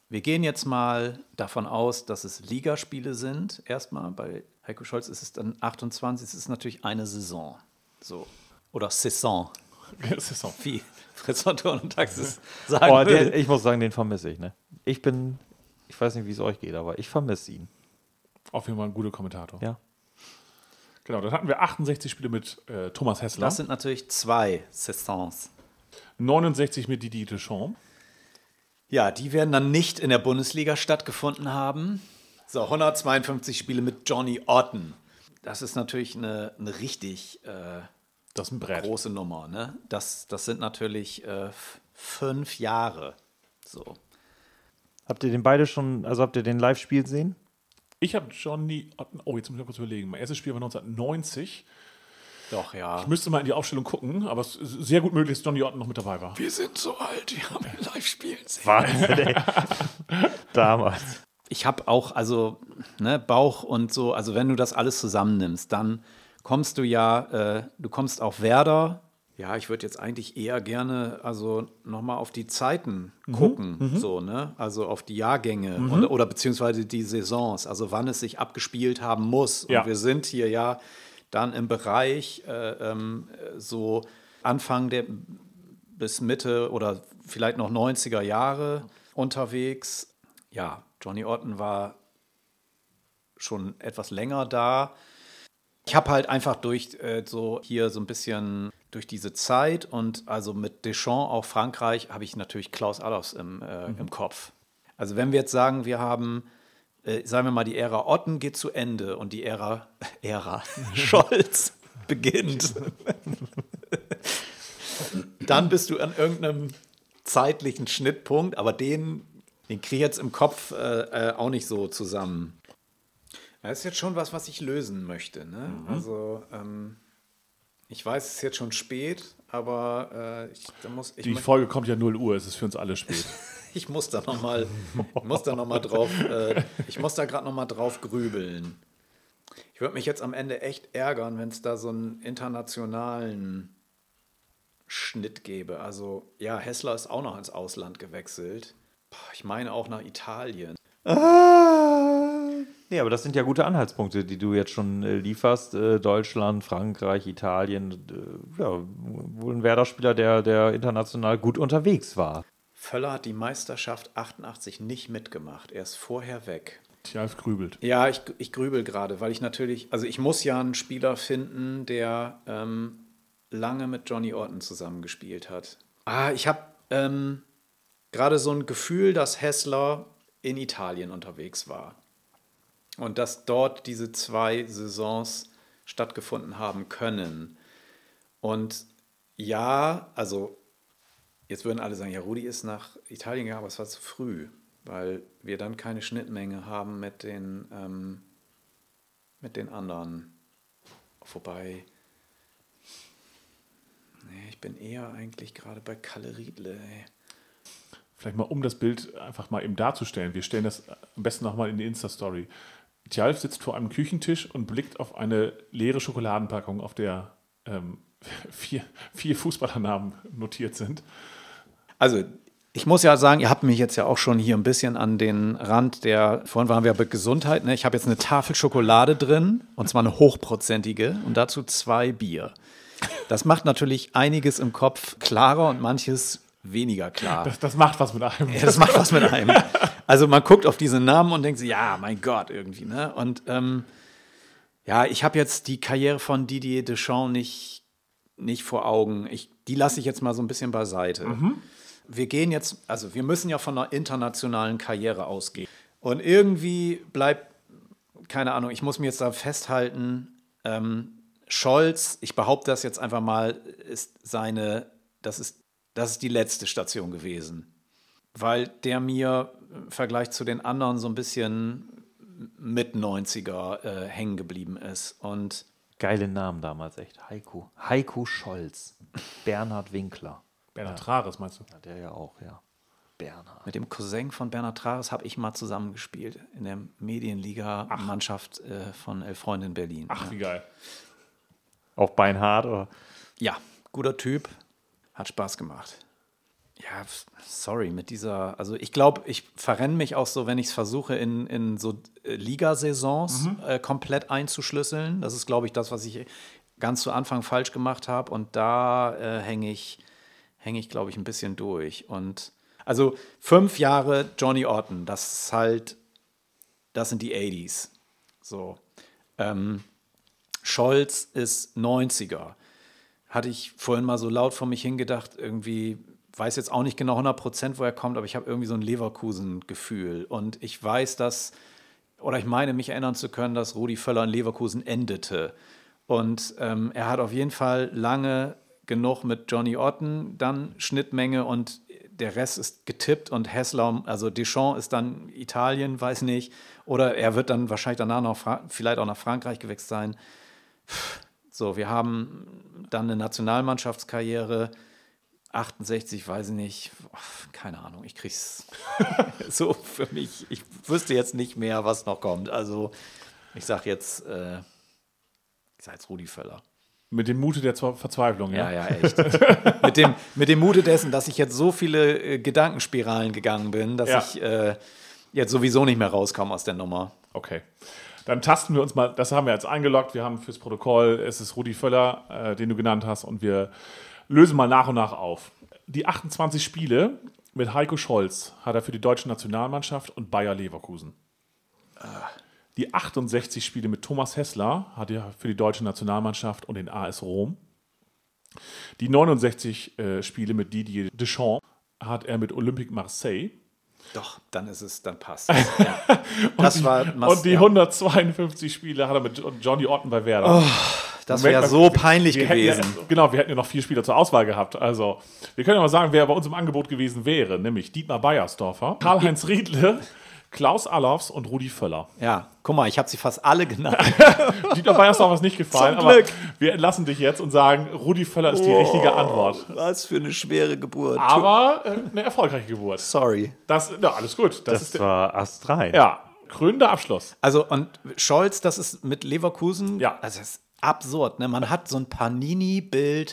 wir gehen jetzt mal davon aus, dass es Ligaspiele sind. Erstmal bei Heiko Scholz ist es dann 28, es ist natürlich eine Saison. So. Oder Saison, Saison. wie Fritz von Thurn und Taxis sagen Oh, will. ich muss sagen, den vermisse ich. Ne? Ich weiß nicht, wie es euch geht, aber ich vermisse ihn. Auf jeden Fall ein guter Kommentator. Ja. Genau, dann hatten wir 68 Spiele mit Thomas Hessler, Das sind natürlich 2 Saisons. 69 mit Didier Deschamps. Ja, die werden dann nicht in der Bundesliga stattgefunden haben. So, 152 Spiele mit Johnny Otten. Das ist natürlich eine richtig Das ist ein Brett. große Nummer. Ne? Das sind natürlich 5 Jahre. So. Habt ihr den beide schon, also habt ihr den Live-Spiel gesehen? Ich habe Johnny Otten, jetzt muss ich mal kurz überlegen. Mein erstes Spiel war 1990. Doch, ja. Ich müsste mal in die Aufstellung gucken, aber es ist sehr gut möglich, dass Johnny Otten noch mit dabei war. Wir sind so alt, wir haben live spielen sehen. Wahnsinn, ey. Damals. Ich habe auch, also Bauch und so, also wenn du das alles zusammennimmst, dann kommst du kommst auf Werder. Ja, ich würde jetzt eigentlich eher gerne also nochmal auf die Zeiten gucken, so, ne? Also auf die Jahrgänge oder beziehungsweise die Saisons, also wann es sich abgespielt haben muss. Und Ja. wir sind hier ja dann im Bereich so Anfang bis Mitte oder vielleicht noch 90er Jahre unterwegs. Ja, Johnny Otten war schon etwas länger da. Ich habe halt einfach durch so hier so ein bisschen durch diese Zeit und also mit Deschamps auch Frankreich habe ich natürlich Klaus Allofs im Kopf. Also wenn wir jetzt sagen, wir haben, sagen wir mal, die Ära Otten geht zu Ende und die Ära Scholz beginnt, dann bist du an irgendeinem zeitlichen Schnittpunkt, aber den kriege ich jetzt im Kopf auch nicht so zusammen. Das ist jetzt schon was ich lösen möchte. Ne? Also, ich weiß, es ist jetzt schon spät, aber Die Folge kommt ja 0 Uhr, es ist für uns alle spät. ich muss da gerade noch mal drauf grübeln. Ich würde mich jetzt am Ende echt ärgern, wenn es da so einen internationalen Schnitt gäbe. Also, ja, Hessler ist auch noch ins Ausland gewechselt. Ich meine auch nach Italien. Nee, aber das sind ja gute Anhaltspunkte, die du jetzt schon lieferst. Deutschland, Frankreich, Italien. Ja, wohl ein Werder-Spieler, der international gut unterwegs war. Völler hat die Meisterschaft 88 nicht mitgemacht. Er ist vorher weg. Tjalf grübelt. Ja, ich grübel gerade, weil ich natürlich, also ich muss ja einen Spieler finden, der lange mit Johnny Otten zusammengespielt hat. Ich habe gerade so ein Gefühl, dass Hessler in Italien unterwegs war. Und dass dort diese 2 Saisons stattgefunden haben können. Und ja, also jetzt würden alle sagen, ja, Rudi ist nach Italien gegangen, aber es war zu früh, weil wir dann keine Schnittmenge haben mit den anderen. Wobei, nee, ich bin eher eigentlich gerade bei Kalle Riedle. Ey. Vielleicht mal, um das Bild einfach mal eben darzustellen. Wir stellen das am besten nochmal in die Insta-Story. Tjalf sitzt vor einem Küchentisch und blickt auf eine leere Schokoladenpackung, auf der 4 Fußballernamen notiert sind. Also, ich muss ja sagen, ihr habt mich jetzt ja auch schon hier ein bisschen an den Rand vorhin waren wir bei Gesundheit, ne? Ich habe jetzt eine Tafel Schokolade drin, und zwar eine hochprozentige, und dazu 2 Bier. Das macht natürlich einiges im Kopf klarer und manches weniger klar. Das macht was mit einem. Ja, das macht was mit einem. Also man guckt auf diese Namen und denkt sich, ja, mein Gott, irgendwie. Ne? Und ja, ich habe jetzt die Karriere von Didier Deschamps nicht vor Augen. Die lasse ich jetzt mal so ein bisschen beiseite. Wir gehen jetzt, also wir müssen ja von einer internationalen Karriere ausgehen. Und irgendwie bleibt, keine Ahnung, ich muss mir jetzt da festhalten, Scholz, ich behaupte das jetzt einfach mal, das ist die letzte Station gewesen. Weil der mir im Vergleich zu den anderen so ein bisschen mit 90er hängen geblieben ist. Und Geile Namen damals, echt. Heiko Scholz. Bernhard Winkler. Bernhard Trares, meinst du? Ja, der ja auch, ja. Bernhard. mit dem Cousin von Bernhard Trares habe ich mal zusammengespielt in der Medienliga-Mannschaft von Elf Freunde in Berlin. Ach, wie geil. Auch beinhart, oder? Ja, guter Typ, hat Spaß gemacht. Ja, sorry, also ich glaube, ich verrenne mich auch so, wenn ich es versuche, in so Ligasaisons komplett einzuschlüsseln. Das ist, glaube ich, das, was ich ganz zu Anfang falsch gemacht habe. Und da hänge ich, glaube ich, ein bisschen durch. Und also 5 Jahre Johnny Otten, das sind die 80s. So. Scholz ist 90er. Hatte ich vorhin mal so laut vor mich hingedacht, irgendwie, weiß jetzt auch nicht genau 100%, wo er kommt, aber ich habe irgendwie so ein Leverkusen-Gefühl. Und ich weiß, ich meine, mich erinnern zu können, dass Rudi Völler in Leverkusen endete. Und er hat auf jeden Fall lange genug mit Johnny Otten, dann Schnittmenge und der Rest ist getippt und Hessler, also Deschamps ist dann Italien, weiß nicht. Oder er wird dann wahrscheinlich danach noch vielleicht auch nach Frankreich gewechselt sein. So, wir haben dann eine Nationalmannschaftskarriere, 68, weiß ich nicht, keine Ahnung, ich krieg's so für mich, ich wüsste jetzt nicht mehr, was noch kommt. Also ich sag jetzt Rudi Völler. Mit dem Mute der Verzweiflung, ja? Ja, echt. mit dem Mute dessen, dass ich jetzt so viele Gedankenspiralen gegangen bin, dass ich jetzt sowieso nicht mehr rauskomme aus der Nummer. Okay. Dann tasten wir uns mal, das haben wir jetzt eingeloggt, wir haben fürs Protokoll, es ist Rudi Völler, den du genannt hast, und wir lösen mal nach und nach auf. Die 28 Spiele mit Heiko Scholz hat er für die deutsche Nationalmannschaft und Bayer Leverkusen. Die 68 Spiele mit Thomas Hessler hat er für die deutsche Nationalmannschaft und den AS Rom. Die 69 Spiele mit Didier Deschamps hat er mit Olympique Marseille. Doch, dann passt es. Ja. Und die 152 Spiele hat er mit Johnny Otten bei Werder. Das wäre so peinlich gewesen. Wir hätten ja noch 4 Spieler zur Auswahl gehabt. Also, wir können ja mal sagen, wer bei uns im Angebot gewesen wäre, nämlich Dietmar Beiersdorfer, Karl-Heinz Riedle, Klaus Allofs und Rudi Völler. Ja, guck mal, ich habe sie fast alle genannt. Dietmar Beiersdorfer ist nicht gefallen, Zum Glück. Aber wir entlassen dich jetzt und sagen, Rudi Völler ist die richtige Antwort. Was für eine schwere Geburt. Aber eine erfolgreiche Geburt. Sorry. Alles gut. Das war astrein. Ja, krönender Abschluss. Also, und Scholz, das ist mit Leverkusen, Ja. also das ist absurd. Ne? Man hat so ein Panini-Bild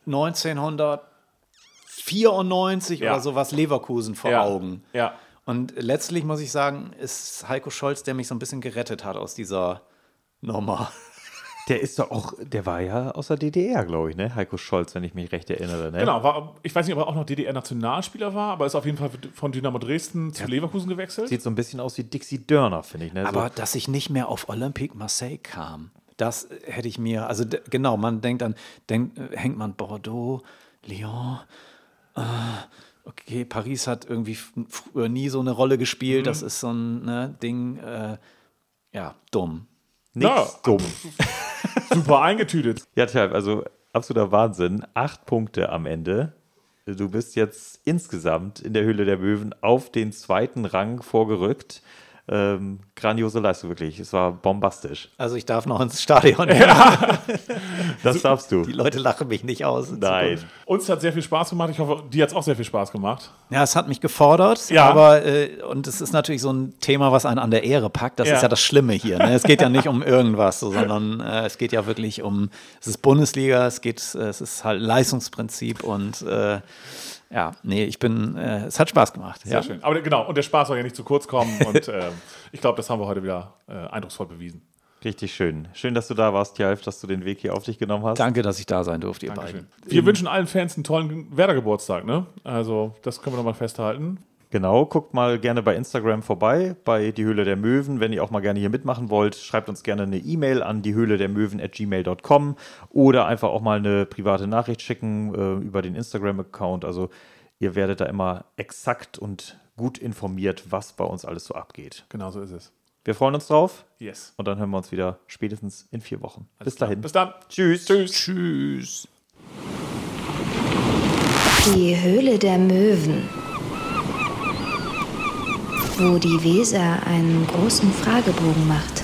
1994 oder sowas Leverkusen vor Augen. Ja. Und letztlich muss ich sagen, ist Heiko Scholz, der mich so ein bisschen gerettet hat aus dieser Nummer. Der war ja aus der DDR, glaube ich, ne? Heiko Scholz, wenn ich mich recht erinnere. Ne? Genau, ich weiß nicht, ob er auch noch DDR-Nationalspieler war, aber ist auf jeden Fall von Dynamo Dresden zu Leverkusen gewechselt. Sieht so ein bisschen aus wie Dixie Dörner, finde ich. Ne? Aber dass ich nicht mehr auf Olympique Marseille kam, das hätte ich mir, also genau, man hängt man Bordeaux, Lyon, okay, Paris hat irgendwie früher nie so eine Rolle gespielt, das ist so ein Ding, dumm. Dumm. Super eingetütet. Ja, Tja, also absoluter Wahnsinn. 8 Punkte am Ende. Du bist jetzt insgesamt in der Höhle der Möwen auf den 2. Rang vorgerückt. Grandiose Leistung, wirklich. Es war bombastisch. Also ich darf noch ins Stadion. Das darfst du. Die Leute lachen mich nicht aus. Nein. Uns hat sehr viel Spaß gemacht. Ich hoffe, dir hat es auch sehr viel Spaß gemacht. Ja, es hat mich gefordert, Ja. aber und es ist natürlich so ein Thema, was einen an der Ehre packt. Das ist ja das Schlimme hier. Ne? Es geht ja nicht um irgendwas, sondern es geht ja wirklich es ist Bundesliga, es ist halt Leistungsprinzip und es hat Spaß gemacht. Sehr schön. Aber genau, und der Spaß soll ja nicht zu kurz kommen. Und ich glaube, das haben wir heute wieder eindrucksvoll bewiesen. Richtig schön. Schön, dass du da warst, Jalf, dass du den Weg hier auf dich genommen hast. Danke, dass ich da sein durfte, ihr Dankeschön. beiden. Wir wünschen allen Fans einen tollen Werder-Geburtstag, ne? Also, das können wir nochmal festhalten. Genau, guckt mal gerne bei Instagram vorbei, bei Die Höhle der Möwen. Wenn ihr auch mal gerne hier mitmachen wollt, schreibt uns gerne eine E-Mail an diehöhledermöwen@gmail.com oder einfach auch mal eine private Nachricht schicken über den Instagram-Account. Also ihr werdet da immer exakt und gut informiert, was bei uns alles so abgeht. Genau so ist es. Wir freuen uns drauf. Yes. Und dann hören wir uns wieder spätestens in 4 Wochen. Alles Bis dahin. Bis dann. Tschüss. Tschüss. Die Höhle der Möwen. Wo die Weser einen großen Fragebogen macht.